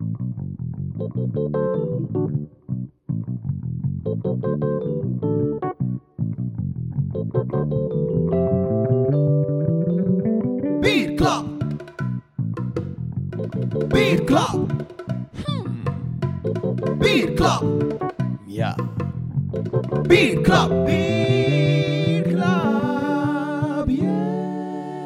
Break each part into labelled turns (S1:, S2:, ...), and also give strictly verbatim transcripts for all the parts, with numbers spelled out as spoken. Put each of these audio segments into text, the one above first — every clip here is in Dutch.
S1: Bierklap. Bierklap. Hmm. Bierklap.
S2: Ja.
S1: Bierklap. Bierklap. Yeah.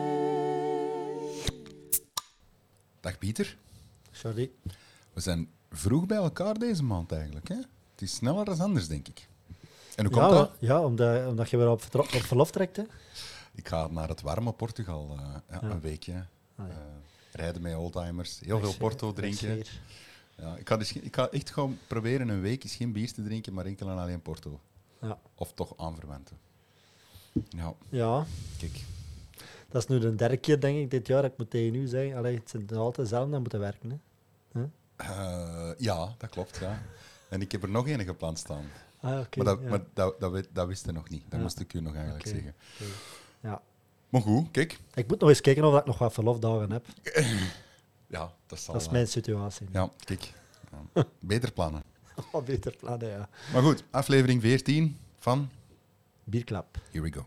S3: Dag Pieter.
S2: Sorry.
S3: We zijn vroeg bij elkaar deze maand eigenlijk. Hè? Het is sneller dan anders, denk ik. En hoe komt
S2: Ja,
S3: dat?
S2: ja omdat, omdat je weer op, vertro- op verlof trekt. Hè?
S3: Ik ga naar het warme Portugal uh, ja,
S2: Ja.
S3: een weekje.
S2: Ah, ja.
S3: Uh, rijden met oldtimers, heel veel Porto drinken.
S2: Sfeer.
S3: Ja, ik, ga dus, geen- ik ga echt gewoon proberen een week eens geen bier te drinken, maar enkel en alleen Porto.
S2: Ja.
S3: Of toch aanverwanten. Ja,
S2: Ja,
S3: kijk.
S2: dat is nu de derde keer, denk ik, dit jaar dat ik moet tegen u zeggen. Allee, het zijn altijd zelf aan moeten werken. Hè? Huh?
S3: Uh, ja, dat klopt. Ja. En ik heb er nog een gepland staan.
S2: Ah, oké.
S3: maar dat,
S2: ja.
S3: maar dat, dat, weet- dat wist je nog niet. Dat
S2: Ja.
S3: moest ik u nog eigenlijk
S2: Oké.
S3: zeggen.
S2: Oké. Ja.
S3: Maar goed, kijk.
S2: Ik moet nog eens kijken of ik nog wat verlofdagen heb.
S3: Ja, dat zal...
S2: Dat is
S3: uh,
S2: mijn situatie.
S3: Ja, kijk. Ja. Beter plannen.
S2: Wat beter plannen, ja.
S3: Maar goed, aflevering veertien van
S2: Bierklap.
S3: Here We Go.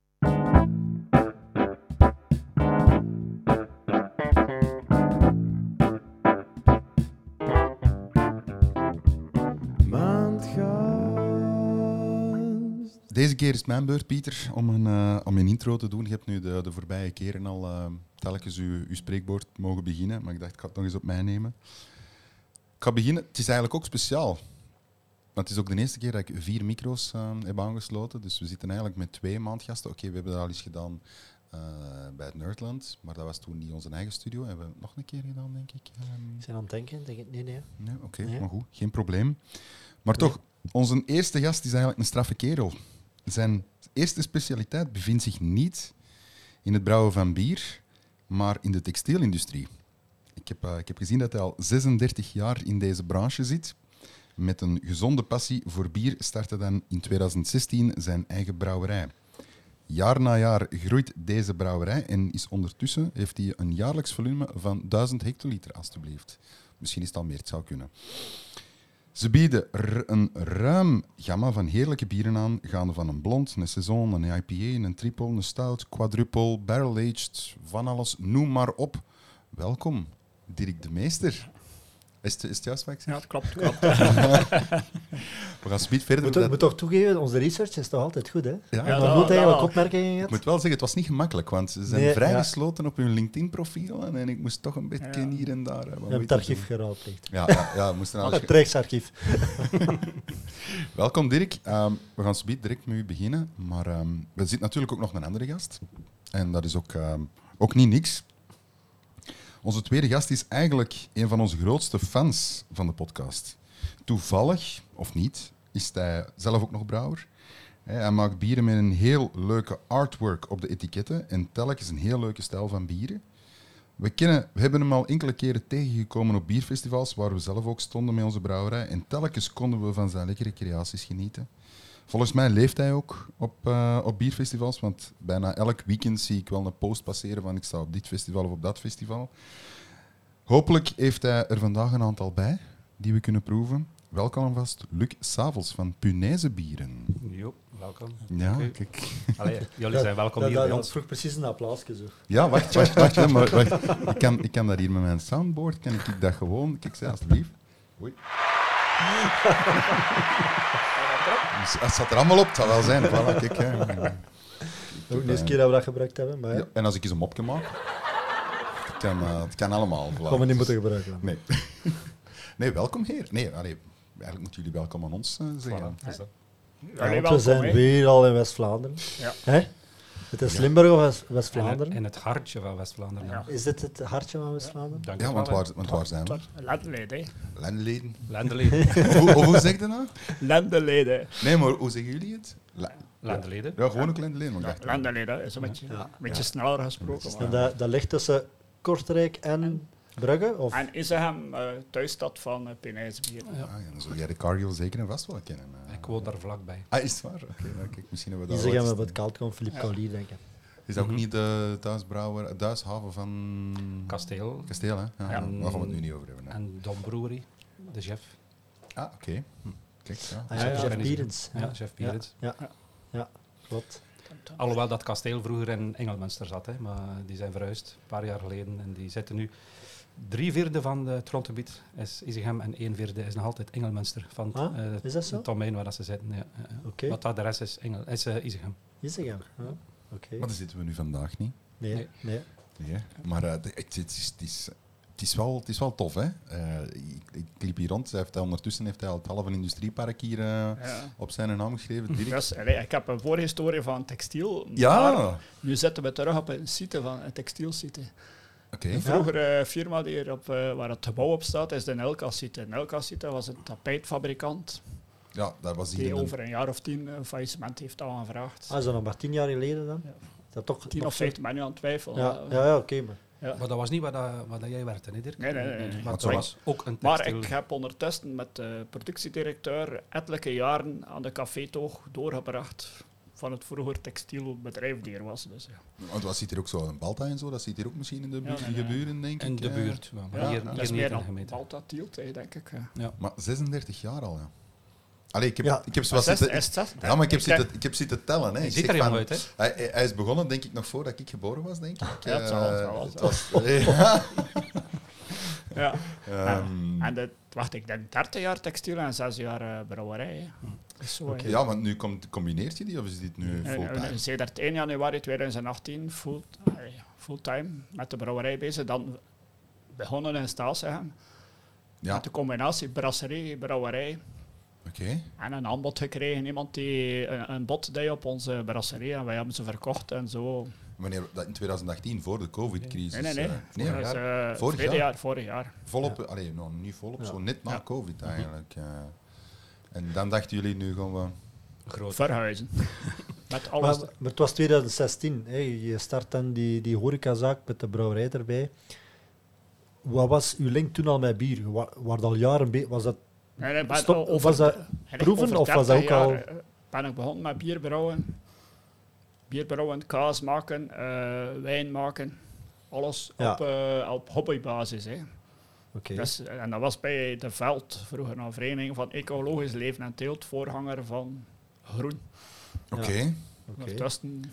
S3: Deze keer is het mijn beurt, Pieter, om een, uh, om een intro te doen. Je hebt nu de, de voorbije keren al uh, telkens uw, uw spreekwoord mogen beginnen, maar ik dacht, ik ga het nog eens op mij nemen. Ik ga beginnen. Het is eigenlijk ook speciaal. Want het is ook de eerste keer dat ik vier micro's uh, heb aangesloten. Dus we zitten eigenlijk met twee maandgasten. Oké, okay, we hebben dat al eens gedaan uh, bij het Nerdland, maar dat was toen niet onze eigen studio. Hebben we het nog een keer gedaan, denk ik. Um,
S2: Ik ben aan het denken. Denk ik, nee, nee.
S3: nee, Oké, okay,
S2: Nee.
S3: maar goed, geen probleem. Maar toch, onze eerste gast is eigenlijk een straffe kerel. Zijn eerste specialiteit bevindt zich niet in het brouwen van bier, maar in de textielindustrie. Ik heb, uh, ik heb gezien dat hij al zesendertig jaar in deze branche zit. Met een gezonde passie voor bier startte dan in tweeduizend zestien zijn eigen brouwerij. Jaar na jaar groeit deze brouwerij en is ondertussen heeft hij een jaarlijks volume van duizend hectoliter, alstublieft. Misschien is het al meer, het zou kunnen. Ze bieden r- een ruim gamma van heerlijke bieren aan, gaande van een blond, een saison, een I P A, een triple, een stout, quadruple, barrel-aged, van alles, noem maar op. Welkom, Dirk de Meester. Is het, is het juist wat ik zeg?
S4: Ja, het klopt. klopt.
S3: We gaan speed verder.
S2: Moet,
S3: met
S2: moet
S3: dat-
S2: toch toegeven, onze research is toch altijd goed, hè?
S3: Ja,
S4: Ja,
S2: Maar
S4: dat-
S2: goed eigenlijk
S4: dat-
S2: opmerkingen
S3: ik
S2: gehad.
S3: moet wel zeggen, het was niet gemakkelijk, want ze zijn
S2: Nee,
S3: vrijgesloten op hun LinkedIn-profielen en ik moest toch een beetje
S4: Ja.
S3: hier en daar... eh, wat
S2: We hebben het
S3: moeite
S2: archief
S3: doen.
S2: geraadpleegd.
S3: Ja, ja, ja, we moesten alles...
S2: Het Rijksarchief.
S3: Welkom Dirk. Um, we gaan speed direct met u beginnen, maar um, er zit natuurlijk ook nog een andere gast. En dat is ook, um, ook niet niks. Onze tweede gast is eigenlijk een van onze grootste fans van de podcast. Toevallig, of niet, is hij zelf ook nog brouwer. Hij maakt bieren met een heel leuke artwork op de etiketten en telkens een heel leuke stijl van bieren. We, kennen, we hebben hem al enkele keren tegengekomen op bierfestivals, waar we zelf ook stonden met onze brouwerij. En telkens konden we van zijn lekkere creaties genieten. Volgens mij leeft hij ook op, uh, op bierfestivals, want bijna elk weekend zie ik wel een post passeren van ik sta op dit festival of op dat festival. Hopelijk heeft hij er vandaag een aantal bij die we kunnen proeven. Welkom alvast, Luc Savels van Punaise Bieren.
S5: Jo, welkom.
S3: Ja,
S5: Oké.
S3: kijk.
S5: Allee, jullie zijn welkom
S2: dat,
S5: hier
S2: dat,
S5: bij
S2: dat
S5: ons.
S2: vroeg precies een applausje zo.
S3: Ja, wacht, wacht, wacht. hè, maar, wacht. Ik, kan, ik kan dat hier met mijn soundboard, kan ik dat gewoon... Kijk, zeg alsjeblieft. Oei. Dus het staat er allemaal op, het zal wel zijn. Voilà, kijk, hè.
S2: Ook de eerste keer dat we dat gebruikt hebben, maar ja,
S3: Ja, en als ik eens een mopje maak, het kan, uh, het kan allemaal. Voilà.
S2: gaan we niet moeten gebruiken.
S3: Nee. Nee, welkom heer. Nee, allee, eigenlijk moeten jullie welkom aan ons uh, zeggen.
S5: Voilà, is dat.
S2: Ja,
S4: Allee,
S2: want we zijn
S4: welkom, hè.
S2: weer al in West-Vlaanderen.
S4: Ja.
S2: Hè? Het is Limburg of West-
S5: In het,
S2: West-Vlaanderen?
S5: in het hartje van West-Vlaanderen.
S4: Ja.
S2: Is dit het hartje van West-Vlaanderen?
S5: Dank
S3: Ja,
S5: u
S3: want
S5: wel,
S3: waar,
S5: hè.
S3: want waar zijn we?
S4: Lendeleden.
S3: Lendeleden.
S5: Lendeleden.
S3: Of hoe, of hoe zeg je dat nou?
S4: Lendeleden.
S3: Nee, maar hoe zeggen jullie het? Le-
S5: Lendeleden.
S3: ja, gewoon ook Lendeleden. maar ik
S4: Ja,
S3: dacht-
S4: Lendeleden is een beetje,
S2: Ja.
S4: een beetje sneller gesproken.
S3: Ja.
S4: maar-
S2: En dat, dat ligt tussen Kortrijk en Brugge? Of?
S4: En Isegem, uh, thuisstad van uh, Punaise Bieren.
S5: Ja.
S3: Ah, ja, dan zul jij de cargill zeker en vast wel kennen. uh.
S5: Ik woon daar vlakbij.
S3: Ah, is het waar? Oké, nou, kijk, misschien hebben we
S2: Die
S3: dat
S2: zeggen
S3: wel
S2: we
S3: eens-
S2: het koud komt, Philippe
S4: Ja.
S2: Collier, denk ik.
S3: Is dat ook
S5: Mhm.
S3: niet de thuisbrouwer, thuishaven van
S5: Kasteel
S3: Kasteel, hè? Ja,
S4: Ja.
S3: Daar gaan we het nu niet over hebben. Hè.
S5: en Dom Brewery, de chef.
S3: Ah, oké. Hm. Kijk, ja.
S2: Ah, ja,
S5: Ja,
S2: Jeff
S5: ja.
S2: Bierens.
S5: Ja, chef Pierens.
S2: Ja, ja, ja, klopt.
S5: Alhoewel dat kasteel vroeger in Engelmunster zat, hè, maar die zijn verhuisd een paar jaar geleden en die zitten nu. Drie vierde van het grondgebied is Isegem en één vierde is nog altijd Engelmunster van
S2: Ah,
S5: eh,
S2: is dat zo?
S5: het domein waar dat ze zitten. Ja, ja, ja.
S2: Oké.
S5: Wat dat de rest is, Engel, is uh, Isegem.
S2: Is het hem? Ja, oké.
S3: Maar daar zitten we nu vandaag niet.
S2: Nee,
S5: Nee.
S2: nee.
S3: Nee, hè. Maar uh, het, het, is, het, is, het, is wel, het is wel tof, hè? Uh, ik, ik liep hier rond. Hij heeft, ondertussen heeft hij al het halve industriepark hier uh,
S4: Ja.
S3: op zijn naam geschreven. Dirk.
S4: Dus, allee, ik heb een voorhistorie van textiel.
S3: Ja,
S4: Maar nu zitten we terug op een site van een textielsite.
S3: oké.
S4: Een vroegere firma die hier op, uh, waar het gebouw op staat, is de Nelka-site. De Nelka-site was een tapijtfabrikant
S3: Ja, dat was hier
S4: die
S3: in een-
S4: over een jaar of tien een faillissement heeft aangevraagd.
S2: Ah, is dat nog maar tien jaar geleden dan?
S4: Ja.
S2: Dat toch,
S4: tien
S2: nog
S4: of
S2: zo-
S4: vijftien, maar nu aan het twijfelen.
S2: Ja, ja, ja oké. maar.
S4: Ja.
S5: Maar dat was niet waar, dat, waar dat jij werkte, hè, Dirk?
S4: Nee, nee, nee, nee.
S5: Maar
S3: Maar
S5: het
S3: het
S5: was ook een
S4: Maar
S5: textiel.
S4: ik heb ondertussen met de productiedirecteur ettelijke jaren aan de cafétoog doorgebracht van het vroeger textielbedrijf die er was. Dus, ja.
S3: Want wat zit hier ook zo een Balta en zo? Dat zit hier ook misschien in de
S4: Ja,
S3: buurt
S4: nee, nee.
S3: gebeuren, denk ik.
S5: In de
S3: eh.
S5: buurt, ja, maar
S4: Ja,
S5: hier,
S4: dat
S5: hier
S4: is
S5: niet
S4: meer
S5: in de
S4: dan
S5: gemeente.
S4: Balta Tielt, hè, denk ik. Ja.
S3: Maar zesendertig jaar al, ja. Allee, ik heb,
S2: Ja.
S3: ik heb zo
S4: Maar
S3: wat
S4: zes-
S3: zitten...
S4: is het zes?
S3: Ja, maar ik heb,
S4: Ik denk-
S3: zitten, ik heb zitten tellen. Hè.
S5: Je
S3: Ik
S5: ziet
S3: zeg
S5: er jong
S3: van-
S5: uit, hè?
S3: Hij, hij- hij is begonnen, denk ik, nog voordat ik geboren was, denk ik.
S4: Ja, het zal, het zal wel
S3: Eh,
S4: zo.
S3: het was- ja.
S4: Ja.
S3: Ehm,
S4: En de, wacht, ik denk dertig jaar textiel en zes jaar eh, brouwerij. Hè. Dus zo, hè.
S3: ja, want nu komt, combineert je die of is dit nu
S4: En-
S3: fulltime?
S4: en Sedert één januari tweeduizend achttien full, allee, fulltime met de brouwerij bezig. Dan begonnen in Staalsegem.
S3: Ja,
S4: Met de combinatie brasserie, brouwerij.
S3: oké.
S4: En een aanbod gekregen. Iemand die een, een bod deed op onze brasserie. En wij hebben ze verkocht en zo.
S3: Wanneer, dat in twintig achttien, voor de covid-crisis.
S4: Nee, nee, nee.
S3: eh, nee,
S4: Dat is, eh,
S3: Vorig
S4: tweede
S3: jaar?
S4: jaar, vorig jaar.
S3: volop, allee, nou, niet volop,
S2: Ja.
S3: zo net na
S4: Ja.
S3: covid eigenlijk. eh. En dan dachten jullie, nu gaan we...
S5: Groot.
S4: Verhuizen. Met alles.
S2: Maar, maar het was twintig zestien. Hè. Je start dan die, die horecazaak met de brouwerij erbij. Wat was uw link toen al met bier? Wa- Waar al jaren be- was dat
S4: Nee, nee, maar
S2: Stop,
S4: over
S2: of was dat
S4: de- eigenlijk
S2: proeven,
S4: over
S2: of was dat
S4: dertig
S2: ook
S4: jaar,
S2: al-
S4: eh, ben ik begonnen met bierbrouwen. Bierbrouwen, kaas maken, eh, wijn maken. Alles
S2: Ja.
S4: op, eh, op hobbybasis. Hè.
S2: Oké.
S4: Dus, en dat was bij De Veld, vroeger een vereniging van ecologisch leven en teelt, voorganger van Groen.
S3: Oké.
S2: Oké.
S4: Ondertussen...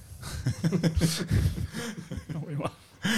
S4: Oei, maar.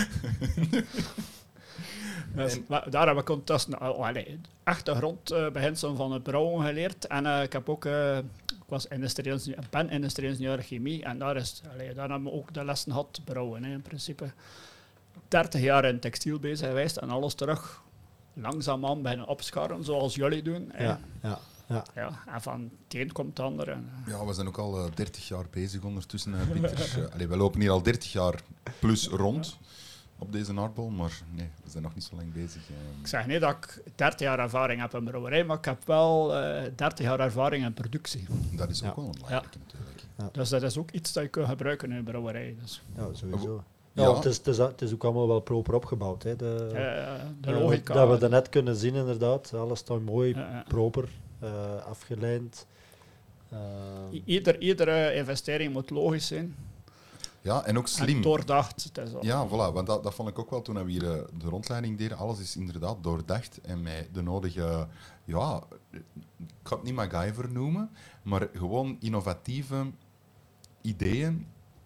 S4: Dus, maar daar heb ik ondertussen al allee, echte grondbeginselen van het brouwen geleerd. En eh, ik heb ook... eh, ik was industrieel ingenieur- ik ben industrieel ingenieur chemie. En daar, is, allee, daar hebben we ook de lessen gehad, brouwen. Hè, in principe dertig jaar in textiel bezig geweest. En alles terug langzaamaan beginnen opscharen, zoals jullie doen. Hè.
S2: Ja, ja, ja.
S4: Ja, en van het een komt het ander. En, eh,
S3: Ja, we zijn ook al eh, dertig jaar bezig ondertussen, uh, Pieter. Uh, allee, we lopen hier al dertig jaar plus rond op deze aardbol, maar nee, we zijn nog niet zo lang bezig. eh.
S4: ik zeg niet dat ik dertig jaar ervaring heb in brouwerij, maar ik heb wel eh dertig jaar ervaring in productie.
S3: Dat is ook
S2: Ja.
S3: wel een belangrijke natuurlijk.
S4: Dus dat is ook iets dat je kunt gebruiken in een brouwerij. Dus,
S2: Ja, sowieso. Ja,
S3: Ja.
S2: want het, is, het, is, het is ook allemaal wel proper opgebouwd. Hè. De,
S4: eh, de
S2: eh,
S4: logica.
S2: Dat we daarnet kunnen zien, inderdaad. Alles staat mooi,
S4: Ja, ja.
S2: proper, eh, afgelijnd. Eh,
S4: I- Ieder, iedere investering moet logisch zijn
S3: Ja, en ook slim.
S4: en doordacht. Het is al-
S3: Ja, voilà, want dat, dat vond ik ook wel toen we hier eh, de rondleiding deden. Alles is inderdaad doordacht en met de nodige, ja, ik ga het niet MacGyver noemen, maar gewoon innovatieve ideeën.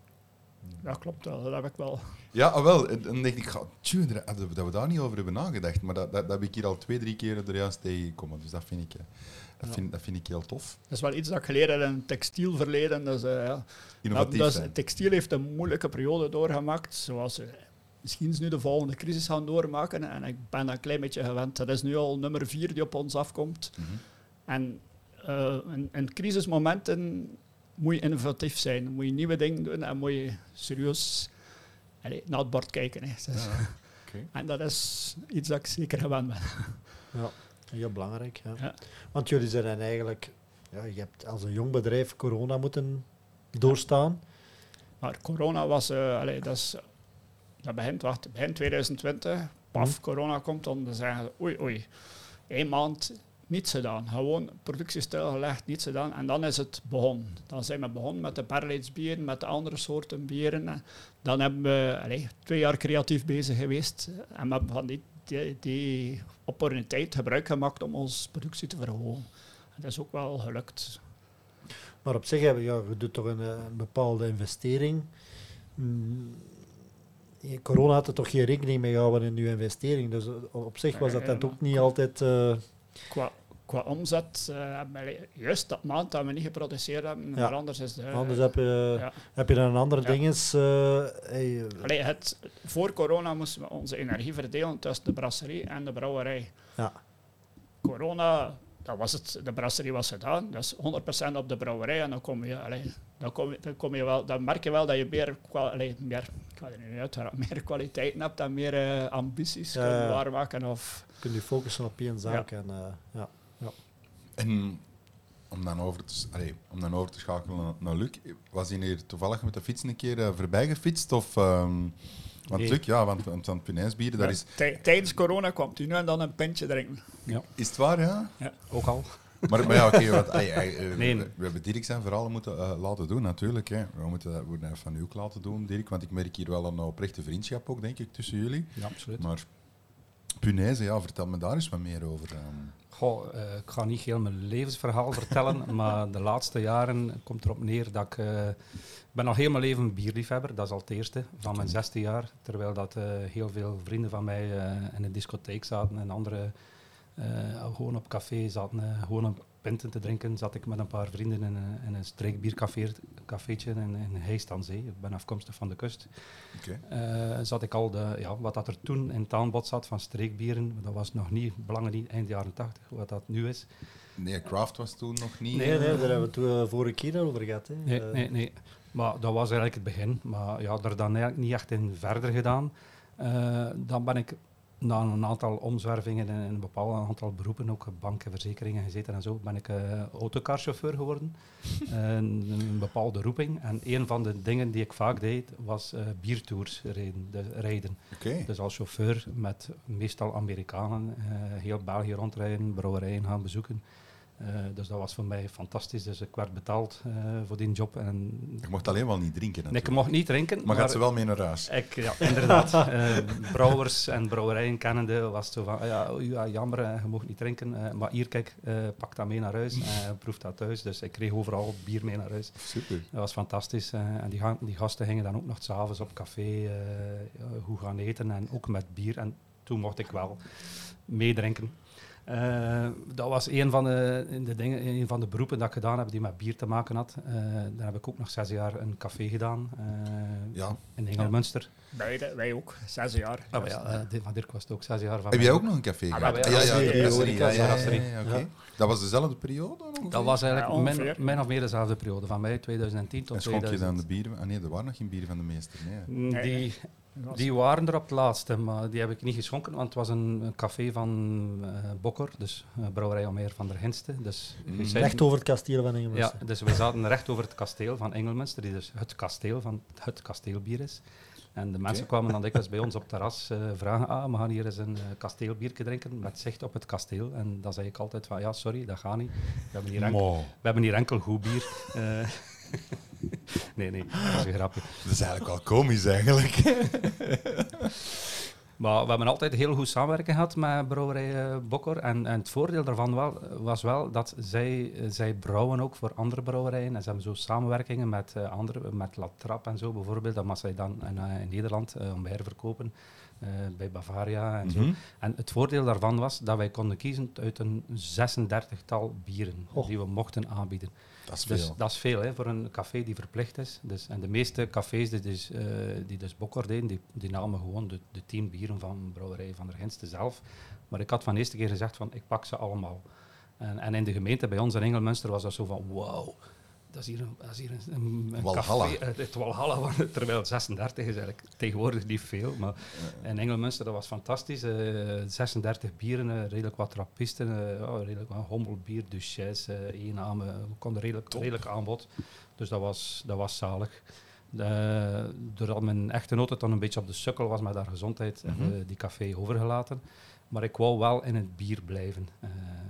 S4: Ja, klopt wel. Dat heb ik wel.
S3: Ja, ah, wel. En dan denk ik, ga- tjoe, daar- dat we- dat we daar niet over hebben nagedacht. Maar dat, dat, dat heb ik hier al twee, drie keer er juist tegengekomen. Dus dat vind ik, eh, dat vind, dat vind ik heel tof.
S4: Dat is wel iets dat ik geleerd heb in het textielverleden. Dus, eh, ja.
S3: Innovatief
S4: dus,
S3: zijn.
S4: textiel heeft een moeilijke periode doorgemaakt, zoals eh, misschien ze nu de volgende crisis gaan doormaken. En ik ben dat een klein beetje gewend. Dat is nu al nummer vier die op ons afkomt.
S3: Mhm.
S4: En eh, in, in crisismomenten moet je innovatief zijn. Moet je nieuwe dingen doen en moet je serieus allee, naar het bord kijken. Hè. Dus-
S3: Ja, oké.
S4: En dat is iets dat ik zeker gewend ben.
S2: ja, heel belangrijk. Ja.
S4: Ja.
S2: Want jullie zijn dan eigenlijk... Ja, je hebt als een jong bedrijf corona moeten doorstaan.
S4: Maar corona was... eh, allee, dat, is, dat begint, wacht, begin twintig twintig. Paf,
S2: Mhm.
S4: corona komt, dan zeggen ze... Oei, oei. Eén maand niets gedaan. Gewoon productie stilgelegd, niets gedaan. En dan is het begonnen. Dan zijn we begonnen met de barrelheidsbieren, met de andere soorten bieren. En dan hebben we allee, twee jaar creatief bezig geweest. En we hebben van die, die, die opportuniteit gebruik gemaakt om onze productie te verhogen. En dat is ook wel gelukt.
S2: Maar op zich, ja, je doet toch een, een bepaalde investering. Mm, corona had er toch geen rekening mee gehouden in uw investering. Dus op zich was dat, dat ook niet altijd... Uh...
S4: Qua, qua omzet, uh, hebben we juist dat maand dat we niet geproduceerd hebben,
S2: Ja.
S4: maar anders is de...
S2: Anders heb je,
S4: ja.
S2: heb je dan een andere
S4: Ja.
S2: dinges... Uh, hey,
S4: Allee, het, voor corona moesten we onze energie verdelen tussen de brasserie en de brouwerij.
S2: Ja.
S4: Corona, dat was het, de brasserie was gedaan, dus honderd procent op de brouwerij en dan kom je, allee, dan kom je, dan kom je wel, dan merk je wel dat je meer, kwa, allee, meer ik ga er nu niet uit, meer kwaliteiten hebt en meer uh, ambities
S2: Ja,
S4: kunt
S2: ja.
S4: waarmaken. Of,
S2: kun je focussen op één zaak. En, uh, ja.
S3: En om dan over te, allee, om dan over te schakelen naar, naar Luc, was hij hier toevallig met de fiets een keer uh, voorbij gefietst? Of, um, want
S5: Nee.
S3: Luc, ja, want, want aan het Punijsbieren, dat
S4: Ja,
S3: is...
S4: tij- tijdens corona kwam hij nu en dan een pintje drinken.
S3: Is het waar, ja?
S5: Ook al.
S3: Maar, maar ja, oké, wat ai, ai, uh,
S5: Nee.
S3: we, we hebben Dirk zijn verhalen moeten uh, laten doen, natuurlijk. Hè. We moeten dat we moeten dat van u ook laten doen, Dirk, want ik merk hier wel een oprechte vriendschap ook, denk ik, tussen jullie.
S5: Ja, absoluut.
S3: Maar Punaise, ja, vertel me daar eens wat meer over. Um.
S5: Goh, uh, ik ga niet heel mijn levensverhaal vertellen, maar de laatste jaren komt erop neer dat ik... Uh, ik ben al heel mijn leven bierliefhebber, dat is al het eerste, van mijn zesde jaar. Terwijl dat uh, heel veel vrienden van mij uh, in een discotheek zaten en andere uh, gewoon op café zaten, uh, gewoon een pinten te drinken, zat ik met een paar vrienden in een, in een streekbiercafeetje in, in Heist aan Zee. Ik ben afkomstig van de kust.
S3: Okay.
S5: Uh, zat ik al de, ja, wat dat er toen in het aanbod zat van streekbieren, dat was nog niet, belangen niet eind jaren tachtig, wat dat nu is.
S3: Nee, craft was toen nog niet...
S2: Nee, nee, daar hebben we het uh, vorige keer over gehad. Hè.
S5: Nee,
S2: Uh,
S5: nee, nee. Maar dat was eigenlijk het begin. Maar ja, er dan eigenlijk niet echt in verder gedaan. Uh, dan ben ik na een aantal omzwervingen in een bepaald aantal beroepen, ook banken, verzekeringen gezeten en zo, ben ik uh, autocarchauffeur geworden. een, een bepaalde roeping. En een van de dingen die ik vaak deed, was uh, biertours rijden. De, rijden.
S3: Okay.
S5: Dus als chauffeur met meestal Amerikanen, uh, heel België rondrijden, brouwerijen gaan bezoeken. Uh, dus dat was voor mij fantastisch. Dus ik werd betaald uh, voor die job. En
S3: je mocht alleen wel niet drinken.
S5: nee, ik mocht niet drinken.
S3: Maar,
S5: maar
S3: gaat ze wel mee naar huis?
S5: Ik, ja, inderdaad. uh, brouwers en brouwerijen kennende was het zo van, ja, oh, ja jammer, uh, je mocht niet drinken. Uh, maar hier, kijk, uh, pak dat mee naar huis. Uh, proef dat thuis. Dus ik kreeg overal bier mee naar huis.
S3: Super.
S5: Dat was fantastisch. Uh, en die, ga die gasten gingen dan ook nog 's avonds op café uh, goed gaan eten. En ook met bier. En toen mocht ik wel meedrinken. Uh, dat was een van, de, de dingen, een van de beroepen dat ik gedaan heb die met bier te maken had. Uh, daar heb ik ook nog zes jaar een café gedaan uh,
S3: ja.
S5: in Engelmunster.
S4: Beide, wij ook, zes jaar.
S5: Ah, maar ja, uh, van Dirk was het ook zes jaar. Van
S3: Heb jij ook nog een café
S4: Ah,
S3: gehad?
S4: ja,
S3: ja, ja,
S2: ja,
S3: ja,
S2: ja,
S3: brasserie, ja, ja,
S5: brasserie.
S3: ja, ja, oké.
S2: Ja.
S3: Dat was dezelfde periode? Ongeveer?
S5: Dat was eigenlijk
S4: Ja,
S5: min,
S4: ongeveer.
S5: min of meer dezelfde periode, van mei tweeduizend tien tot
S3: En schonk je dan
S5: tweeduizend.
S3: de bieren? Ah nee, er waren nog geen bieren van de meester. Nee.
S5: Mm, Die,
S4: Nee, Dat was-
S5: die waren er op het laatste, maar die heb ik niet geschonken, want het was een, een café van uh, Bokker, dus uh, brouwerij Omeer van der Hinste. Dus
S3: Mm.
S5: we zijn-
S2: Recht over het kasteel van
S5: Ja,
S2: Engelmunster.
S5: dus we zaten recht over het kasteel van Engelmunster, die dus het kasteel van het kasteelbier is. En de mensen
S3: Oké.
S5: kwamen dan dikwijls bij ons op het terras uh, vragen, ah, we gaan hier eens een uh, kasteelbiertje drinken met zicht op het kasteel. En dan zei ik altijd van, ja, sorry, dat gaat niet. We hebben hier enkel,
S3: Mo.
S5: we hebben hier enkel goed bier. Uh, nee, nee, dat is een grapje.
S3: Dat is eigenlijk wel komisch, eigenlijk.
S5: Maar we hebben altijd heel goed samenwerking gehad met brouwerij uh, Bokker. En, en het voordeel daarvan wel, was wel dat zij, uh, zij brouwen ook voor andere brouwerijen. En ze hebben zo samenwerkingen met uh, andere, met La Trappe en zo bijvoorbeeld. Dat mag zij dan in, uh, in Nederland uh, omher verkopen. Uh, bij Bavaria en zo.
S3: Mhm.
S5: En het voordeel daarvan was dat wij konden kiezen uit een zesendertigtal bieren
S2: Oh.
S5: die we mochten aanbieden.
S3: Dat is
S5: Dus
S3: veel.
S5: dat is veel hè, voor een café die verplicht is. Dus, en de meeste cafés die dus, uh, die dus Bokker deden, die, die namen gewoon de, de tien bieren van brouwerij Van der Hinste zelf. Maar ik had van de eerste keer gezegd van ik pak ze allemaal. En, en in de gemeente bij ons in Engelmunster was dat zo van wow, dat is hier een, dat is hier een, een, een
S3: Walhalla.
S5: café, het, het Walhalla, want- terwijl het zesendertig is eigenlijk tegenwoordig niet veel. Maar in Engelmunster dat was fantastisch. Uh, zesendertig bieren, uh, redelijk wat trappisten, uh, ja, redelijk wat hommelbier, Duchesse, uh, eennamen. We konden redelijk, redelijk aanbod. Dus dat was, dat was zalig. Uh, doordat mijn echtgenote dan een beetje op de sukkel was met haar gezondheid,
S3: Mhm.
S5: hebben we die café overgelaten. Maar ik wou wel in het bier blijven. Uh, en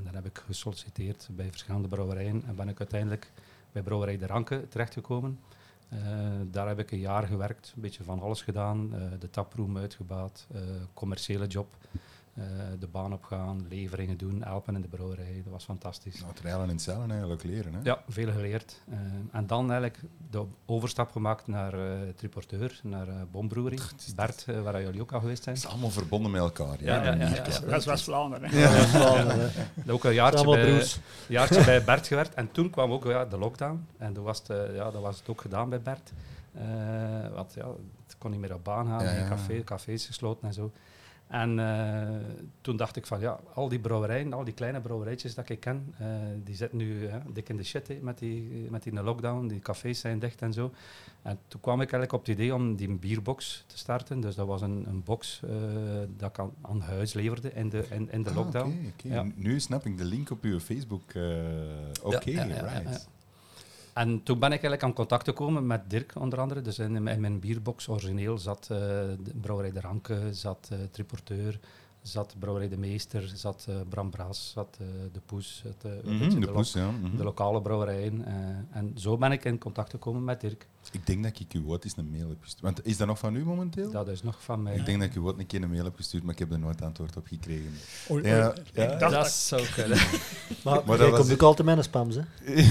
S5: dan heb ik gesolliciteerd bij verschillende brouwerijen en ben ik uiteindelijk bij Brouwerij De Ranke terechtgekomen. Uh, daar heb ik een jaar gewerkt, een beetje van alles gedaan. Uh, de taproom uitgebaat, uh, commerciële job, uh, de baan opgaan, leveringen doen, helpen in de brouwerij. Dat was fantastisch.
S3: Nou, het rijlen en zeilen eigenlijk leren. Hè?
S5: Ja, veel geleerd. Uh, en dan eigenlijk de overstap gemaakt naar uh, Triporteur, naar uh, Bombroering. Bert, uh, waar jullie ook al geweest zijn.
S3: Het is allemaal verbonden met elkaar.
S5: Ja, ja, ja, ja, ja.
S4: Dat is West-Vlaanderen. hè.
S2: Ja, dat is wel, hè.
S5: Ja. Ook een jaartje
S2: Allemaal
S5: bij,
S2: broers.
S5: jaartje bij Bert gewerkt. En toen kwam ook ja, de lockdown. En toen was het, uh, ja, dat was het ook gedaan bij Bert. Uh, want ja, het kon niet meer op baan gaan.
S3: Ja, ja.
S5: Geen café, cafés gesloten en zo. En uh, toen dacht ik van ja, al die brouwerijen, al die kleine brouwerijtjes dat ik ken, uh, die zitten nu uh, dik in de shit he, met, die, met die lockdown. Die cafés zijn dicht en zo. En toen kwam ik eigenlijk op het idee om die bierbox te starten. Dus dat was een, een box uh, dat ik aan, aan huis leverde in de, in, in de
S3: Ah,
S5: lockdown.
S3: oké, oké.
S5: Ja.
S3: Nu snap ik de link op uw Facebook. Uh, Oké,
S5: Ja, ja, ja,
S3: right.
S5: ja, ja. En toen ben ik eigenlijk aan contact gekomen met Dirk, onder andere. Dus in, in mijn bierbox origineel zat uh, de Brouwerij De Ranke, zat uh, Triporteur, zat Brouwerij De Meester, zat uh, Bram Braas, zat uh, De Poes, zat, uh, een
S3: Mhm,
S5: beetje
S3: de
S5: lo-
S3: poes, ja. mhm.
S5: de lokale brouwerijen. Uh, en zo ben ik in contact gekomen met Dirk.
S3: Ik denk dat ik u ooit eens een mail heb gestuurd. Want is dat nog van u momenteel?
S5: Dat is nog van mij.
S3: Ik denk dat ik u ooit een keer een mail heb gestuurd, maar ik heb er nooit antwoord op gekregen.
S4: Oei, oei.
S3: Ja,
S4: Ik
S3: ja.
S4: dacht
S5: Dat
S4: dat-
S5: zou kunnen.
S2: Maar,
S3: Maar dat
S2: jij
S3: was
S2: komt
S3: het.
S2: ook altijd met een spams, hè?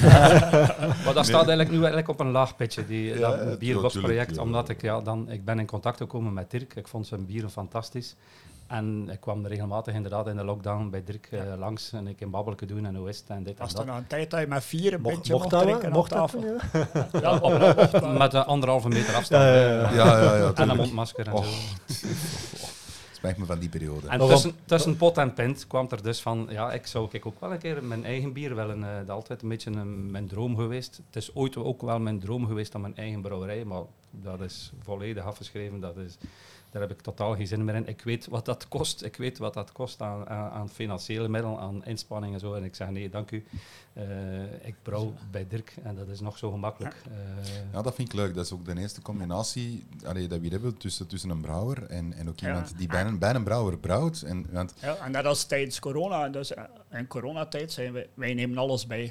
S5: Maar dat staat eigenlijk nu eigenlijk op een laag pitje, die,
S3: Ja,
S5: dat
S3: ja,
S5: bierboxproject.
S3: natuurlijk, ja.
S5: Omdat ik, ja, dan, ik ben in contact gekomen met Dirk. Ik vond zijn bieren fantastisch. En ik kwam regelmatig inderdaad in de lockdown bij Dirk uh, langs en ik een babbelke doen en hoe is het en dit en
S4: Was
S5: dat.
S4: er nou een tijd dat je met vier een
S2: Mocht,
S4: beetje
S2: mocht
S4: mocht
S2: dat
S4: drinken
S2: wel?
S4: aan
S2: Mocht dat
S4: tafel?
S2: toen, ja?
S4: Ja, op- op- op- op-
S5: Met een anderhalve meter afstand
S2: Ja, ja,
S5: uh,
S2: ja.
S3: Ja, ja, ja.
S5: en een
S3: tuurlijk.
S5: mondmasker en
S3: Oh.
S5: zo.
S3: Spijt me van die periode.
S5: En
S2: Maar
S5: tussen, tussen pot en pint kwam er dus van, ja, ik zou ik ook wel een keer mijn eigen bier willen. Uh, dat is altijd een beetje een, mijn droom geweest. Het is ooit ook wel mijn droom geweest om mijn eigen brouwerij, maar dat is volledig afgeschreven. Dat is, daar heb ik totaal geen zin meer in. Ik weet wat dat kost. Ik weet wat dat kost aan, aan, aan financiële middelen, aan inspanningen en zo. En ik zeg nee, dank u. Uh, ik brouw bij Dirk en dat is nog zo gemakkelijk. Uh,
S3: Ja, dat vind ik leuk. Dat is ook de eerste combinatie allee, dat we hier hebben tussen, tussen een brouwer en, en ook
S4: Ja.
S3: iemand die bij een, bij een brouwer brouwt. En, want,
S4: Ja, en net als tijdens corona. Dus uh, in coronatijd zijn wij, wij nemen alles bij.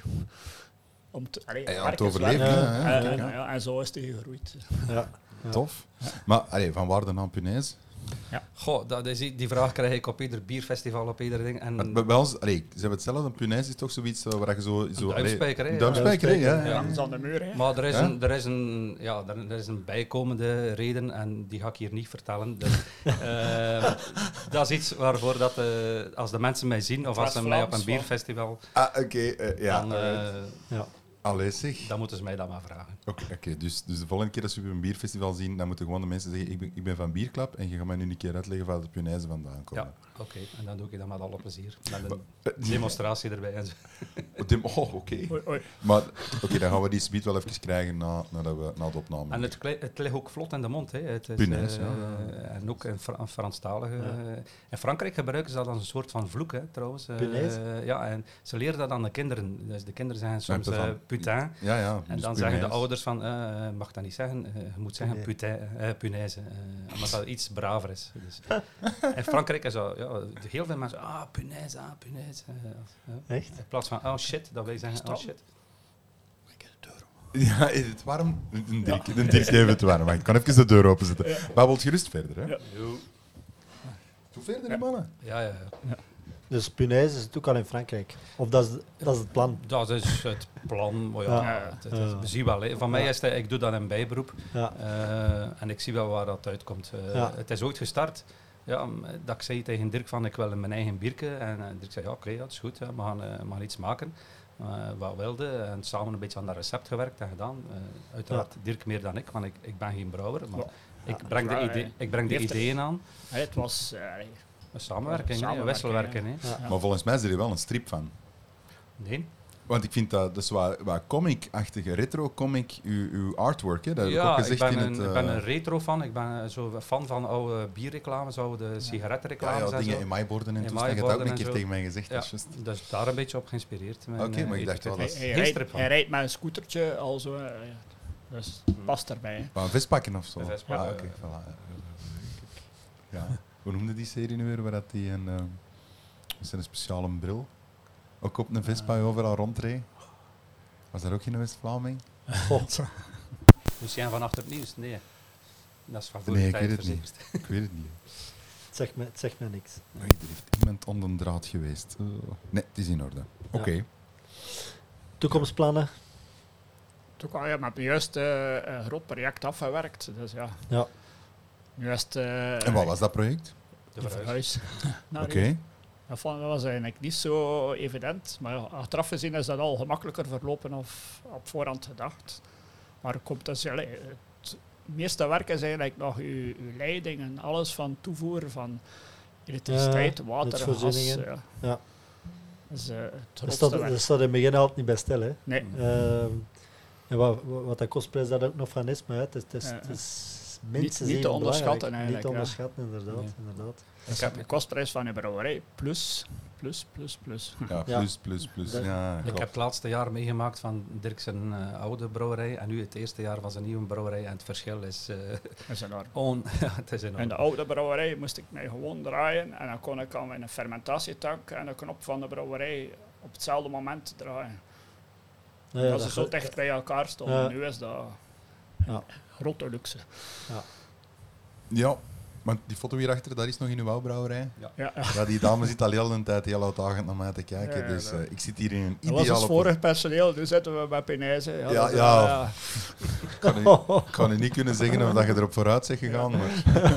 S4: Om te, allee,
S3: Ja, om te
S4: werk is
S3: overleven,
S4: werk.
S2: ja,
S3: ja,
S4: En-
S3: kijk,
S4: en,
S3: ja.
S4: ja, en zo is die gegroeid.
S2: Ja. Ja.
S3: tof. Maar allee, van waar de naam Punaise?
S5: goh, dat is, die vraag krijg ik op ieder bierfestival, op ieder ding. En
S3: Maar bij- bij ons, allee, ze hebben hetzelfde. Punaise is toch zoiets uh, waar je zo... zo allee,
S5: duimspijkerij,
S3: een
S5: ja.
S3: duimspijkerij, ja.
S5: Ja.
S3: ja.
S4: Langs aan de muur. Hè.
S5: Maar er is,
S3: Ja?
S5: een, er, is een, ja, er, er is een bijkomende reden en die ga ik hier niet vertellen. Dus, eh, dat is iets waarvoor dat, eh, als de mensen mij zien of als ze mij op een
S4: West-Vlaams,
S5: bierfestival,
S3: Ah, oké. uh, ja.
S5: dan, eh,
S2: Ja.
S3: Allee, zeg.
S5: dan moeten ze mij dat maar vragen.
S3: Oké, oké, dus, dus de volgende keer als we op een bierfestival zien, dan moeten gewoon de mensen zeggen, ik ben, ik ben van Bierklap en je gaat mij nu een keer uitleggen waar de Punaise vandaan komen.
S5: Ja, oké. En dan doe ik dat met alle plezier. Met een
S3: Eh,
S5: demonstratie erbij en zo.
S3: Oh, oké. Okay.
S4: Oei, oei.
S3: Maar oké, dan gaan we die speed wel even krijgen na, nadat we, na de opname.
S5: En het, kle- het ligt ook vlot in de mond. Hè. Het is,
S3: Punaise,
S5: eh,
S3: ja.
S5: En ook in Fra- Franstalige.
S2: Ja.
S5: eh, in Frankrijk gebruiken ze dat als een soort van vloek, hè, trouwens. Eh,
S2: Punaise?
S5: ja, en ze leren dat aan de kinderen. Dus de kinderen zeggen
S3: Ja,
S5: soms
S3: van-
S5: eh, putain.
S3: Ja, ja.
S5: En
S3: dus
S5: dan zeggen de
S3: Punaise.
S5: ouders van, eh, mag dat niet zeggen, eh, je moet zeggen
S2: Nee.
S5: putain, eh, punaise, eh, omdat dat iets braver is. Dus, in Frankrijk is dat, ja, heel veel mensen, ah, punaise, ah, punaise. eh, ja.
S2: Echt?
S5: In plaats van, oh shit, dat wij zeggen, oh shit.
S3: Ja, is het warm? Een Dirk, een Dirk heeft het warm. Maar ik kan even de deur openzetten.
S4: Ja.
S3: Babbelt gerust verder, hè?
S4: Ja.
S3: Hoe verder, die mannen?
S5: Ja, ja, ja.
S2: Dus Punaise is het ook al in Frankrijk. Of dat is, dat is het plan.
S5: Dat is het plan. Maar ja,
S2: Ja.
S5: het, het, het-
S2: Ja.
S5: we zien wel. Hè. Van mij
S2: Ja.
S5: is het, ik doe dat in bijberoep.
S2: Ja.
S5: Eh, en ik zie wel waar dat uitkomt. Eh,
S2: Ja.
S5: Het is ooit gestart. Ja, m- dat ik zei tegen Dirk van ik wil mijn eigen bierke. En eh, Dirk zei ja oké, ja, dat is goed. Ja, we, gaan, eh, we gaan iets maken. Eh, wat wilde. En samen een beetje aan dat recept gewerkt en gedaan. Eh, uiteraard Dirk meer dan ik, want ik, ik ben geen brouwer. Maar
S4: Ja.
S5: ik,
S4: Ja,
S5: breng de
S4: ja,
S5: idee,
S4: ja.
S5: ik breng de
S4: Heeft er-
S5: ideeën aan.
S4: Hè, het was... eh, allee,
S5: Een samenwerking, hè, een
S4: Samenwerking,
S5: wisselwerking. Hè.
S2: Ja.
S4: Ja.
S3: Maar volgens mij is er hier wel een strip van.
S5: Nee?
S3: Want ik vind dat, dat is wat, wat comic-achtige, retro-comic, uw, uw artwork, hè? Dat heb ik ook
S5: Ja, ik
S3: gezegd
S5: ben,
S3: in
S5: een,
S3: het...
S5: ik
S3: eh,
S5: ben een retro fan. Ik ben eh, zo fan van oude bierreclames, oude
S3: ja,
S5: sigarettenreclames
S3: ja,
S5: en
S3: dingen
S5: zo.
S3: in maaiborden en
S5: In
S3: toestaan. Je hebt dat ook
S5: maaiborden
S3: een
S5: en
S3: keer
S5: zo.
S3: tegen mij gezegd.
S5: Ja,
S3: Dat is juist.
S5: dus daar een beetje op geïnspireerd. mijn,
S3: Oké, maar
S5: eh,
S3: ik dacht wel
S4: hij,
S3: dat
S4: hij,
S5: Geen
S4: rijdt,
S5: strip van.
S4: hij rijdt met een scootertje, al zo. eh, ja. Dus past erbij. Hè.
S3: Maar een vestpakken of zo?
S5: Een vestpakken,
S3: Ah, oké,
S5: ja.
S3: voilà. Ja. Hoe noemde die serie nu weer? Waar dat die een... eh, is er een speciale bril? ook op een Vespa overal rondreed. Was dat ook geen West-Vlaming?
S2: God.
S5: Lucien van Achter het Nieuws? Nee. Dat is van voor
S3: Nee,
S5: de
S3: ik
S5: tijd
S3: weet het niet.
S5: verzekerd.
S3: Ik weet het niet.
S2: Het zegt me, het zegt me niks.
S3: Oei, er heeft iemand onder de draad geweest. Uh, nee, het is in orde. Oké.
S2: Ja. Toekomstplannen?
S4: Toen kwam je met juist uh, een groot project afgewerkt. Dus ja,
S2: Ja.
S4: nu is het uh,
S3: En wat was dat project?
S5: De
S4: een
S5: verhuis.
S4: verhuis. naar
S3: Oké.
S4: hier. Dat vond- dat was eigenlijk niet zo evident. Maar ja, achteraf gezien is dat al gemakkelijker verlopen of op voorhand gedacht. Maar er komt dus, allee, het meeste werk is eigenlijk nog uw, uw leiding en alles van toevoer van elektriciteit,
S2: Ja,
S4: water, gas.
S2: nutsvoorzieningen.
S4: Ja.
S2: Ja.
S4: Dat is uh, het
S2: Dat
S4: grootste
S2: staat,
S4: werk.
S2: dat staat in het begin altijd niet bij stil. Hè.
S4: Nee.
S2: Ehm, en wat, wat wat de kostprijs daar ook nog van is, maar ja, het is, het is,
S4: Ja.
S2: het is
S4: Niet-
S2: minstens
S4: niet te
S2: even
S4: onderschatten
S2: belangrijk. Niet te
S4: eigenlijk,
S2: onderschatten, inderdaad.
S5: Nee.
S2: inderdaad.
S4: Dat is de kostprijs van een brouwerij. Plus, plus, plus, plus.
S3: Ja,
S2: Ja.
S3: plus, plus, plus.
S2: Dat-
S3: Ja,
S5: Ik
S3: klopt.
S5: heb het laatste jaar meegemaakt van Dirk zijn uh, oude brouwerij en nu het eerste jaar van zijn nieuwe brouwerij. En het verschil is, uh,
S4: Dat is enorm.
S5: on ja, het is enorm.
S4: In de oude brouwerij moest ik mij gewoon draaien en dan kon ik aan mijn fermentatietank en de knop van de brouwerij op hetzelfde moment draaien.
S2: Nou ja,
S4: dat
S2: dat
S4: ze zo
S2: gaat-
S4: dicht bij elkaar stonden.
S2: Ja.
S4: Nu is dat
S2: Ja.
S4: grote luxe.
S3: Ja, maar die foto hierachter, dat is nog in uw brouwerij.
S4: Ja, ja.
S3: Ja, die dame zit al heel een tijd heel uitdagend naar mij te kijken.
S4: Ja, ja,
S3: dus
S4: dat-
S3: eh, ik zit hier in een
S4: Dat was
S3: ideale...
S4: ons vorig personeel, nu zitten we bij Penijzen. Ja,
S3: Ja,
S4: dat is,
S3: ja.
S4: eh,
S3: Ik kan, u, ik kan u niet kunnen zeggen of dat je erop vooruit bent gegaan, maar...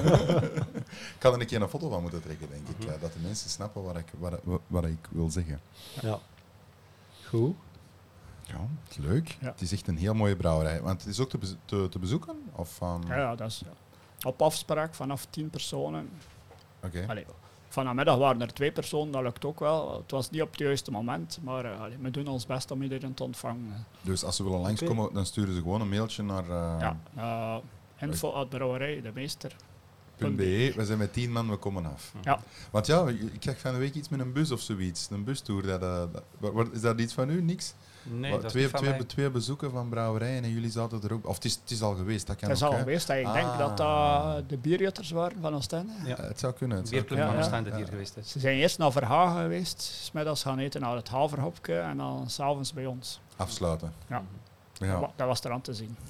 S3: ik kan er een keer een foto van moeten trekken, denk ik. eh, dat de mensen snappen wat ik, wat, wat ik wil zeggen.
S2: Ja. Goed.
S3: Ja, het is leuk.
S4: Ja.
S3: Het is echt een heel mooie brouwerij. Want het is ook te, bezo- te, te bezoeken? Of van...
S4: ja, ja, dat is ja. op afspraak vanaf tien personen.
S3: Oké.
S4: Allee, vanmiddag waren er twee personen, dat lukt ook wel. Het was niet op het juiste moment, maar uh, allee, we doen ons best om iedereen te ontvangen.
S3: Dus als ze willen langskomen, dan sturen ze gewoon een mailtje naar... eh,
S4: Ja, uh, info uit brouwerij, de meester.
S3: .be. We zijn met tien man, we komen af.
S4: Ja.
S3: Want ja, ik zag van de week iets met een bus of zoiets. Een bustour. Dat, eh, dat, wa- wa- is dat iets van u? Niks?
S5: nee,
S3: Wat,
S5: dat is
S3: twee,
S5: niet van
S3: twee,
S5: mij.
S3: twee bezoeken van brouwerijen en jullie zaten er ook... Of het is, het is al geweest, dat kan
S4: Het is
S3: ook,
S4: al
S3: hè?
S4: geweest. Ik
S3: Ah.
S4: denk dat dat de bierjutters waren van Oostende.
S5: Ja.
S3: Eh, het zou kunnen. Het zou
S5: Bierclub
S3: kunnen.
S5: van
S4: Ja,
S5: Oostende
S3: ja.
S5: die hier geweest is.
S4: Ze zijn eerst naar Verhagen geweest, 's middags gaan eten naar het Haverhopke en dan s'avonds bij ons.
S3: Afsluiten.
S4: Ja.
S3: Ja,
S4: Wa- Dat was er aan te zien.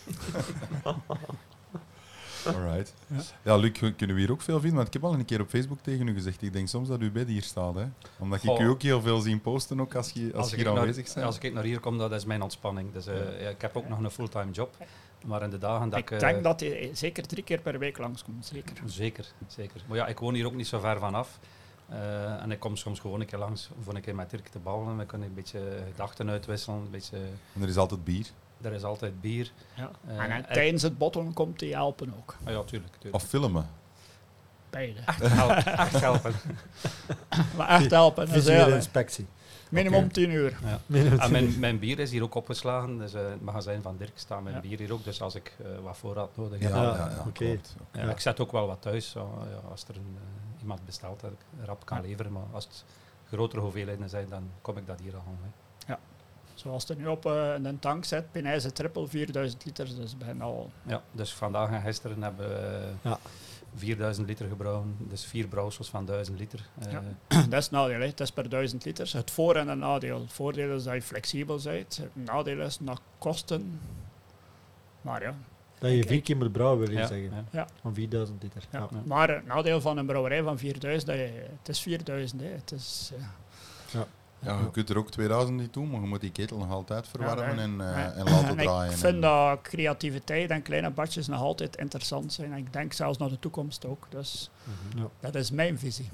S3: alright.
S4: Ja.
S3: Ja, Luc, kunnen we hier ook veel vinden? Want ik heb al een keer op Facebook tegen u gezegd, ik denk soms dat uw bed hier staat. Hè? Omdat ik
S5: Goh.
S3: u ook heel veel zie posten, ook als je, als je
S5: ik
S3: hier
S5: naar,
S3: aanwezig bent.
S5: als ik naar hier kom, dat is mijn ontspanning. Dus, uh,
S3: Ja.
S5: ja, ik heb ook nog een fulltime job. Maar in de dagen dat ik...
S4: Ik
S5: eh,
S4: denk dat hij zeker drie keer per week langskomt. Zeker.
S5: Zeker, zeker. Maar ja, ik woon hier ook niet zo ver vanaf. Uh, en ik kom soms gewoon een keer langs voor een keer met Dirk te babbelen. We kunnen een beetje gedachten uitwisselen. Een beetje,
S3: En er is altijd bier.
S5: er is altijd bier.
S4: Ja.
S5: Eh,
S4: en, en
S5: en-
S4: tijdens het bottelen komt hij helpen ook.
S5: Ah, ja, tuurlijk. tuurlijk.
S3: Of filmen.
S4: Beide.
S5: Echt helpen. Echt helpen.
S4: Maar echt helpen. Dat is
S2: Visuele
S4: heel-
S2: inspectie.
S4: minimum
S3: Oké.
S4: tien uur.
S5: Ja.
S2: Minimum
S5: En
S2: tien.
S5: mijn, mijn bier is hier ook opgeslagen. Dus uh, het magazijn van Dirk staat mijn
S4: Ja.
S5: bier hier ook. Dus als ik uh, wat voorraad nodig
S3: Ja,
S5: heb,
S3: ja,
S2: Ja,
S3: ja,
S2: oké.
S3: klopt.
S5: ja, ik zet ook wel wat thuis. Zo, ja, als er een, uh, iemand bestelt, dat ik rap kan leveren. Maar als het grotere hoeveelheden zijn, dan kom ik dat hier al. Hè.
S4: Zoals er nu op uh, in de tank zit, Penijzen triple vierduizend liter. Dus bijna al.
S5: Ja, dus vandaag en gisteren hebben we uh,
S2: Ja.
S5: vierduizend liter gebrouwen. Dus vier brouwsels van duizend liter. Uh,
S4: Ja. Dat is het nadeel, hè. Het is per duizend liter. Het voor- en het nadeel. Het voordeel is dat je flexibel bent. Het nadeel is naar kosten. Maar ja.
S2: Dat je
S4: Ik-
S2: vier keer moet brouwen, wil je
S5: ja,
S2: zeggen.
S5: ja.
S2: Van vierduizend liter.
S4: Ja.
S2: Ja.
S5: Ja.
S4: Maar het nadeel van een brouwerij van vierduizend, dat je, het is vierduizend. Hè. Het is, ja.
S3: Ja, je kunt er ook tweeduizend niet doen, maar je moet die ketel nog altijd verwarmen
S4: Ja,
S3: en, eh,
S4: ja.
S3: en laten
S4: En
S3: draaien.
S4: ik vind
S3: en-
S4: dat creativiteit en kleine badjes nog altijd interessant zijn. En ik denk zelfs naar de toekomst ook. Dus
S5: Mhm.
S2: Ja.
S4: dat is mijn visie.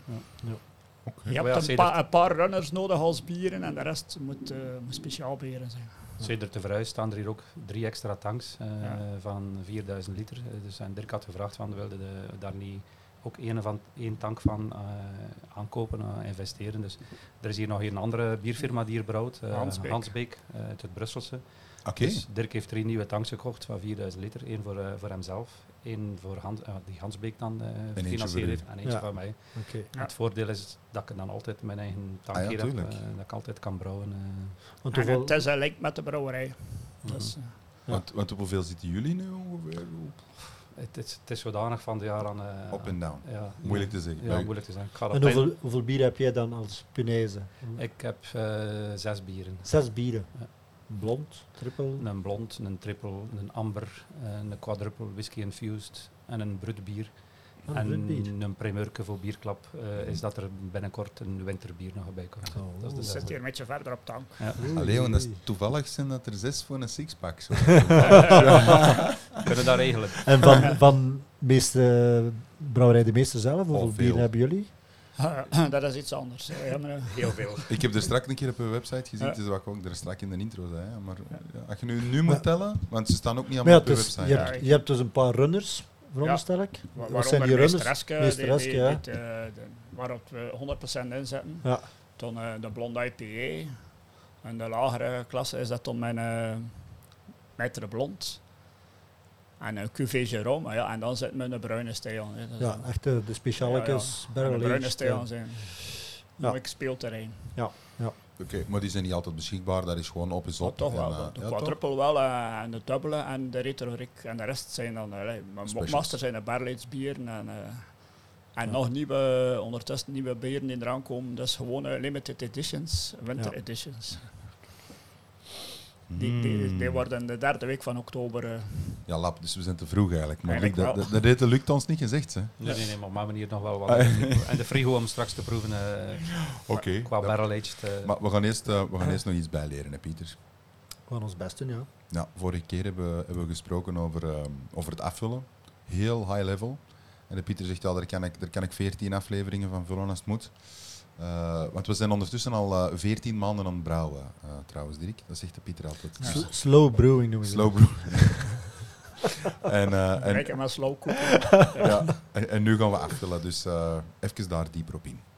S3: Oké.
S4: Je
S5: Maar
S4: hebt
S5: ja,
S4: een,
S5: sedert-
S4: pa- een paar runners nodig als bieren en de rest moet, uh, moet speciaal bieren zijn.
S5: Sedert de verhuis staan er hier ook drie extra tanks uh,
S4: Ja.
S5: van vierduizend liter. Uh, dus en Dirk had gevraagd van, wilde de, daar niet ook één, van, één tank van uh, aankopen, uh, investeren. Dus er is hier nog een andere bierfirma die hier brouwt, uh,
S4: Hansbeek.
S5: Hansbeek, uh, uit het Brusselse.
S3: Oké.
S5: Dus Dirk heeft drie nieuwe tanks gekocht van vierduizend liter. Eén voor, uh, voor hemzelf, één voor Hans, uh, die Hansbeek dan uh,
S3: eentje
S5: financierd
S3: voor u.
S5: heeft en eentje
S2: Ja.
S5: van mij.
S2: Oké.
S4: Ja.
S5: Het voordeel is dat ik dan altijd mijn eigen tank
S3: Ah ja,
S5: hier heb,
S3: tuurlijk.
S5: uh, dat ik altijd kan brouwen. Uh.
S2: Want
S4: En
S2: hoeveel,
S4: het is een link met de brouwerij.
S5: Mhm.
S4: Dus, uh,
S3: Want, want op hoeveel zitten jullie nu ongeveer?
S5: Het is, het is zodanig van de jaar aan... Uh,
S3: Up and down.
S5: Ja,
S3: Moeilijk te zeggen.
S5: Ja,
S3: Maar-
S5: moeilijk te zeggen. Ik ga dat
S2: En
S5: klein-
S2: hoeveel, hoeveel bieren heb jij dan als Punaise?
S5: Ik heb uh, zes bieren.
S2: Zes bieren.
S5: Ja.
S2: Blond, triple.
S5: Een blond, een triple, een amber, een quadruple whisky infused en een brut bier.
S2: Ah,
S5: en
S2: een bier.
S5: een primeurke voor Bierklap uh, is dat er binnenkort een winterbier nog bij komt.
S2: Oh.
S5: Dat is de
S4: Dat
S5: zesde.
S4: zit hier een beetje verder op tang.
S5: Ja.
S2: Oei,
S3: Allee, want dat is
S2: oei.
S3: toevallig zijn dat er zes voor een sixpack. Zo.
S5: We kunnen dat regelen.
S2: En van, van meeste, brouwerij de meester zelf, hoeveel
S3: veel.
S2: bieren hebben jullie?
S4: Dat is iets anders. Ja, ja, maar,
S5: Heel veel.
S3: Ik heb er straks een keer op uw website gezien,
S4: Ja.
S3: het is wat ik ook er straks in de intro zei. Hè. Maar
S4: Ja.
S3: ja, als je nu, nu moet
S2: Maar-
S3: tellen, want ze staan ook niet
S2: Maar ja,
S3: allemaal op uw
S2: dus,
S3: website.
S2: je,
S3: hè.
S2: hebt, je hebt dus een paar runners, veronderstel ik.
S4: wa-
S2: Wat
S4: waaronder
S2: zijn die runners?
S4: Meestereske,
S2: Meestereske,
S4: die,
S2: ja.
S4: die, die, eh, de- waarop we honderd procent inzetten.
S2: Ja.
S4: Dan eh, de blonde I P A. En de lagere klasse is dat dan mijn uh, Maitre Blond. En een Q V Jerome. Maar ja, en dan zit mijn bruine stijl. hè. Dat is
S2: Ja,
S4: een-
S2: echt de, de specialetjes,
S4: ja, ja.
S2: barrel
S4: En de bruine
S2: aged,
S4: stijl
S2: ja.
S4: zijn
S2: Ja.
S4: mooi speelterrein.
S3: Oké, maar die zijn niet altijd beschikbaar, dat is gewoon op is
S4: Maar
S3: op.
S4: toch
S3: en,
S4: wel.
S3: eh,
S4: de
S3: ja,
S4: quadruple wel, eh, en de dubbele en de retoriek. En de rest zijn dan, uh, mijn
S3: Specials.
S4: master zijn de barrel aged bieren. En, uh, en nog nieuwe, ondertussen nieuwe bieren die eraan komen. Dus gewoon uh, limited editions, winter
S2: Ja.
S4: editions.
S3: toch?
S4: Die, die,
S3: Hmm.
S4: die worden de derde week van oktober. uh,
S3: Ja, lap, dus we zijn te vroeg eigenlijk. Maar
S4: Eigenlijk
S3: Luc, dat,
S4: wel.
S3: dat, dat lukt ons niet gezegd, hè.
S5: Nee, nee, nee, maar op mijn manier nog wel wat.
S3: Ah,
S5: En de frigo om straks te proeven uh,
S3: Oké.
S5: qua
S3: Ja.
S5: barrel aged. Uh,
S3: Maar we gaan, eerst, uh, we gaan eerst nog iets bijleren, hè, Pieter.
S2: We gaan ons best doen, ja.
S3: Ja, vorige keer hebben we, hebben we gesproken over, um, over het afvullen. Heel high level. En de Pieter zegt, ja, daar kan ik, daar kan ik veertien afleveringen van vullen als het moet. Uh, want we zijn ondertussen al veertien maanden aan het brouwen, uh, trouwens, Dirk. Dat zegt de Pieter altijd.
S4: Ja.
S2: S- Slow brewing noemen ze
S3: Slow
S2: dat.
S3: brew. en, uh, en,
S4: Kijk, maar slow cooking.
S3: ja, en, en nu gaan we afvullen, dus uh, even daar dieper op in.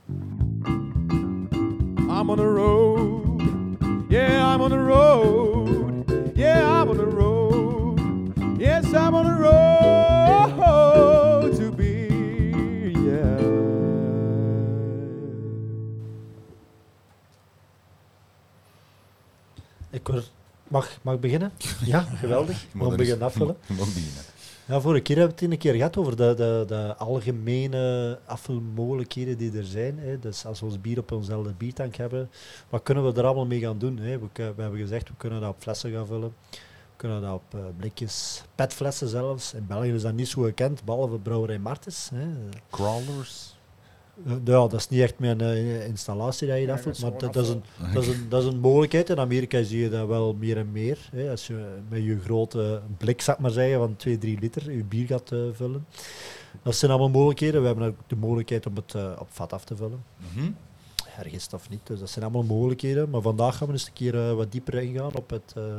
S1: I'm on the road. Yeah, I'm on the road. Yeah, I'm on the road. Yes, I'm on the road to be. Yeah.
S2: Ik hoor, mag, mag ik beginnen? Ja, geweldig. We gaan beginnen afvullen.
S3: Je mag beginnen.
S2: Ja, vorige keer hebben we het een keer gehad over de, de, de algemene afvulmogelijkheden die er zijn. Hè. Dus als we ons bier op onszelfde biertank hebben, wat kunnen we er allemaal mee gaan doen? Hè? We, k- we hebben gezegd, we kunnen dat op flessen gaan vullen. We kunnen dat op uh, blikjes, petflessen zelfs. In België is dat niet zo gekend, behalve Brouwerij Martens. Hè.
S3: Crawlers.
S2: Uh, ja, dat is niet echt mijn uh, installatie dat je dat
S4: Nee, dat
S2: voelt,
S4: is
S2: maar
S4: gewoon
S2: dat, dat, is een, dat, is een, dat is een mogelijkheid. In Amerika zie je dat wel meer en meer. Hè. Als je met je grote blik, zeg maar zeggen, van twee, drie liter je bier gaat uh, vullen. Dat zijn allemaal mogelijkheden. We hebben ook de mogelijkheid om het uh, op vat af te vullen.
S3: Mhm.
S2: Ergist of niet. Dus dat zijn allemaal mogelijkheden. Maar vandaag gaan we eens een keer uh, wat dieper ingaan op het, uh,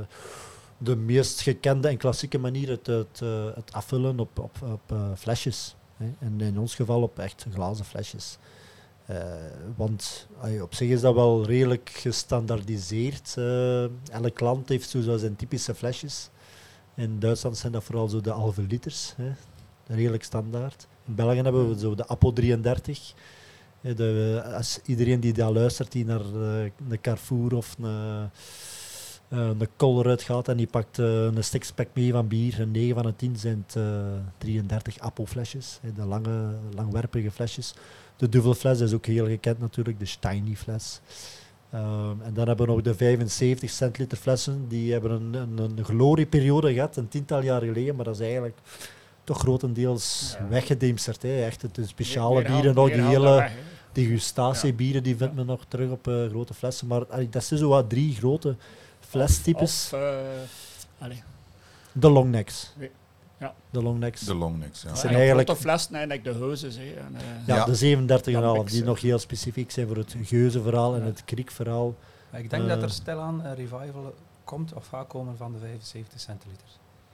S2: de meest gekende en klassieke manier, het, het, uh, het afvullen op, op, op uh, flesjes. Hè. En in ons geval op echt glazen flesjes. Uh, want ay, op zich is dat wel redelijk gestandaardiseerd. Uh, elk land heeft zo zijn typische flesjes. In Duitsland zijn dat vooral zo de halve liters. Hè. Redelijk standaard. In België hebben we zo de Apo drieëndertig. Eh, De, als iedereen die daar luistert, die naar uh, een Carrefour of een, uh, een Colruyt gaat en die pakt uh, een sixpack mee van bier, en negen van de tien zijn het uh, drieëndertig Apo-flesjes, de lange, langwerpige flesjes. De duvelfles is ook heel gekend natuurlijk, de Steiny-fles. Um, en dan hebben we nog de vijfenzeventig centiliter flessen, die hebben een, een, een glorieperiode gehad, een tiental jaar geleden, maar dat is eigenlijk toch grotendeels
S4: Ja.
S2: weggedemsterd. Hè. Echt de speciale
S4: Meer- meer
S2: bieren, nog
S4: haal-
S2: die
S4: meer haal
S2: hele
S4: weg, hè.
S2: degustatiebieren, die vindt men nog terug op uh, grote flessen. Maar allee, dat zijn zo wat drie grote flesstypes.
S4: Of, uh, allee,
S2: De longnecks.
S4: Ja.
S2: De longnecks.
S3: De longnecks, ja.
S2: Dat
S4: ja,
S2: zijn
S4: en
S2: eigenlijk-
S4: grote flessen, eigenlijk de heuzes. Hè. En, uh,
S2: Ja,
S3: Ja.
S2: de zevenendertig komma vijf,
S4: Dan
S2: die
S4: mixen.
S2: nog heel specifiek zijn voor het geuzenverhaal en
S4: Ja.
S2: het kriekverhaal.
S5: Maar ik denk
S2: Eh.
S5: dat er stilaan een revival komt of gaat komen van de vijfenzeventig centiliters.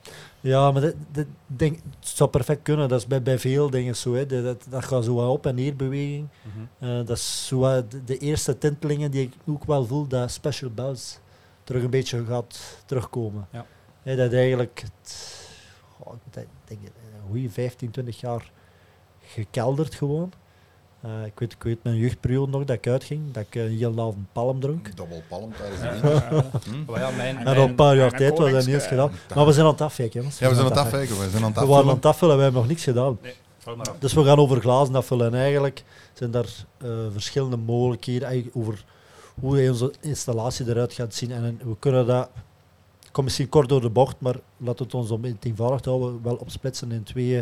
S2: Ja, maar dat, dat denk, het zou perfect kunnen. Dat is bij, bij veel dingen zo. Hè. Dat, dat, dat gaat zo wat op- en neerbeweging.
S5: Mhm.
S2: Uh, dat is zo wat de, de eerste tintelingen die ik ook wel voel, dat Special Buzz terug een beetje gaat terugkomen.
S5: Ja.
S2: Hè, dat eigenlijk het, goh, ik denk, denk, een goede vijftien, twintig jaar gekelderd gewoon. Uh, ik, weet, ik weet mijn jeugdperiode nog dat ik uitging, dat ik een heel avond palm dronk.
S3: Double palm tijdens de winter. Hm?
S5: Maar ja, mijn,
S2: En op een paar jaar
S4: en
S2: tijd was dat niet eens
S4: Koningske-
S2: gedaan. Maar we zijn aan het afwijken, jongens.
S3: Ja, we zijn aan het afwijken. We zijn aan het
S2: We waren aan
S3: afvullen.
S2: het afvullen en wij hebben nog niks gedaan.
S5: Vul maar af.
S2: Dus we gaan over glazen afvullen. En eigenlijk zijn daar uh, verschillende mogelijkheden eigenlijk over hoe onze installatie eruit gaat zien. En we kunnen dat, ik kom misschien kort door de bocht, maar laten we het ons om het eenvoudig te houden, wel opsplitsen in twee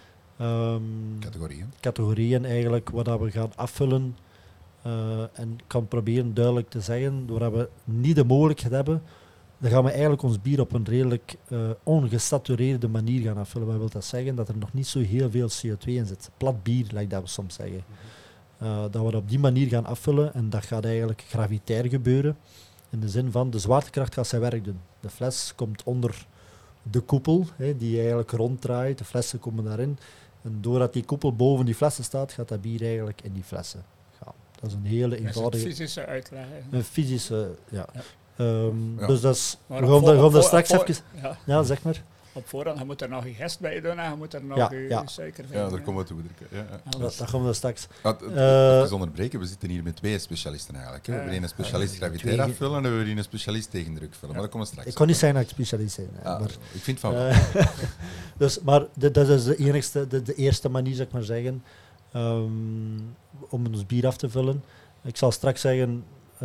S2: um,
S3: Categorieën.
S2: categorieën eigenlijk, waar dat we gaan afvullen. Uh, en ik kan proberen duidelijk te zeggen, doordat we niet de mogelijkheid hebben, dan gaan we eigenlijk ons bier op een redelijk uh, ongesatureerde manier gaan afvullen. Wat wil dat zeggen? Dat er nog niet zo heel veel C O twee in zit. Plat bier, like dat we soms zeggen. Uh, dat we dat op die manier gaan afvullen en dat gaat eigenlijk gravitair gebeuren. In de zin van, de zwaartekracht gaat zijn werk doen. De fles komt onder de koepel, hè, die eigenlijk ronddraait. De flessen komen daarin. En doordat die koepel boven die flessen staat, gaat dat bier eigenlijk in die flessen gaan. Dat is een hele
S4: Dat is een
S2: eenvoudige...
S4: fysische uitleg. hè.
S2: Een fysische, ja.
S4: Ja.
S2: Um,
S3: Ja.
S2: Dus dat is...
S4: Maar
S2: We
S4: op
S2: gaan,
S4: voor-
S2: daar- gaan
S4: op
S2: daar
S4: voor-
S2: straks
S4: op voor-
S2: even...
S4: Ja,
S2: Ja, zeg maar.
S4: op voorhand, je moet er nog je gist bij doen en je moet er nog
S2: Ja,
S4: je
S2: ja.
S4: suiker bij
S3: Ja,
S4: doen.
S3: daar komen we toe drukken. Ja, ja.
S4: Ja,
S2: Dat, dat gaan we daar straks...
S3: Ah, t- t-
S2: Eh,
S3: even onderbreken, we zitten hier met twee specialisten eigenlijk. Hè. We hebben
S4: Eh,
S3: een specialist gravitair
S2: twee-
S3: afvullen en we hebben hier een specialist tegendruk vullen. Maar dat komen we straks.
S2: Ik kan niet zeggen dat ik specialist ben. hè,
S3: Ah,
S2: maar,
S3: ik vind van wel.
S2: eh, dus, maar de- dat is de, enigste, de, de eerste manier, zou ik maar zeggen, um, om ons bier af te vullen. Ik zal straks zeggen uh,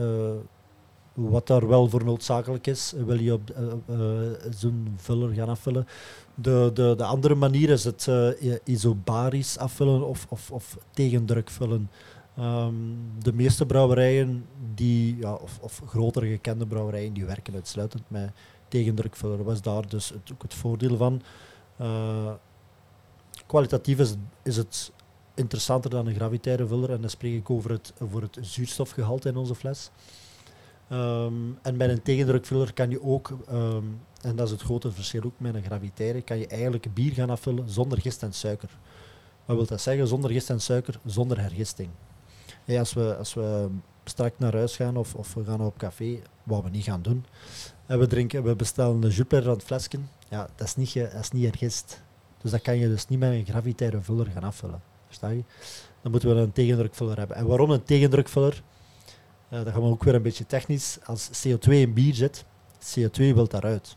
S2: wat daar wel voor noodzakelijk is. Wil je op uh, uh, zo'n vuller gaan afvullen? De, de, de andere manier is het uh, isobarisch afvullen of, of, of tegendruk vullen. Um, de meeste brouwerijen, die, ja, of, of grotere gekende brouwerijen, die werken uitsluitend met tegendrukvuller. Was daar dus het, ook het voordeel van. Uh, kwalitatief is, is het interessanter dan een gravitaire vuller. En dan spreek ik over het, over het zuurstofgehalte in onze fles. Um, en met een tegendrukvuller kan je ook, um, en dat is het grote verschil ook met een gravitaire, kan je eigenlijk bier gaan afvullen zonder gist en suiker. Wat wil dat zeggen? Zonder gist en suiker, zonder hergisting. Hey, als, we, als we straks naar huis gaan of, of we gaan op café, wat we niet gaan doen, en we, drinken, we bestellen een Jupiler aan het flesje, ja, dat is niet, ge- dat is niet hergist. Dus dat kan je dus niet met een gravitaire vuller gaan afvullen. Versta je? Dan moeten we een tegendrukvuller hebben. En waarom een tegendrukvuller? Uh, dat gaan we ook weer een beetje technisch. Als C O twee in bier zit, C O twee wil daaruit.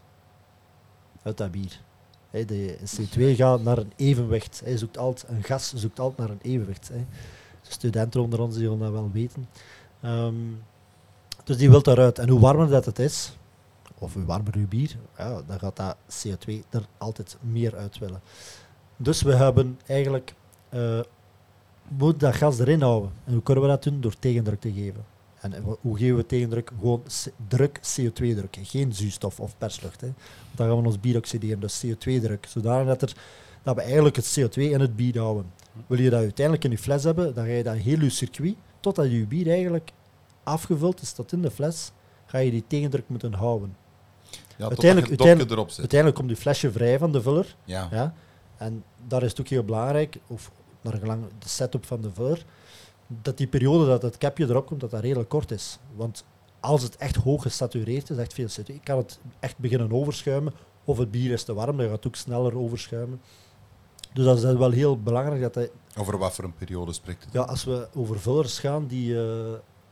S2: Uit dat bier. Hey, de C O twee gaat naar een evenwicht. Hij zoekt altijd, een gas zoekt altijd naar een evenwicht. Hè. De studenten onder ons die zullen dat wel weten. Um, dus die wil daaruit. En hoe warmer dat het is, of hoe warmer uw bier, ja, dan gaat dat C O twee er altijd meer uit willen. Dus we hebben eigenlijk... Uh, moet dat gas erin houden. En hoe kunnen we dat doen? Door tegendruk te geven. En hoe geven we tegendruk? Gewoon druk, C O twee druk. Geen zuurstof of perslucht. Hè. Dan gaan we ons bier oxideren, dus C O twee druk. Zodanig dat, er, dat we eigenlijk het C O twee in het bier houden. Wil je dat uiteindelijk in je fles hebben, dan ga je dat heel je circuit, totdat je bier eigenlijk afgevuld is tot in de fles, ga je die tegendruk moeten houden.
S3: Ja,
S2: uiteindelijk-
S3: uiteindelijk, je
S2: uiteindelijk-
S3: erop zet.
S2: Uiteindelijk komt die flesje vrij van de vuller.
S3: Ja.
S2: Ja. En daar is het ook heel belangrijk, of naar gelang de setup van de vuller, dat die periode dat het capje erop komt, dat dat redelijk kort is. Want als het echt hoog gesatureerd is, echt veel C O twee, kan het echt beginnen overschuimen. Of het bier is te warm, dan gaat het ook sneller overschuimen. Dus dat is wel heel belangrijk. Dat hij,
S3: Over wat voor een periode spreekt het?
S2: ja, als we over vullers gaan, die... Uh,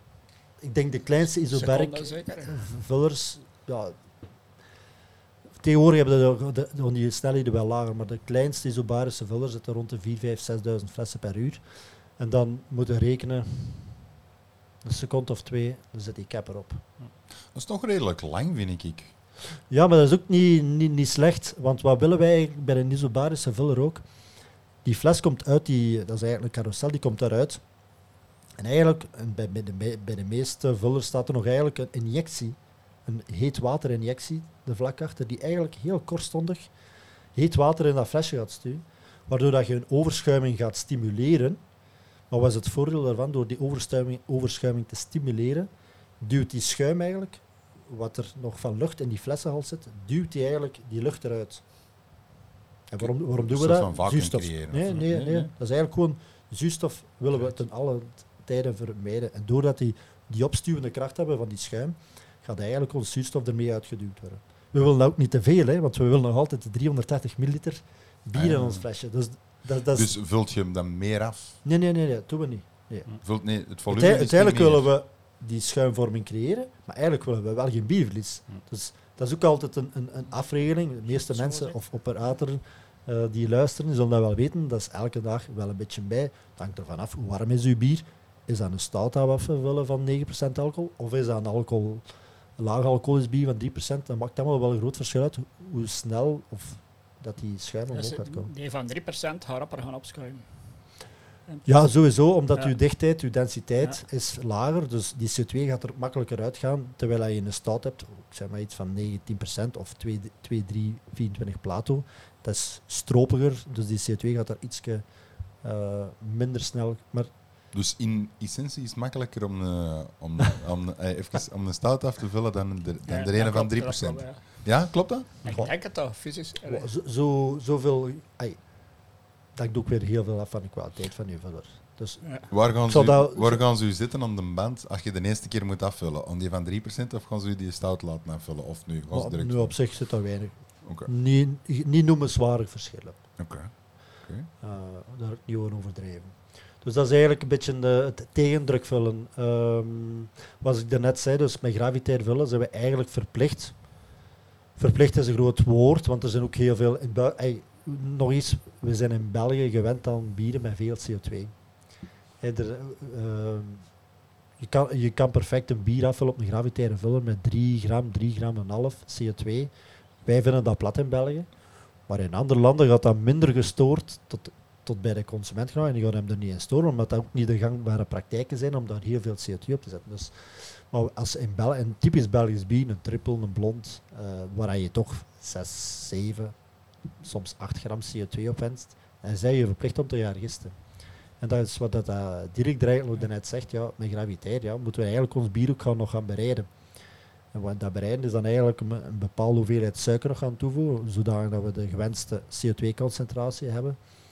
S2: ik denk de kleinste isobaric
S4: Seconde zeker.
S2: vullers... Ja, tegenwoordig hebben de, de, de, die snelheden wel lager, maar de kleinste isobarische vullers zitten rond de vier, vijf, zesduizend flessen per uur. En dan moeten we rekenen, een seconde of twee, dan zit die cap erop.
S3: Dat is toch redelijk lang, vind ik.
S2: Ja, maar dat is ook niet, niet, niet slecht, want wat willen wij eigenlijk bij een isobarische vuller ook? Die fles komt uit, die, dat is eigenlijk een carousel, die komt daaruit. En eigenlijk, en bij, bij, de, bij de meeste vullers staat er nog eigenlijk een injectie, een heet waterinjectie, de vlak achter, die eigenlijk heel kortstondig heet water in dat flesje gaat stuwen, waardoor dat je een overschuiming gaat stimuleren. Maar wat is het voordeel daarvan? Door die overschuiming, overschuiming te stimuleren, duwt die schuim eigenlijk, wat er nog van lucht in die flessenhal zit, duwt die eigenlijk die lucht eruit. En waarom, waarom doen we
S3: Een soort
S2: dat?
S3: van vacuüm
S2: Zuurstof.
S3: creëren,
S2: Nee,
S3: of-
S2: nee,
S3: nee,
S2: nee,
S3: nee.
S2: Dat is eigenlijk gewoon zuurstof willen we ten alle tijden vermijden. En doordat die, die opstuwende kracht hebben van die schuim, gaat eigenlijk ons zuurstof ermee uitgeduwd worden. We willen ook niet te veel, hè, want we willen nog altijd driehonderddertig milliliter bier
S3: Ah, ja.
S2: in ons flesje. Dus, dat, dat is,
S3: Dus vult je hem dan meer af?
S2: nee, nee, nee, nee, dat doen we niet. nee.
S3: Vult, nee, het volume
S2: Uite-
S3: is
S2: uiteindelijk
S3: niet meer.
S2: willen we die schuimvorming creëren, maar eigenlijk willen we wel geen bierverlies.
S5: Hm.
S2: Dus dat is ook altijd een, een, een afregeling. De meeste
S4: Zo
S2: mensen
S4: zeg.
S2: of operatoren uh, die luisteren, die zullen dat wel weten. Dat is elke dag wel een beetje bij. Het hangt ervan af, hoe warm is uw bier? Is dat een stout dat we even willen van negen procent alcohol? Of is dat een alcohol, een laag alcoholisch bier van drie procent? Dat maakt allemaal wel een groot verschil uit hoe, hoe snel of dat die schuim omhoog
S4: Dus
S2: gaat komen.
S4: die van drie procent gaat rapper gaan opschuiven.
S2: Ja, sowieso, omdat
S4: Ja.
S2: uw dichtheid, uw densiteit is lager, dus die C O twee gaat er makkelijker uitgaan, terwijl je een stout hebt, ik zeg maar iets van negentien procent of twee, drie, vierentwintig Plato, dat is stropiger, dus die C O twee gaat daar iets uh, minder snel. Maar
S3: Dus in essentie is het makkelijker om, uh, om, om, uh, even, om een stout af te vullen dan de, dan
S4: Ja,
S3: de
S4: dat
S3: ene van
S4: klopt,
S3: drie
S4: dat
S3: procent.
S4: klopt,
S3: Ja, klopt dat?
S4: ja. Ik denk het toch, fysisch.
S2: wow, zo, zo, zoveel, ai, dat hangt ook weer heel veel af van de kwaliteit van uw vuller. Dus
S4: Ja.
S3: Waar gaan,
S2: zal
S3: ze, u-
S2: dat-
S3: waar gaan ze u zitten om de band als je de eerste keer moet afvullen? Om die van drie procent of gaan ze u die stout laten afvullen? Of nu? Gaan ze
S2: op,
S3: direct
S2: nu op zich zit er weinig.
S3: Oké.
S2: Niet, niet noemenswaardig verschillen.
S3: Oké. Oké.
S2: Uh, daar niet over overdreven. Dus dat is eigenlijk een beetje de, het tegendrukvullen. Um, wat ik daarnet zei, dus met gravitair vullen zijn we eigenlijk verplicht. Verplicht is een groot woord, want er zijn ook heel veel... In bui- ey, nog eens, we zijn in België gewend aan bieren met veel C O twee. Hey, er, uh, je, kan, je kan perfect een bier afvullen op een gravitaire vuller met drie gram, drie gram en een half C O twee. Wij vinden dat plat in België. Maar in andere landen gaat dat minder gestoord tot, tot bij de consument gaan. En die gaan hem er niet in storen, omdat dat ook niet de gangbare praktijken zijn om daar heel veel C O twee op te zetten. Dus, maar als in Bel een typisch Belgisch bier, een triple, een blond, uh, waar je toch zes, zeven, soms acht gram C O twee op wenst, dan zijn je verplicht om te gaan gisten. En dat is wat dat, uh, Dirk er eigenlijk net zegt, ja, met gravitair, ja, moeten we eigenlijk ons bier ook gaan nog gaan bereiden. En wat dat bereiden is dan eigenlijk een, een bepaalde hoeveelheid suiker nog gaan toevoegen, zodat we de gewenste C O twee concentratie hebben.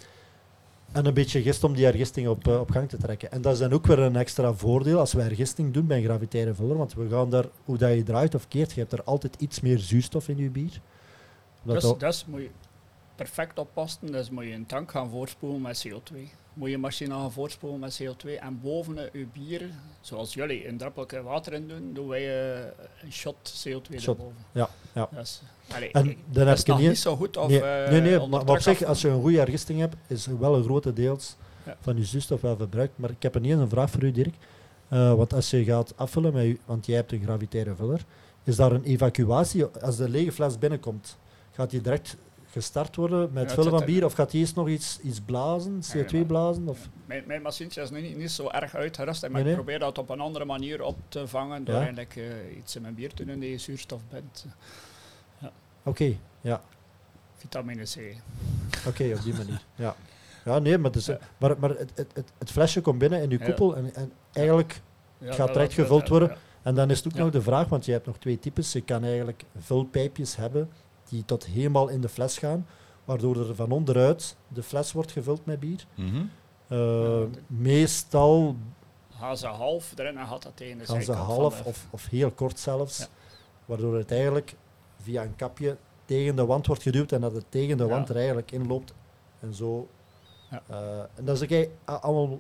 S2: En een beetje gist om die hergisting op, uh, op gang te trekken. En dat is dan ook weer een extra voordeel als we hergisting doen bij een gravitaire vuller, want we gaan daar, hoe dat je draait of keert, je hebt er altijd iets meer zuurstof in je bier.
S4: Dus,
S2: Dat
S4: dus moet je perfect oppassen, dus moet je een tank gaan voorspoelen met C O twee. Moet je machine gaan voorspoelen met C O twee en boven je bier, zoals jullie een druppeltje water in doen, doen wij uh, een shot C O twee
S2: Shot.
S4: erboven.
S2: Ja, ja.
S4: Dus, allee,
S2: En
S4: ik-
S2: dan
S4: dat
S2: heb
S4: is
S2: je
S4: nog
S2: niet-
S4: niet zo goed. Of,
S2: Nee,
S4: uh,
S2: nee, nee
S4: onder
S2: maar, maar op
S4: druk
S2: zich,
S4: af-
S2: als je een goede hergisting hebt, is er wel een grote deels
S4: Ja.
S2: van je zuurstof wel verbruikt. Maar ik heb ineens een vraag voor u, Dirk. Uh, want als je gaat afvullen, met je, want jij hebt een gravitaire vuller, is daar een evacuatie? Als de lege fles binnenkomt, gaat die direct gestart worden met het
S4: Ja,
S2: vullen
S4: het
S2: van
S4: zit-
S2: bier? Of gaat die eerst nog iets, iets blazen, C O twee
S4: maar-
S2: blazen? Of?
S4: Mijn, mijn machientje is niet, niet zo erg uitgerust, maar
S2: Nee, nee.
S4: ik probeer dat op een andere manier op te vangen door
S2: Ja.
S4: eigenlijk uh, iets in mijn bier te doen die zuurstof bindt.
S2: Oké, okay, ja.
S4: Vitamine C.
S2: Oké, okay, op die manier. Ja, ja nee, maar, dus,
S4: Ja.
S2: maar, maar het, het, het, het flesje komt binnen in je
S4: Ja.
S2: koepel en, en eigenlijk...
S4: Ja,
S2: gaat
S4: dat-
S2: direct
S4: dat-
S2: gevuld
S4: dat-
S2: worden.
S4: ja.
S2: En dan is het ook
S4: Ja.
S2: nog de vraag, want je hebt nog twee types. Je kan eigenlijk vulpijpjes hebben die tot helemaal in de fles gaan, waardoor er van onderuit de fles wordt gevuld met bier.
S3: Mhm.
S2: Uh,
S4: Ja,
S2: meestal
S4: Gaan ze half erin en gaat dat tegen de
S2: gaan ze
S4: zijkant van
S2: half
S4: de-
S2: of, of heel kort zelfs,
S4: Ja.
S2: waardoor het eigenlijk via een kapje tegen de wand wordt geduwd en dat het tegen de
S4: Ja.
S2: wand er eigenlijk in loopt. En zo.
S4: Ja.
S2: Uh, en dat is ook eigenlijk a- allemaal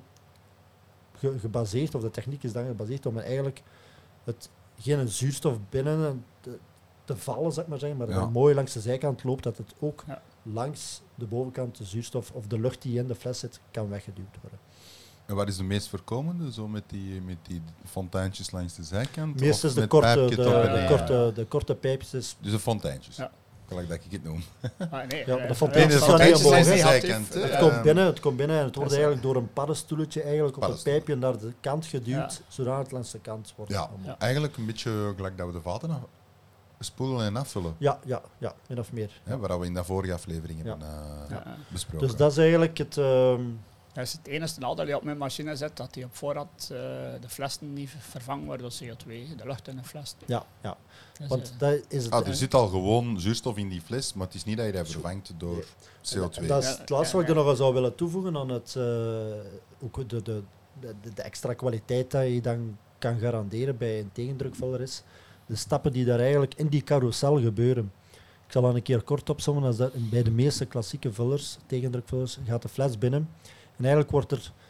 S2: ge- gebaseerd, of de techniek is dan gebaseerd om eigenlijk het, geen zuurstof binnen te, te vallen, zeg maar zeggen, maar
S3: Ja.
S2: dat het mooi langs de zijkant loopt, dat het ook
S4: Ja.
S2: langs de bovenkant de zuurstof of de lucht die in de fles zit, kan weggeduwd worden.
S3: En wat is de meest voorkomende? Zo met die, met die fonteintjes langs de zijkant?
S2: Meestal
S3: Of
S2: is de
S3: met
S2: korte, de,
S3: pijpje tot bij
S2: de,
S3: de-
S4: ja.
S2: korte, de korte pijpjes. Is,
S3: Dus de fonteintjes.
S4: Ja.
S3: Gelijk dat ik het noem.
S4: Ah, nee,
S2: Ja, maar
S4: eh,
S2: de
S4: eh,
S2: fonteintjes
S4: ja,
S2: staan niet
S3: fonteintjes
S2: omhoog,
S3: langs de
S2: hè.
S3: zijkant.
S4: negatief,
S2: het,
S4: eh,
S2: komt binnen, het komt binnen en het wordt
S4: dat is-
S2: eigenlijk door een paddenstoeltje eigenlijk op een
S3: Paddenstoel.
S2: pijpje naar de kant geduwd,
S4: Ja.
S2: zodat het langs de kant wordt.
S3: Ja,
S2: omhoog.
S3: eigenlijk een beetje gelijk dat we de vaten af- spoelen en afvullen.
S2: ja, ja, ja, min of meer.
S3: Hè, waar we in de vorige aflevering
S2: Ja.
S3: hebben uh,
S4: Ja.
S3: besproken.
S2: Dus dat is eigenlijk het... ehm,
S4: Dat is het enige nadeel die op mijn machine zit, dat die op voorhand uh, de flessen niet vervangen worden door C O twee, de lucht in de fles.
S2: ja, ja,
S4: Dus,
S2: want
S4: eh,
S2: dat is het...
S3: Ah, er
S2: hè.
S3: zit al gewoon zuurstof in die fles, maar het is niet dat je dat vervangt door
S2: Nee.
S3: C O twee.
S2: Dat is
S4: Ja,
S2: het laatste
S4: ja,
S2: wat ik er
S4: ja.
S2: nog wel zou willen toevoegen aan het, uh, ook de, de, de, de extra kwaliteit dat je dan kan garanderen bij een tegendrukvuller is de stappen die daar eigenlijk in die carousel gebeuren. Ik zal dan een keer kort opzommen. Als dat, bij de meeste klassieke vullers, tegendrukvullers, gaat de fles binnen en eigenlijk wordt er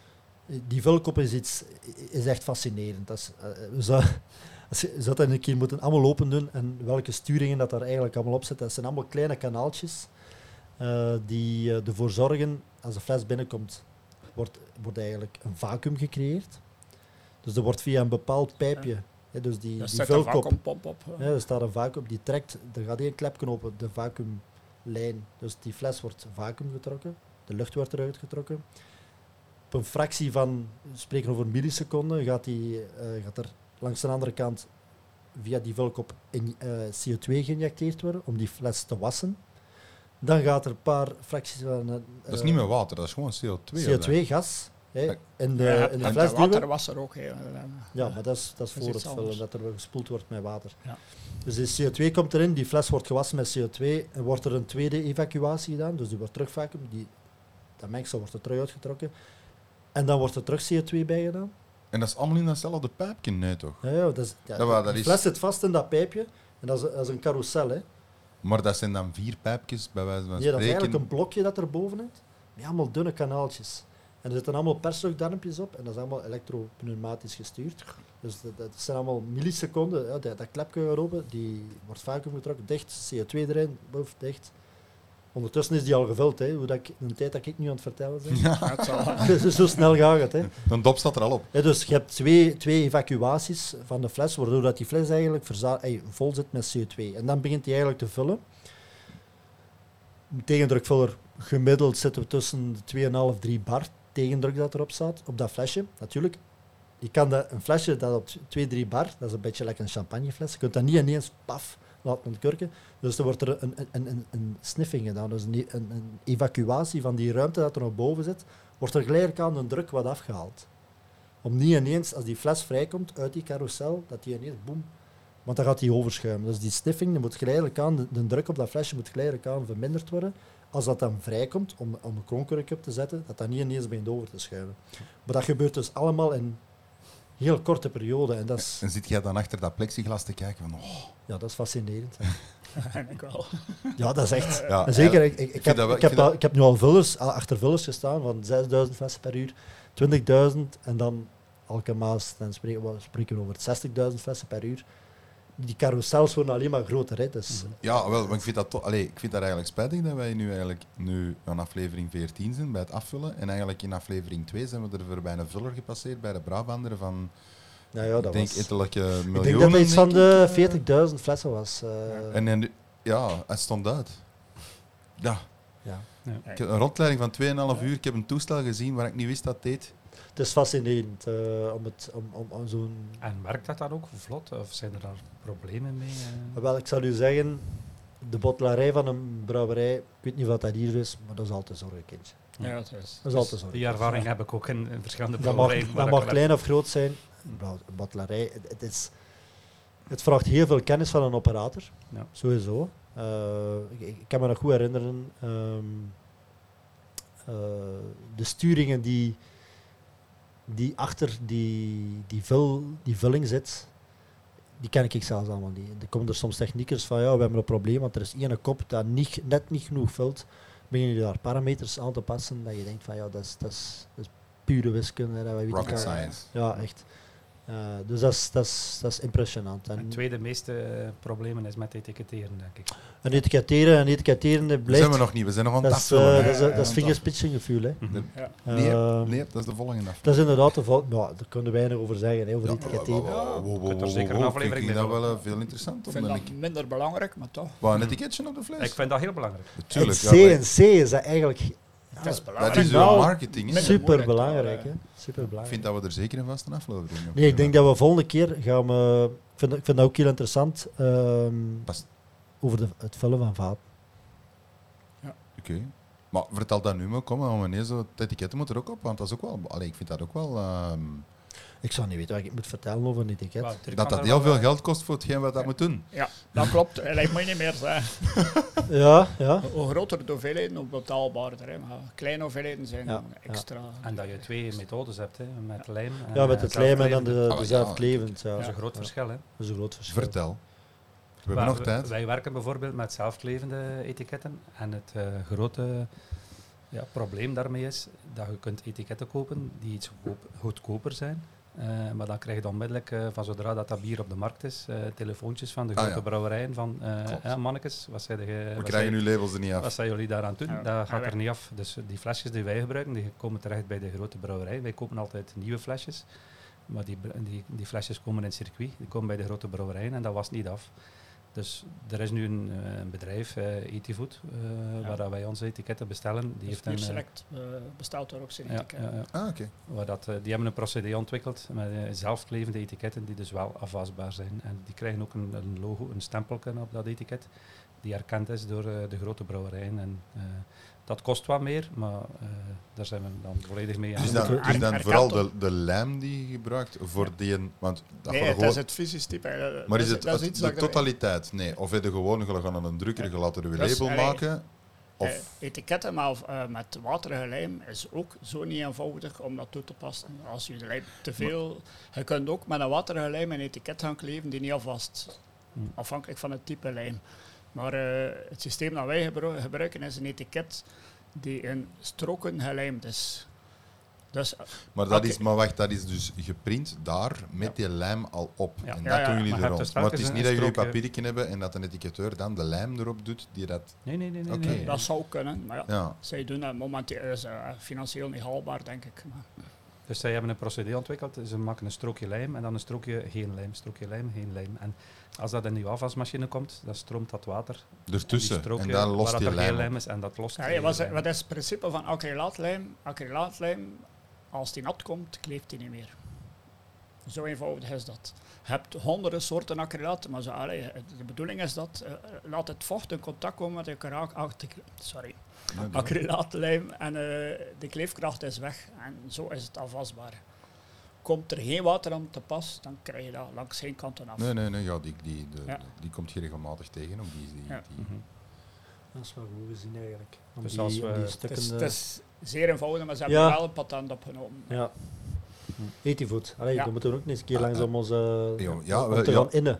S2: Die vulkop is iets, is echt fascinerend. Dat is, uh, we zou, als je zou dat een keer moeten allemaal open doen en welke sturingen dat daar eigenlijk allemaal op zitten. Dat zijn allemaal kleine kanaaltjes uh, die uh, ervoor zorgen, als de fles binnenkomt, wordt, wordt eigenlijk een vacuüm gecreëerd. Dus er wordt via een bepaald pijpje,
S4: Ja.
S2: hè, dus die,
S4: Er
S2: die
S4: zit een
S2: vulkop,
S4: vacuümpomp op.
S2: ja, er staat een vacuüm, die trekt, er gaat één klepje open, de vacuümlijn. Dus die fles wordt vacuüm getrokken, de lucht wordt eruit getrokken. Op een fractie van, we spreken over milliseconden, gaat, die, uh, gaat er langs de andere kant via die vulkop in, uh, C O twee geïnjecteerd worden om die fles te wassen. Dan gaat er een paar fracties van uh,
S3: Dat is niet meer water, dat is gewoon C O twee.
S2: C O twee gas hè,
S3: Ja.
S2: in de,
S4: Ja,
S2: in de
S4: en
S2: fles
S4: de
S2: duwen.
S4: water was er ook. Hè.
S2: Ja, maar dat is, dat is
S4: Dat is
S2: voor
S4: iets
S2: het
S4: anders.
S2: vullen, dat er gespoeld wordt met water.
S4: Ja.
S2: Dus de C O twee komt erin, die fles wordt gewassen met C O twee en wordt er een tweede evacuatie gedaan, dus die wordt terugvacuüm, die dat mengsel wordt er terug uitgetrokken en dan wordt er terug C O twee bij gedaan.
S3: En dat is allemaal in datzelfde pijpje, nee toch?
S2: Ja, ja, dat is, ja,
S3: Dat wa- dat
S2: die
S3: is-
S2: fles zit vast in dat pijpje en dat is, dat is een carousel. Hè.
S3: Maar dat zijn dan vier pijpjes, bij wijze van
S2: Nee, dat is
S3: spreken.
S2: eigenlijk een blokje dat er bovenin zit, met allemaal dunne kanaaltjes. En er zitten allemaal persluchtdarmpjes op en dat is allemaal elektropneumatisch gestuurd. Dus dat, dat zijn allemaal milliseconden. Ja, dat, dat klepje gaat open, die wordt vacuüm getrokken, dicht, C O twee erin, boef, dicht. Ondertussen is die al gevuld, hè, hoe dat ik, in de tijd dat ik nu aan het vertellen ben.
S3: Ja,
S4: Het zal-
S2: Dus zo snel gaat het. Hè.
S3: de dop staat er al op.
S2: Ja, dus je hebt twee, twee evacuaties van de fles, waardoor dat die fles eigenlijk verza- ey, vol zit met C O twee. En dan begint die eigenlijk te vullen. Tegendrukvuller gemiddeld zitten we tussen de twee komma vijf drie bar tegendruk dat erop staat, op dat flesje. Natuurlijk, je kan dat, een flesje dat op twee drie bar, dat is een beetje lekker een champagnefles, je kunt dat niet ineens paf laten ontkurken. Dus er wordt er een, een, een, een sniffing gedaan, dus een, een, een evacuatie van die ruimte dat er nog boven zit, wordt er geleidelijk aan de druk wat afgehaald. Om niet ineens, als die fles vrijkomt uit die carousel, dat die ineens boem, want dan gaat die overschuimen. Dus die sniffing, die moet geleidelijk aan, de, de druk op dat flesje moet geleidelijk aan verminderd worden. Als dat dan vrijkomt, om, om een kronkurk op te zetten, dat dat niet ineens begint over te schuiven. Maar dat gebeurt dus allemaal in een heel korte periode. En dat is,
S3: En zit jij dan achter dat plexiglas te kijken van... Oh,
S2: ja, dat is fascinerend.
S4: En ik wel.
S2: Ja, dat is echt.
S3: ja,
S2: En zeker, ik,
S3: eigenlijk-
S2: ik, ik,
S3: vind
S2: heb,
S3: dat wel-
S2: ik,
S3: ik
S2: heb,
S3: vind
S2: al- ik heb nu al vullers, al achter vullers gestaan van zesduizend flessen per uur, twintigduizend en dan Alkemaas, dan spreken we, spreken we over zestigduizend flessen per uur. Die carousels worden alleen maar groter. Hè, dus,
S3: Ja, wel, maar ik vind, dat to- Allee, ik vind dat eigenlijk spijtig dat wij nu eigenlijk nu aan aflevering veertien zijn bij het afvullen. En eigenlijk in aflevering twee zijn we er voor bij een vuller gepasseerd bij de Brabander van,
S2: nou ja, dat
S3: ik denk,
S2: was,
S3: ettelijke miljoenen.
S2: ik denk dat het iets van
S3: denk ik,
S2: de
S3: eh.
S2: veertigduizend flessen was. eh.
S3: En, en ja, het stond uit. Ja,
S2: Ja.
S3: ik heb een rondleiding van twee komma vijf uur. Ik heb een toestel gezien waar ik niet wist dat het deed.
S2: Het is fascinerend eh, om, het, om, om, om zo'n...
S5: En werkt dat dan ook vlot? Of zijn er daar problemen mee? eh?
S2: Wel, ik zal u zeggen, de botelarij van een brouwerij, ik weet niet wat dat hier is, maar dat is altijd zorgen, kindje.
S4: Ja, het is.
S2: Dat is altijd zorgen.
S5: Die ervaring heb ik ook in, in verschillende
S2: Dat mag,
S5: brouwerijen. waar
S2: dat
S5: ik
S2: mag
S5: al
S2: klein of groot zijn. Een botelarij, het, het, is, het vraagt heel veel kennis van een operator,
S5: Ja.
S2: sowieso. Eh, ik, ik kan me nog goed herinneren, ehm, eh, de sturingen die, die achter die, die, vul, die vulling zit, die ken ik zelfs allemaal niet. Er komen er soms techniekers van, ja, we hebben een probleem, want er is één kop dat niet, net niet genoeg vult. Begin je daar parameters aan te passen, dat je denkt van, ja, dat is, dat is, dat is pure wiskunde. Dat weet
S3: Rocket
S2: ik wel.
S3: science.
S2: Ja, echt. Eh, dus dat is, dat is, dat is impressionant.
S5: En
S2: En,
S5: het tweede meeste eh, problemen is met etiketteren, denk ik.
S2: en etiketteren en etiketteren
S3: Dat
S2: blijft...
S3: zijn we nog niet, we zijn nog aan het
S2: dat is, eh,
S3: afvullen.
S2: dat is,
S3: hè.
S2: dat is
S3: Ja,
S2: vingerspitsengevoel, hè.
S5: Mhm.
S4: Ja.
S3: Nee,
S2: Ehm,
S3: nee, dat is de volgende aflevering.
S2: Dat is inderdaad de vol- ja, daar kunnen we weinig over zeggen, hè, over
S3: Ja,
S2: etiketteren.
S3: wow, wow, wow, wow,
S5: kunt er
S3: wow,
S5: zeker
S3: wow,
S5: een
S3: wow.
S5: aflevering
S3: Ik vind
S5: mee
S3: dat wel
S5: vullen.
S3: eh, veel interessant.
S4: Ik vind
S3: omdat
S4: dat
S3: ik-
S4: minder belangrijk, maar toch.
S3: Wou een etiketje op de fles?
S5: Ik vind dat heel belangrijk.
S2: En
S3: Natuurlijk.
S2: C
S3: ja, maar
S2: en C is dat eigenlijk
S4: Het is
S3: dat
S4: belangrijk.
S3: is
S2: Nou,
S3: uw marketing. hè.
S4: minder
S2: super
S4: moeilijk,
S2: belangrijk.
S4: toch,
S2: Hè? Super
S3: Ik
S2: belangrijk.
S3: vind dat we er zeker een vaste aflevering op
S2: Nee, ik denk
S3: hebben.
S2: dat we volgende keer gaan we... Ik vind, ik vind dat ook heel interessant. ehm,
S3: Past.
S2: over de, het vullen van vaten.
S3: Oké. Maar vertel dat nu maar, kom, dan gaan we ineens zo- het etiket moet er ook op, want dat is ook wel... Allee, ik vind dat ook wel... ehm,
S2: Ik zou niet weten wat ik moet vertellen over een etiket.
S5: Wel, er kan
S3: dat dat
S5: er
S3: heel
S5: wel,
S3: veel
S5: eh,
S3: geld kost voor hetgeen wat dat moet doen.
S4: Ja, dat klopt. Eigenlijk moet je niet meer zeggen.
S2: Ja, ja.
S4: Hoe groter de hoeveelheden, hoe betaalbaarder. Hè. Maar kleine hoeveelheden zijn
S2: Ja,
S4: dan extra.
S5: En dat je twee methodes hebt, hè, met lijm en
S2: Ja, met
S5: eh,
S2: het lijm en dan
S5: zelfklevende.
S2: de,
S3: Oh,
S2: de
S3: ja.
S2: zelfklevend. Ja.
S5: Dat is een groot verschil. Hè.
S2: Dat is een groot verschil.
S3: Vertel. We hebben
S5: Waar
S3: nog
S5: we-
S3: tijd.
S5: Wij werken bijvoorbeeld met zelfklevende etiketten en het eh, grote Ja, het probleem daarmee is dat je kunt etiketten kopen die iets goedkoop- goedkoper zijn. Uh, maar dan krijg je onmiddellijk, uh, van zodra dat, dat bier op de markt is, uh, telefoontjes van de grote
S3: Ah, ja.
S5: brouwerijen van uh, ja, mannetjes, wat zijn de,
S3: We
S5: wat
S3: krijgen
S5: zijn,
S3: uw labels er niet af.
S5: wat zijn jullie daaraan doen?
S4: Ja.
S5: Dat gaat
S4: Ja,
S5: er niet af. Dus uh, die flesjes die wij gebruiken, die komen terecht bij de grote brouwerij. Wij kopen altijd nieuwe flesjes, maar die, die, die flesjes komen in het circuit, die komen bij de grote brouwerijen en dat was niet af. Dus er is nu een, uh, een bedrijf, uh, Etifood, uh,
S4: Ja.
S5: waar dat wij onze etiketten bestellen. Die
S4: Dus
S5: heeft een,
S4: Bier
S5: uh,
S4: Select uh, bestelt daar ook zijn
S5: ja,
S4: etiket.
S5: ja, ja.
S3: Ah, oké.
S5: Waar dat, uh, die hebben een procedé ontwikkeld met uh, zelfklevende etiketten die dus wel afwasbaar zijn. En die krijgen ook een, een logo, een stempelje op dat etiket, die erkend is door uh, de grote brouwerijen. En, uh, dat kost wat meer, maar uh, daar zijn we dan volledig mee aan.
S3: Dus
S2: Ja,
S3: dan,
S2: moeten we-
S3: dus dan
S4: Er- er
S3: vooral
S4: kan
S3: de, de lijm die je gebruikt voor die... een- Want dat
S4: Nee,
S3: gaat
S4: het
S3: gewoon-
S4: is het fysisch-type. uh,
S3: maar
S4: dat
S3: is het,
S4: dat is
S3: het-
S4: iets
S3: de
S4: dat ik er-
S3: totaliteit? Nee. Of heb je gewoon je gaan aan een drukker, je laat er uw
S4: Dus,
S3: label
S4: allee,
S3: maken? Of...
S4: Eh, etiketten maar, uh, met waterige lijm is ook zo niet eenvoudig om dat toe te passen. Als je de lijm te veel... Je kunt ook met een waterige lijm een etiket gaan kleven die niet afwast.
S5: Hmm.
S4: Afhankelijk van het type lijm. Maar uh, het systeem dat wij gebru- gebruiken is een etiket die in stroken gelijmd is. Dus, uh,
S3: Maar, dat
S4: Oké.
S3: is, maar wacht, dat is dus geprint daar met
S4: Ja.
S3: die lijm al op.
S5: Ja.
S3: En
S4: Ja,
S3: dat
S4: ja,
S3: doen jullie
S5: maar
S3: er
S5: je hebt
S3: rond.
S5: dus
S3: Maar het is
S5: telkens
S3: niet
S5: een
S3: dat jullie een
S5: strookje-
S3: papiertje hebben en dat een etiketeur dan de lijm erop doet die dat...
S5: Nee, nee, nee. nee,
S3: Oké.
S5: nee.
S4: dat zou kunnen, maar ja,
S3: Ja.
S4: zij doen dat momenteel is uh, financieel niet haalbaar, denk ik. Maar,
S5: Dus zij hebben een procedé ontwikkeld. Ze maken een strookje lijm en dan een strookje geen lijm. Strookje lijm, geen lijm. En als dat in die afwasmachine komt, dan stroomt dat water.
S3: Ertussen.
S5: die strookje
S3: En dan lost
S5: waar
S3: die
S5: dat er geen
S3: lijm
S5: lijm
S3: op.
S5: is en dat lost.
S4: ja,
S5: die
S4: wat,
S5: lijm.
S4: wat is het principe van acrylaatlijm? Acrylaatlijm, als die nat komt, kleeft die niet meer. Zo eenvoudig is dat. Je hebt honderden soorten acrylaat, maar zo, allee, de bedoeling is dat uh, laat het vocht in contact komen met de acryla- acry- sorry,
S3: Ja, dat-
S4: acrylaatlijm en uh, de kleefkracht is weg en zo is het afwasbaar. Komt er geen water aan te pas, dan krijg je dat langs geen kanten af.
S3: Nee, nee, nee, ja, die, die, de,
S4: Ja.
S3: die komt je regelmatig tegen. Ook die, die,
S4: Ja.
S3: die-
S5: Mhm.
S2: Dat is wel goed gezien eigenlijk. Om
S5: Dus
S2: die,
S5: als we-
S2: om die
S5: Het
S2: stukken...
S4: Het is,
S2: eh,
S4: het is zeer eenvoudig, maar ze hebben
S2: Ja.
S4: er wel een patent opgenomen.
S2: ja. Etifood. Allee,
S4: Ja.
S2: dan moeten we ook eens een keer
S3: Ah,
S2: langs
S3: ah.
S2: om onze...
S3: Ja, ja,
S2: om
S3: we-
S2: te
S3: ja.
S2: gaan innen.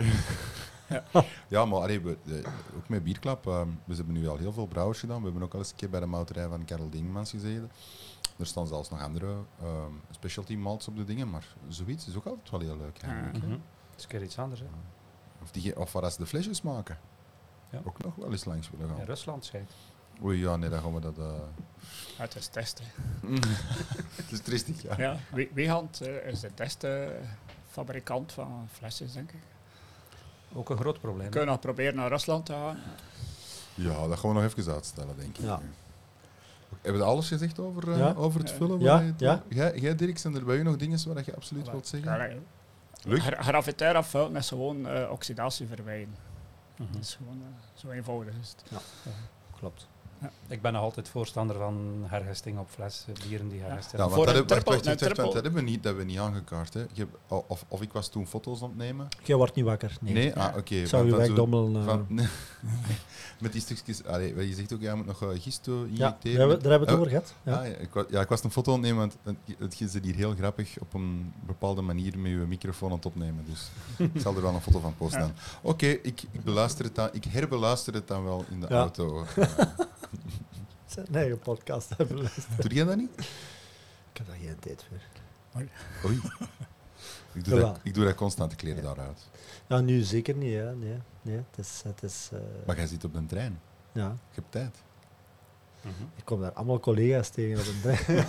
S3: Ja, maar allee, we, de- ook met Bierklap, uh, we hebben nu al heel veel brouwers gedaan. We hebben ook al eens een keer bij de mouterij van Karel Dingemans gezeten. Er staan zelfs nog andere um, specialty malts op de dingen, maar zoiets is ook altijd wel heel leuk eigenlijk.
S5: Mhm. Dat is een keer iets anders. Hè.
S3: Of, die, of waar ze de flesjes maken.
S5: Ja.
S3: Ook nog wel eens langs willen
S5: In
S3: gaan.
S5: Rusland schijnt.
S3: Oei, ja, nee, dan gaan we dat... Uh...
S4: Ja, het is testen.
S3: Het is tristig, ja.
S4: Ja, Wie- Wiehand uh, is de beste fabrikant van flesjes, denk ik.
S5: Ook een groot
S4: We
S5: probleem.
S4: kunnen nog proberen naar Rusland te gaan.
S3: Ja, dat gaan we nog even uitstellen, denk ik.
S2: Ja.
S3: Hebben we alles gezegd over, uh,
S2: Ja.
S3: over het
S4: Ja.
S3: vullen?
S2: Ja,
S3: Waar je het-
S2: ja.
S3: Jij, jij, Dirk, zijn er bij u nog dingen waar je absoluut
S4: Ja,
S3: wilt zeggen?
S4: Allee,
S3: Leuk.
S4: gra- Gravitair afvullen is gewoon uh, oxidatie verwijderen.
S5: Mhm.
S4: Dat is gewoon uh, zo eenvoudig is het.
S2: Klopt.
S5: Ik ben nog altijd voorstander van hergisting op fles. eh, Bieren die hergist
S3: Ja,
S5: zijn.
S3: want
S4: Voor
S3: dat,
S4: een
S3: heb- wacht,
S4: triple-
S3: wacht,
S4: een
S3: wacht, wacht, want
S4: triple-
S3: dat hebben we niet, dat hebben we niet aangekaart. Hè. Je, hebt- of, of ik was toen foto's aan het nemen.
S2: Jij wordt niet wakker. Nee.
S3: Nee,
S4: Ja.
S3: ah, oké.
S2: Ik zou
S3: van-
S2: u
S3: van zo-
S2: wegdommelen. eh.
S3: van- nee. Met die stukjes. Allee, je zegt ook, jij moet nog uh, gisto
S2: ja,
S3: injecteren.
S2: daar hebben, we- daar hebben we het
S3: Oh.
S2: over gehad. Ja.
S3: Ah, ja, ik, wa- ja, ik was een foto aan het nemen, want het- het je zit hier heel grappig op een bepaalde manier met je microfoon aan het opnemen. Dus ik zal er wel een foto van posten.
S4: Ja.
S3: Oké, ik, ik beluister het dan, ik herbeluister het dan wel in de
S2: Ja.
S3: auto.
S2: Zijn eigen podcast hebben luisteren.
S3: Doe jij dat niet?
S2: Ik heb daar geen tijd voor.
S3: Oei. Ik doe,
S2: Jawel.
S3: dat, ik doe dat constant, de kleren
S2: Ja.
S3: daaruit.
S2: Ja, nu zeker niet. Hè. Nee, nee, het is... Het is eh,
S3: Maar jij zit op de trein.
S2: ja.
S3: Ik heb tijd.
S5: Mhm.
S2: Ik kom daar allemaal collega's tegen op een trein.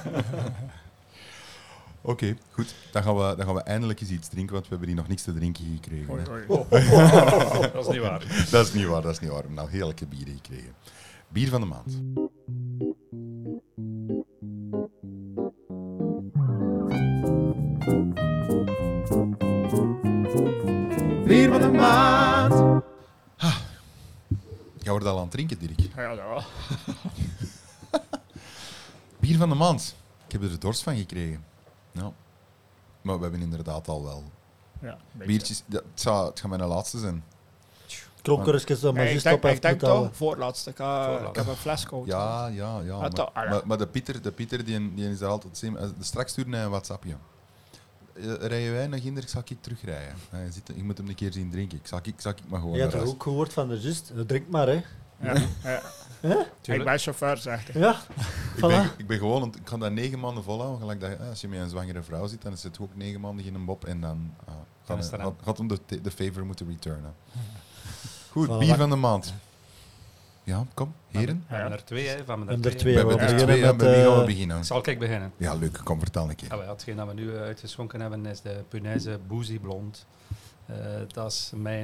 S3: Oké, goed. Dan gaan, we, dan gaan we eindelijk eens iets drinken, want we hebben hier nog niks te drinken gekregen.
S4: Oei,
S3: hè.
S4: oei.
S5: Dat is niet waar.
S3: Dat is niet waar, dat is niet waar. We hebben nou heerlijke bieren gekregen. Bier van de maand.
S1: Bier van de maand.
S3: Jij wordt al aan het drinken, Dirk.
S4: Ja, ja.
S3: Bier van de maand. Ik heb er de dorst van gekregen. Ja. Maar we hebben inderdaad al wel
S4: ja een beetje.
S3: biertjes. Ja, het, zou, het gaat mijn laatste zijn.
S2: Klonkerusjes dat maar
S4: Nee,
S2: juist
S4: ik
S2: op
S4: denk,
S2: heeft
S4: ik denk
S2: moeten
S4: toch,
S2: houden.
S4: voorlaatste. Ik, ga-
S5: Voorlaatste.
S4: ik heb een fles koud.
S3: Ja, ja, ja.
S4: Ah,
S3: Maar,
S4: toch, ah, ja.
S3: maar, maar de Pieter, de Pieter die, die is daar altijd slim. Eh, Straks stuurde hij een WhatsAppje. Eh, Rijden wij naar Ginder, zal ik terugrijden. Hij zit, je moet hem een keer zien drinken. Ik zal ik, zal ik maar gewoon
S2: Je hebt
S3: naar
S2: toch
S3: huis.
S2: ook gehoord van de just? Drink maar, hè.
S4: Ja, ja. Ik
S5: Tuurlijk.
S4: ben chauffeur, zegt hij.
S2: Ja,
S3: Ik
S2: voilà.
S3: ben, ik ben gewoon, ik kan dat negen maanden volhouden. Gelijk dat, eh, als je met een zwangere vrouw zit, dan zit je ook negen maanden in een bob en dan ah,
S5: Dan is
S3: gaat,
S5: het
S3: gaat,
S5: eraan.
S3: gaat hem de, de favor moeten returnen. Goed,
S2: Voilà.
S3: bier van de maand. Ja, kom, heren.
S5: We hebben er twee, hè. We hebben
S2: We hebben er
S5: er
S2: twee.
S3: We
S2: Ja,
S3: hebben
S2: we
S3: er
S2: beginnen
S3: twee,
S2: met,
S3: met wie gaan we
S2: eh,
S3: beginnen?
S5: Zal ik beginnen?
S3: Ja, leuk, kom, vertel een keer.
S5: Ja, wel, hetgeen dat we nu eh, uitgeschonken hebben is de Punaise Boozy Blond. Eh, dat is mijn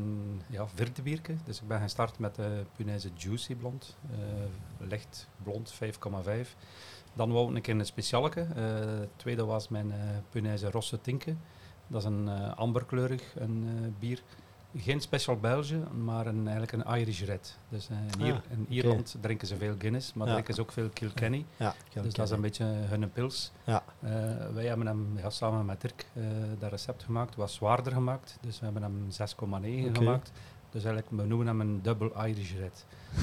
S5: ja, vierde bierke. Dus ik ben gestart met de Punaise Juicy Blond. Eh, licht blond, vijf komma vijf. Dan wou ik een keer een specialeke. Eh, het tweede was mijn uh, Punaise Rosse Tinke. Dat is een uh, amberkleurig een, uh, bier. Geen Special Belge, maar een, eigenlijk een Irish Red. Dus uh, in, Ier-
S2: Ah,
S5: in Ierland drinken ze veel Guinness, maar
S2: Ja.
S5: drinken ze ook veel Kilkenny.
S2: Ja,
S5: Dus dat is een beetje hun pils.
S2: Ja.
S5: Uh, wij hebben hem ja, samen met Dirk uh, dat recept gemaakt. Het was zwaarder gemaakt, dus we hebben hem zes komma negen
S2: Oké.
S5: gemaakt. Dus eigenlijk, we noemen hem een double Irish Red.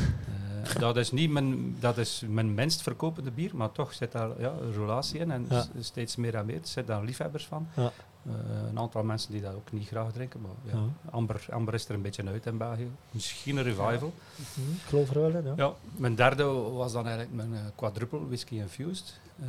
S5: Uh, dat is niet mijn, dat is mijn minst verkopende bier, maar toch zit daar ja, een relatie in en
S2: Ja.
S5: s- steeds meer en meer. Er zitten daar liefhebbers van.
S2: Ja.
S5: Uh, een aantal mensen die dat ook niet graag drinken, maar ja,
S2: Ja.
S5: Amber, Amber is er een beetje uit in België. Misschien een revival.
S2: Hm, ik geloof er wel in, ja.
S5: Ja, mijn derde was dan eigenlijk mijn uh, quadruple whisky infused. Uh,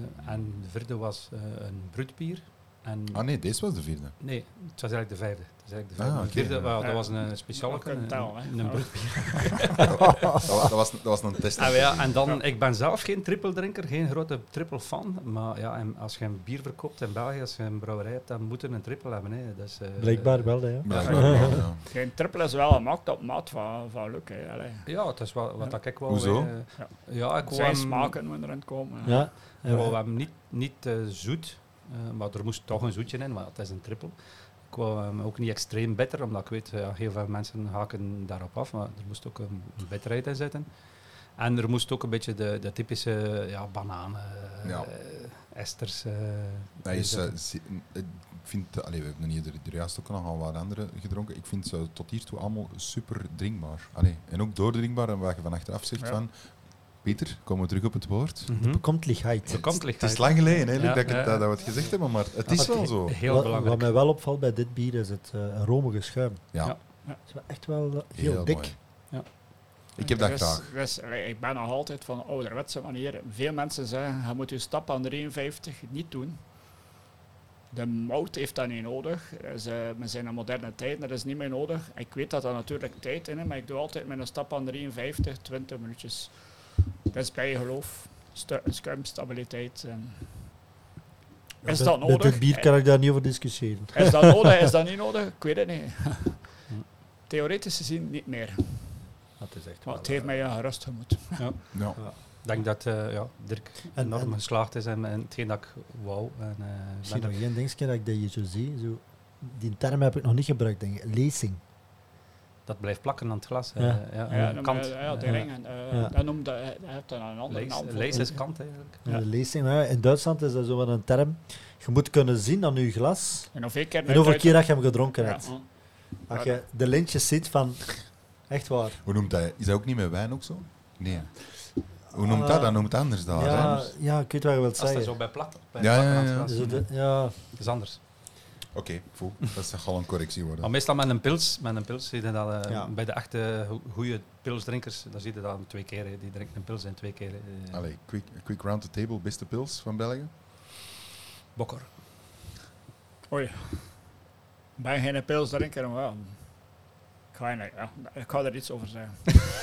S5: en de vierde was uh, een bruutbier. En
S3: Ah nee, deze was de vierde.
S5: nee, het was eigenlijk de vijfde. Het was eigenlijk de vijfde.
S3: Ah,
S5: de
S3: oké,
S5: vierde,
S3: ja.
S5: well, dat
S4: Ja.
S5: was een speciale,
S4: Dat kan
S5: een,
S4: tellen, hè.
S5: een,
S4: Ja.
S5: bruutbier.
S3: Dat was, dat was, dat was een test.
S5: En, ja, en dan,
S4: Ja.
S5: ik ben zelf geen trippeldrinker, geen grote triple fan. Maar ja, en als je een bier verkoopt in België, als je een brouwerij hebt, dan moet je een triple hebben. Hè. Dus, uh,
S2: Blijkbaar wel, hè, ja.
S3: Blijkbaar wel, ja.
S4: Geen triple is wel gemaakt op maat van, van Luc. Hè. Allee.
S5: Ja, het is wat, wat
S4: Ja.
S5: dat ik wou.
S3: Hoezo?
S5: uh,
S4: Ja.
S5: ja, ik wou
S4: Zijn
S5: hem-
S4: smaken moeten erin komen. hè.
S2: Ja.
S5: Ik wou hem niet, niet uh, zoet, uh, maar er moest toch een zoetje in, maar het is een triple. Ik wou hem ook niet extreem bitter, omdat ik weet, ja, heel veel mensen haken daarop af, maar er moest ook een, een bitterheid in zitten. En er moest ook een beetje de, de typische ja, bananen,
S3: Ja.
S5: uh, esters. Uh,
S3: Dat is,
S5: in
S3: eh,
S5: zitten.
S3: zi- ik vind, uh, allee, we hebben hier er, er juist ook nog al wat andere gedronken. Ik vind ze tot hiertoe allemaal super drinkbaar. Allee, en ook doordrinkbaar. En wat je van achteraf zegt
S4: Ja.
S3: van... Peter, komen we terug op het woord.
S5: Mhm.
S2: Bekomtelijkheid.
S5: Bekomtelijkheid.
S3: Het is lang geleden hè, Luc,
S5: Ja,
S3: dat, ik het,
S5: ja.
S3: dat, dat we het gezegd hebben, maar het is
S5: Ja,
S3: wel zo.
S5: Heel
S2: wat,
S5: belangrijk.
S2: wat mij wel opvalt bij dit bier is het uh, een romige schuim.
S3: Ja,
S5: Ja.
S2: Het is wel echt wel uh, heel,
S3: heel
S2: dik.
S3: mooi.
S5: Ja.
S3: Ik heb dat
S4: Dus-
S3: graag.
S4: dus, allee, ik ben nog altijd van ouderwetse manier. Veel mensen zeggen, je moet je stap aan drieënvijftig niet doen. De mout heeft dat niet nodig. Dus, uh, we zijn in moderne tijd, dat is niet meer nodig. Ik weet dat dat natuurlijk tijd in is, maar ik doe altijd met een stap aan drieënvijftig, twintig minuutjes. Dat is bijgeloof, stu- schuimstabiliteit. En is
S2: Bij-
S4: dat
S2: Bij
S4: nodig?
S2: dit bier kan ik daar niet over discussiëren.
S4: Is dat nodig? Is dat niet nodig? Ik weet het niet. Theoretisch gezien niet meer.
S2: Dat is echt
S4: Maar
S2: wel,
S4: het heeft
S2: uh,
S4: mij een gerust gemoed.
S3: Ja.
S5: Ik denk dat uh, ja, Dirk
S2: En-
S5: enorm
S2: en-
S5: geslaagd is in, in hetgeen dat ik wou. En, uh,
S2: Misschien
S5: ben
S2: nog één dingetje dat ik dat je zo zie. Zo, die term heb ik nog niet gebruikt, denk ik. Lacing.
S5: dat blijft plakken aan het glas.
S2: Ja.
S5: Uh, ja,
S4: Ja,
S5: aan de
S4: dan,
S5: kant.
S4: eh, ja, de
S2: Ja.
S4: ringen. eh,
S2: Ja.
S4: Dat noemt dat, hij heeft dan een andere naam voor.
S5: Lees is kant eigenlijk.
S2: Ja.
S4: Ja.
S2: De lacing, maar ja, in Duitsland is dat zo wat een term. Je moet kunnen zien aan je glas
S4: En hoeveel keer
S2: en hoeveel keer dat je hem gedronken
S4: Ja,
S2: hebt.
S4: hm.
S2: Als je de lintjes ziet van... Echt waar.
S3: Hoe noemt dat? Is dat ook niet met wijn ook zo? Nee. Hoe noemt
S2: Ah,
S3: dat? Dat noemt het anders daar.
S2: Ja,
S3: hè?
S2: ja, ik weet wat je wilt
S5: Als dat
S2: zeggen.
S5: zo bij plakt, bij
S3: Ja,
S5: plakken
S3: ja,
S5: aan het
S3: ja.
S5: glas.
S2: Zo de- ja,
S5: Dat is anders.
S3: Oké, voel. Dat zal al een correctie worden.
S5: Maar meestal met een pils, met een pils zie je dat uh,
S2: Ja.
S5: bij de echte goede pilsdrinkers, dan zie je dat twee keer. hè. Die drinken een pils en twee keer. Uh,
S3: Allee, quick, quick round the table. Beste pils van België?
S5: Bokker.
S4: Oei. Ben geen pils drinken? Wel. Ik ga, niet, ja, ik ga er iets over zeggen.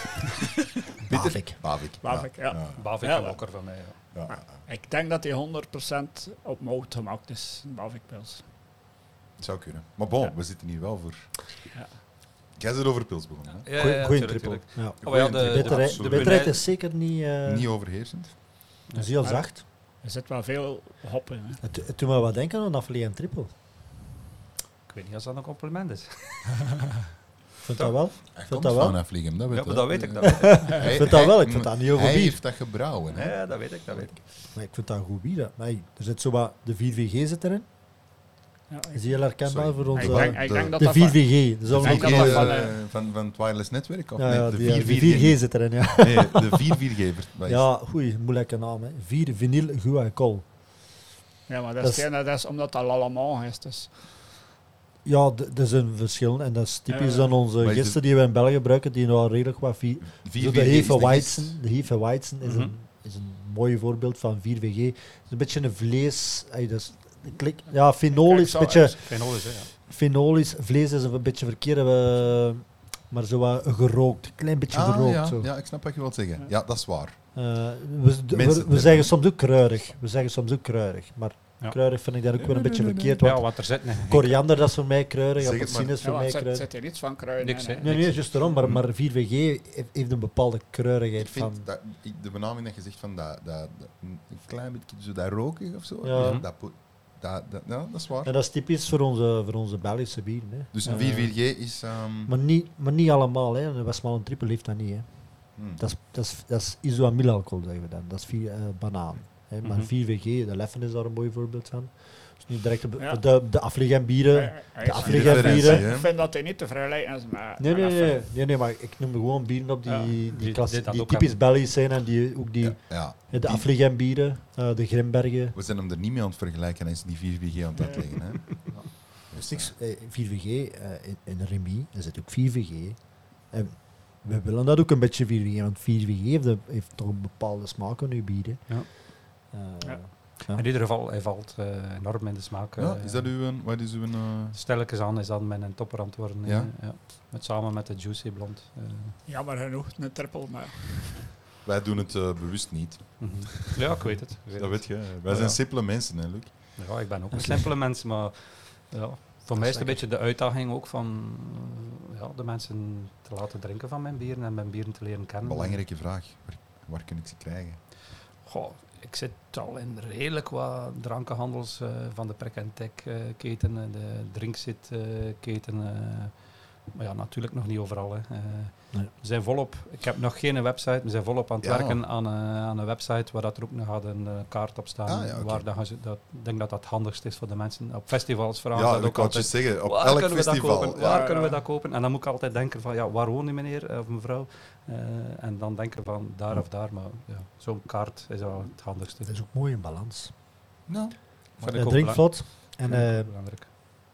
S2: Bavik.
S3: Bavik.
S4: Bavik, ja.
S5: Bavik
S4: Ja,
S5: en
S4: wel.
S5: bokker van mij. Ja.
S3: Ja, ja.
S4: Ik denk dat die honderd procent op mout gemaakt is, een Bavik-pils.
S3: Het zou kunnen. Maar bon,
S4: Ja.
S3: we zitten hier wel voor...
S4: Ja.
S3: Jij bent over pils begonnen, hè?
S5: Ja,
S2: Goeie,
S5: ja,
S2: goeie
S5: tuurlijk,
S2: triple.
S5: tuurlijk.
S2: Ja.
S5: Oh, ja, de-
S3: Goeie
S5: de-
S2: Bitterheid,
S3: absoluut.
S2: de bitterheid is zeker niet, uh,
S3: Niet overheersend.
S2: dat is heel
S4: Maar-
S2: zacht.
S4: Er zit wel veel hop in. Hè.
S2: Het, het doet me wat denken aan aflevering triple.
S5: Ik weet niet als dat een compliment is.
S2: Ik vind dat wel.
S3: Hij
S2: Vind
S3: komt
S2: dat wel?
S3: van Vliegem, dat weet
S5: Ja, maar
S3: je.
S5: dat weet ik. Dat weet ik.
S3: Hij-
S2: Ik vind dat
S3: hij-
S2: wel, ik vind dat niet heel goed
S3: Hij
S2: bier.
S3: heeft dat gebrouwen, hè?
S5: Ja, dat weet ik. Dat weet ik.
S2: Maar ik vind dat een goed bier. hè. Maar hey, er zit zo wat... De vier V G zit erin.
S4: Ja,
S2: Dat
S4: ik,
S2: is heel herkenbaar
S3: Sorry.
S2: voor
S4: ik
S2: onze...
S4: denk, ik
S3: de-
S4: denk dat
S2: de
S4: dat
S2: vier
S4: van-
S2: V G. Dat is
S4: Ik
S2: ook
S4: denk
S2: nog
S4: dat
S2: een-
S4: dat van,
S3: eh,
S4: eh,
S3: van, van het wireless netwerk? Of
S2: Ja,
S3: nee,
S2: ja,
S3: de
S2: die,
S3: vier
S2: die vier G zit erin, ja.
S3: Nee, de vier viergever. Wat is
S2: Ja, goeie, moeilijke naam. Hè. vier vinyl guacol.
S4: ja, maar dat
S2: dat
S4: is,
S2: is-
S4: geen- dat is omdat dat l'allemand is. Dus.
S2: Ja, d- dat is een verschil. En dat is typisch
S4: Ja.
S2: aan onze
S3: Maar is
S2: gisten
S3: het-
S2: die we in België gebruiken, die nou redelijk wat... Vi-
S3: vier
S2: Zo
S3: V G
S2: de
S3: is
S2: Hefe
S3: de
S2: Weizen,
S3: gist.
S2: de Hefe Weizen is,
S5: Mhm.
S2: een, is een mooi voorbeeld van vier V G. Het is een beetje een vlees... ey, dat is, klik, ja, fenol
S4: Kijk,
S2: is
S4: zo
S2: een beetje...
S5: Fenol is, hè, ja.
S2: Fenol is... Vlees is een beetje verkeerd, eh, maar zo wat gerookt. Een klein beetje
S3: Ah,
S2: gerookt.
S3: ja.
S2: Zo.
S3: ja, ik snap wat je wilt zeggen. Ja, dat is waar.
S2: Eh, we we,
S3: Mensen-
S2: we zeggen soms ook kruidig. We zeggen soms ook kruidig. Maar
S5: Ja.
S2: kruidig vind ik daar ook
S3: Nee,
S2: wel een
S3: nee,
S2: beetje
S3: nee, nee.
S2: verkeerd. Want
S5: Ja, wat er zit. Nee.
S2: koriander, dat is voor mij kruidig.
S3: Zeg het
S2: Appelsine
S3: maar.
S2: is voor
S4: Ja,
S2: mij
S4: want zit,
S2: kruidig.
S4: zit er iets van kruiden
S5: Niks,
S4: in,
S5: hè.
S2: Nee, nee, juist daarom. Maar,
S3: Mm.
S2: maar vier V G heeft heeft een bepaalde kruidigheid
S3: Ik vind
S2: van...
S3: dat, ik- de benaming dat je zegt van dat, dat, dat- een klein beetje zo dat rokig of zo.
S2: Ja.
S3: Dat, dat, dat, dat, ja, dat is waar.
S2: En dat is typisch voor onze, voor onze Belgische bieren. Hè.
S3: Dus
S2: Eh,
S3: een vier V G is... ehm,
S2: Maar niet, maar niet allemaal. Hè. Een Westmaal Triple heeft dat niet. Hè.
S3: hmm.
S2: Dat is, dat is, dat is isoamylalcohol, zeggen we dan. Dat is vier, eh, banaan. Hè. Maar
S5: Mhm.
S2: vier V G, de Leffen is daar een mooi voorbeeld van. Dus niet direct de,
S4: Ja.
S2: de, de Afligem-bieren.
S4: Hij- hij
S2: De
S4: is-
S2: Afligem
S3: referentie,
S2: bieren.
S3: hè.
S4: Ik vind dat hij niet te vergelijken is met...
S2: Nee, nee,
S4: met
S2: nee,
S4: Leffe.
S2: nee, nee, maar ik noem gewoon bieren op die,
S4: Ja.
S2: die,
S5: Die-
S2: klas-
S5: die dat
S2: die
S5: ook
S2: typisch
S5: hebben.
S2: Belgisch zijn en die, ook die,
S3: Ja, ja.
S2: de
S3: Die-
S2: Afligem-bieren, eh, de Grimbergen.
S3: We zijn hem er niet mee aan het vergelijken, hij is die vier V G aan het uitleggen. Hè. Dus,
S2: Niks, eh, vier V G, eh, in, in Remy, er zit ook vier V G. En we willen dat ook een beetje vier V G, want vier V G heeft, een- heeft toch een bepaalde smaak aan uw bieren.
S5: Ja.
S2: Eh,
S4: Ja.
S2: Ja.
S5: In ieder geval, hij valt eh, enorm in de smaak.
S3: ja,
S5: eh.
S3: is dat uw... Wat is uw... eh,
S5: Stilletjes aan is dan met een topper aan het worden. eh,
S3: Ja?
S5: ja. Met, samen met de Juicy Blond. eh.
S4: Jammer genoeg, een triple, maar...
S3: wij doen het eh, bewust niet.
S5: Mhm. Ja, ik weet het. Ik weet
S3: Dat
S5: het.
S3: weet je. hè. Wij
S5: Ja.
S3: zijn simpele mensen, hè, Luc.
S5: Ja, ik ben ook
S2: Dat
S5: een
S2: is
S5: simpele mens, maar ja, voor mij is het een
S2: lekker.
S5: beetje de uitdaging ook van eh, ja, de mensen te laten drinken van mijn bieren en mijn bieren te leren kennen.
S3: Belangrijke vraag. Waar, waar kan ik ze krijgen?
S5: Goh, ik zit al in redelijk wat drankenhandels eh, van de Prek en Tech eh, keten, eh, de Drinkzit eh, keten. eh, maar ja, natuurlijk nog niet overal. Hè. Eh,
S2: Nee.
S5: We zijn volop, ik heb nog geen website, we zijn volop aan het
S3: Ja.
S5: werken aan, eh, aan een website waar dat er ook nog gaat een eh, kaart op staan.
S3: Ah, ja, oké.
S5: waar dat, gaan ze- dat, ik denk dat dat het handigst is voor de mensen. Op festivals vooral.
S3: Ja,
S5: dat
S3: ik
S5: ook
S3: wou het
S5: altijd.
S3: je zeggen. Op
S5: Waar
S3: elk
S5: kunnen we dat
S3: festival.
S5: kopen?
S3: Ja.
S5: Waar
S4: Ja,
S5: kunnen we
S4: ja.
S5: dat kopen? En dan moet ik altijd denken van, ja, waar woont die meneer eh, of mevrouw? Eh, en dan denken van daar of daar. Maar ja, zo'n kaart is wel het handigste.
S2: Dat is ook mooi in balans.
S3: Nou,
S5: Vind ik
S2: Het
S5: ook
S2: drinkt
S5: belang-
S2: vlot en
S5: vind ik
S2: eh,
S5: ook belangrijk.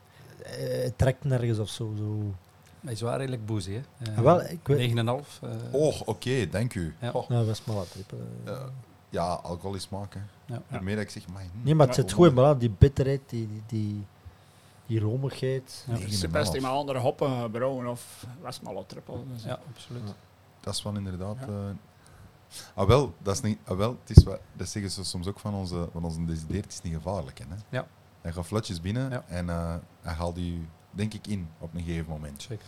S2: eh, het trekt nergens of zo. zo.
S5: Hij is wel redelijk boezie, hè? Eh,
S2: Ah, wel, ik weet...
S5: negen komma vijf. eh,
S3: oh, oké, dank u.
S5: Ja.
S3: Oh,
S2: Nou, Westmaal Triple. eh.
S3: eh, ja, alcohol is smaak. Hè.
S5: Ja.
S3: Waarmee dat ik zeg, maar, hm,
S2: Nee, maar het
S4: Ja,
S2: zit goed in balans. Die bitterheid, die, die, die, die romigheid.
S5: Ja.
S3: negen
S4: Het is
S3: en een
S4: best
S3: half.
S4: in mijn andere hoppen gebrouwen of Westmalle triple. Dus
S5: ja, absoluut.
S2: Ja.
S3: Dat is wel inderdaad...
S4: Ja.
S3: eh, ah, wel, dat is niet... Ah, wel, het is wel, dat zeggen ze soms ook van onze, van onze desideerd, het is niet gevaarlijk. Hè.
S5: Ja.
S3: Hij gaat vlotjes binnen
S5: Ja.
S3: en eh, hij haalt u, denk ik, in op een gegeven moment.
S5: Zeker.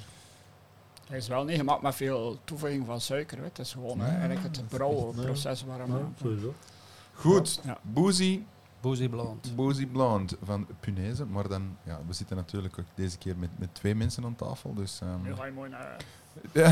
S4: Hij is wel niet gemaakt met veel toevoeging van suiker. Weet. Het is gewoon
S3: Nee,
S4: eh, eigenlijk het
S2: Nee.
S4: brouwproces waarom...
S2: Ja, sowieso.
S3: Goed,
S4: Ja.
S3: Boozy,
S5: Boozy Blond.
S3: Boozy Blonde van Punaise. Maar dan, ja, we zitten natuurlijk ook deze keer met, met twee mensen aan tafel. Dus, ehm,
S4: Nu ga je mooi naar...
S3: ja.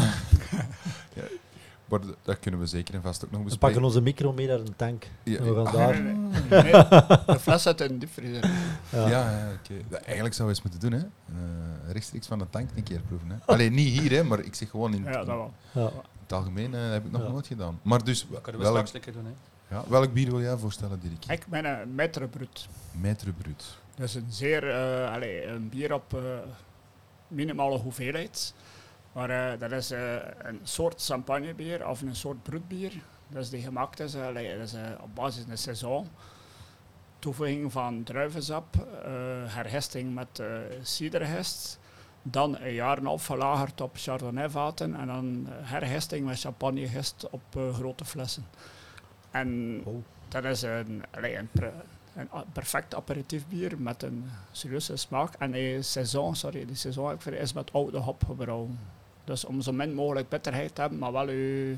S3: ja. Maar d- dat kunnen we zeker en vast ook nog
S2: We
S3: bespreken.
S2: pakken onze micro mee naar een tank.
S3: Ja,
S2: En we gaan
S3: ah,
S2: daar...
S4: Nee, nee, nee. De fles zit in de diepvriezer.
S3: Ja,
S2: Ja.
S3: ja, oké. Dat Eigenlijk zou je eens moeten doen, hè. Eh, rechtstreeks van de tank een keer proeven. Hè. Alleen niet hier, hè, maar ik zeg gewoon in,
S4: Ja,
S3: in
S4: dat wel.
S2: Ja.
S3: het algemeen eh, heb ik nog
S2: Ja.
S3: nooit gedaan. Maar dus,
S5: Dat kunnen we
S3: welk,
S5: straks een keer doen, hè?
S3: ja, welk bier wil jij voorstellen, Dirk?
S4: Ik ben een Maître Brut.
S3: Maître Brut.
S4: Dat is een zeer... eh allee, een bier op eh, minimale hoeveelheid. Maar eh, dat is eh, een soort champagnebier of een soort broodbier. Dus die gemaakt is, eh, allee, dat is eh, op basis van de saison. Toevoeging van druivensap, eh herhesting met eh ciderhest. Dan een jaar en een half verlagerd op chardonnayvaten. En dan eh, herhesting met champagnegist op eh, grote flessen. En
S2: Oh.
S4: dat is een, allee, een, pre- een a- perfect aperitief bier met een serieuze smaak. En die saison, sorry, die saison heb ik ver- is met oude hop gebrouwen. Dus om zo min mogelijk bitterheid te hebben, maar wel uw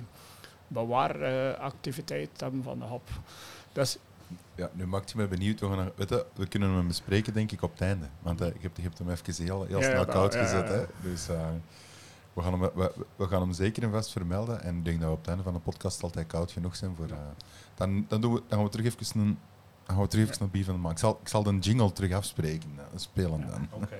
S4: bewaaractiviteit te hebben van de hop. Dus
S3: Ja, nu maakt je me benieuwd. We, gaan, er- weet je, we kunnen hem bespreken, denk ik, op het einde. Want eh, ik heb, je hebt hem even heel, heel
S4: Ja,
S3: snel
S4: ja,
S3: koud
S4: ja, ja,
S3: gezet.
S4: ja.
S3: Hè. Dus eh, we, gaan hem, we, we gaan hem zeker en vast vermelden. En ik denk dat we op het einde van de podcast altijd koud genoeg zijn. Voor, eh, dan, dan, doen we, dan gaan we terug even een... Dan gaan we terug even naar bier van de maak. Ik zal, ik zal de jingle terug afspreken. eh, spelen dan.
S5: Oké.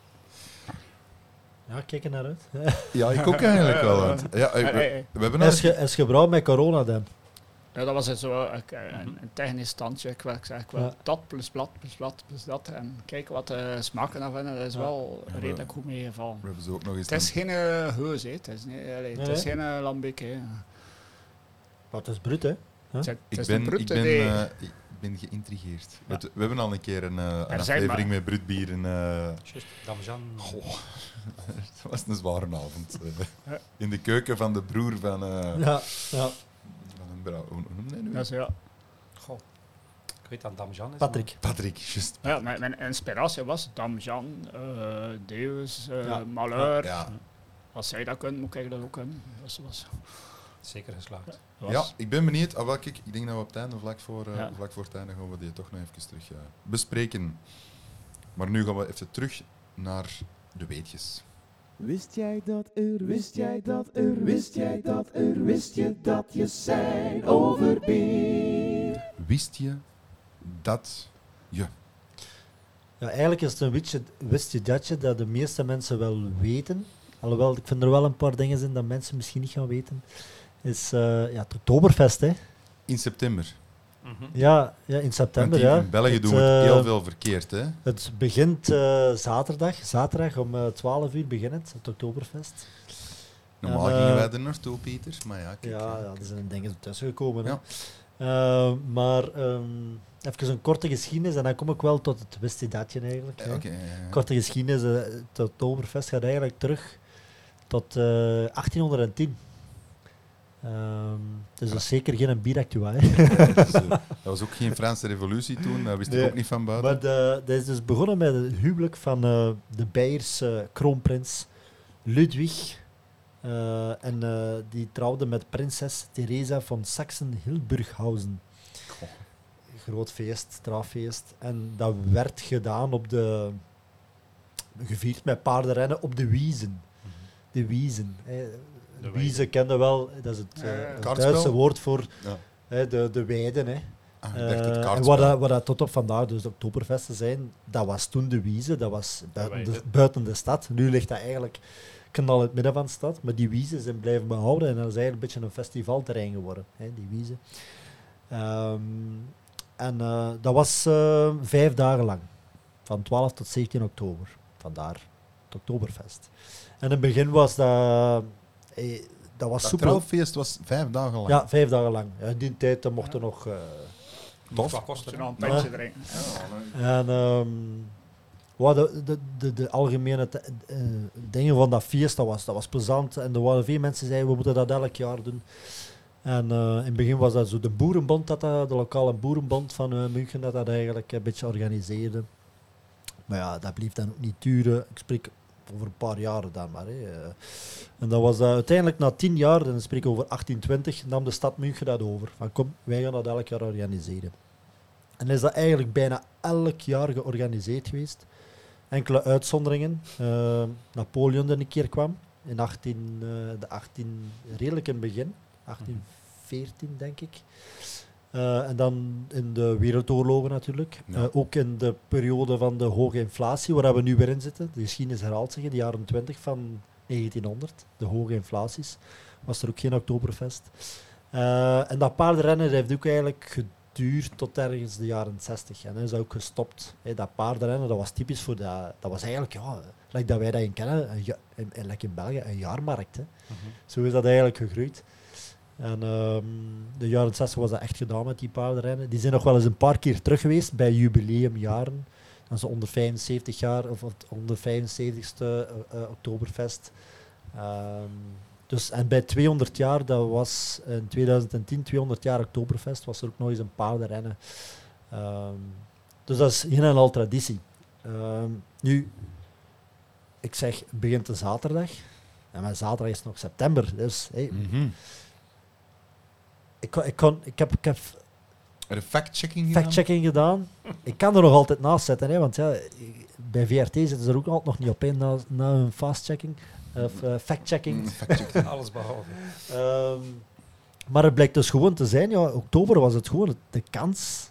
S2: Ja, kijk er naar uit.
S3: Ja, ik ook eigenlijk wel. Want, ja, eh,
S4: Hey,
S3: we,
S4: hey, hey.
S3: we hebben
S2: Hij
S3: al
S2: is, ge, hij is gebrouwen met corona dan.
S4: Ja, dat was het zo ik, een, een technisch standje. Ik wil, ik zeg, ik wil
S2: Ja.
S4: dat plus blad plus blad plus dat. En kijken wat de smaken daarvan vinden. Dat is
S2: Ja.
S4: wel
S3: Ja, we-
S4: redelijk goed meegevallen.
S3: We hebben ze ook nog eens...
S4: Het is geen uh, heus, hè. Het is, niet, allee, het
S2: Nee,
S4: is
S2: nee.
S4: geen uh, lambiek. Hè.
S2: Maar het is bruut, hè?
S4: Het, het
S3: Ik
S4: is
S3: ben,
S4: een brute
S3: ik, ben,
S4: idee.
S3: eh, ik ben geïntrigeerd.
S4: Ja.
S3: Het- we hebben al een keer een, eh, een
S4: zijn
S3: aflevering
S4: maar-
S3: met Brutbier. En, eh,
S5: Juist, Damjan.
S3: goh, het was een zware avond. eh.
S4: Ja.
S3: In de keuken van de broer van, eh
S2: Ja, ja.
S3: van een brouw. Hoe noem je dat nu?
S4: Dus, ja.
S5: Goh. Ik weet dat Damjan is.
S2: Patrick.
S3: Patrick, juist.
S4: Ja, mijn, mijn inspiratie was Damjan, uh, Deus, uh,
S2: Ja.
S4: Malheur.
S3: Ja.
S4: Als zij dat kunnen, moet ik dat ook kunnen. Dus dat was,
S5: maar zeker geslaagd.
S4: dat
S3: Ja,
S4: was-
S3: ik ben benieuwd. Ah, wel, kijk, ik denk dat we op het einde, vlak voor, eh,
S4: Ja.
S3: vlak voor het einde, gaan we die toch nog even terug eh, bespreken. Maar nu gaan we even terug naar de weetjes.
S1: Wist jij dat er, wist jij dat er, wist jij dat er, wist je dat je zijn overbeer?
S3: Wist je dat je...
S2: Ja, eigenlijk is het een beetje, wist je dat je, dat de meeste mensen wel weten. Alhoewel, ik vind er wel een paar dingen in dat mensen misschien niet gaan weten. Is eh, ja, het Oktoberfest, hè.
S3: In september.
S5: Mhm.
S2: Ja, ja, in
S3: Want
S2: september,
S3: hier
S2: ja.
S3: in België
S2: Het,
S3: doen we het
S2: eh,
S3: heel veel verkeerd, hè?
S2: Het begint eh, zaterdag. Zaterdag om eh, twaalf uur begint het, het Oktoberfest.
S3: Normaal
S2: en,
S3: gingen
S2: eh,
S3: wij er naartoe, Peter. Maar ja, kijk.
S2: Ja,
S3: eh,
S2: ja, er zijn dingen tussen gekomen.
S3: Ja.
S2: Hè. Eh, maar ehm, even een korte geschiedenis en dan kom ik wel tot het wist je datje eigenlijk.
S3: eh,
S2: hè.
S3: Oké, ja, ja.
S2: Korte geschiedenis, eh, het Oktoberfest gaat eigenlijk terug tot eh, achttienhonderdtien. Ehm, het is dus zeker geen bieractua. hè.
S3: Dus, eh, dat was ook geen Franse revolutie toen, dat wist
S2: Nee,
S3: ik ook niet van buiten.
S2: Maar de, dat is dus begonnen met het huwelijk van eh, de Beierse kroonprins Ludwig. Eh, en eh, die trouwde met prinses Theresa van Sachsen-Hilburghausen.
S3: Goh.
S2: Groot feest, trouwfeest. En dat werd gedaan op de... gevierd met paardenrennen op de Wiezen. De Wiezen. hè.
S5: De
S2: Wiezen kende wel, dat is het, eh,
S4: Ja, ja.
S2: het
S3: Kaartspel?
S2: Duitse woord voor
S3: Ja.
S2: hè, de, de weiden. Hè.
S3: Ah, ik dacht het
S2: Eh, en
S3: kaartspel.
S2: wat, dat, wat dat tot op vandaag dus de Oktoberfesten zijn, dat was toen de Wiese, dat was buiten de,
S5: weide.
S2: buiten de stad. Nu ligt dat eigenlijk knal in het midden van de stad, maar die Wiese zijn blijven behouden en dat is eigenlijk een beetje een festivalterrein geworden, hè, die Wiese. Ehm, en eh, dat was eh, vijf dagen lang, van twaalf tot zeventien oktober, vandaar het Oktoberfest. En in het begin was dat, eh, dat was
S3: Dat
S2: soepel.
S3: trouwfeest was vijf dagen lang.
S2: Ja, vijf dagen lang. Ja, in die tijd eh, mochten nog... eh,
S5: Tof. Wat
S4: Als
S5: kost
S4: je
S5: het?
S4: nog een
S2: Ja.
S4: pintje drinken.
S2: En ehm, wat de, de, de, de algemene te- eh, dingen van dat feest, dat was, dat was plezant. En er waren veel mensen die zeiden, we moeten dat elk jaar doen. En eh, in het begin was dat zo de boerenbond, dat dat, de lokale boerenbond van uh, München, dat dat eigenlijk een beetje organiseerde. Maar ja, dat bleef dan ook niet duren. Ik spreek over een paar jaren dan maar. Hè. Eh, En dat was uh, uiteindelijk na tien jaar, en dan spreek ik over achttien twintig, nam de stad München dat over. Van kom, wij gaan dat elk jaar organiseren. En is dat eigenlijk bijna elk jaar georganiseerd geweest. Enkele uitzonderingen. Uh, Napoleon er een keer kwam, in achttien, uh, de achttien, redelijk in het begin, achttien veertien denk ik. Uh, en dan in de wereldoorlogen natuurlijk.
S3: Ja.
S2: Uh, ook in de periode van de hoge inflatie, waar we nu weer in zitten. De geschiedenis herhaalt zich in de jaren twintig van negentienhonderd, de hoge inflaties, was er ook geen Oktoberfest. Uh, en dat paardenrennen heeft ook eigenlijk geduurd tot ergens de jaren zestig. En dan is dat ook gestopt. Hey, dat paardenrennen, dat was typisch voor dat... Dat was eigenlijk, ja, like dat wij dat in kennen, een ja, in, in, like in België, een jaarmarkt. Hè.
S5: Mhm.
S2: Zo is dat eigenlijk gegroeid. En um, de jaren zestig was dat echt gedaan met die paardenrennen. Die zijn nog wel eens een paar keer terug geweest bij jubileumjaren. Dan zo onder vijfenzeventig jaar of het onder vijfenzeventigste uh, uh, Oktoberfest. Um, dus, en bij tweehonderd jaar, dat was in twintig tien, tweehonderd jaar Oktoberfest, was er ook nog eens een paardenrennen. Um, dus dat is een en al traditie. Um, nu, ik zeg, het begint een zaterdag. En mijn zaterdag is nog september. Dus hey,
S3: Mm-hmm.
S2: ik, kon, ik, kon, ik heb, ik heb
S3: Er een fact-checking gedaan?
S2: fact-checking gedaan. Ik kan er nog altijd naast zetten, hè, want ja, bij V R T zitten ze er ook altijd nog niet op in na, na een fast-checking. Of uh, fact-checking.
S3: Mm, fact-checking.
S5: Alles behalve.
S2: Um, maar het blijkt dus gewoon te zijn, ja, oktober was het gewoon de kans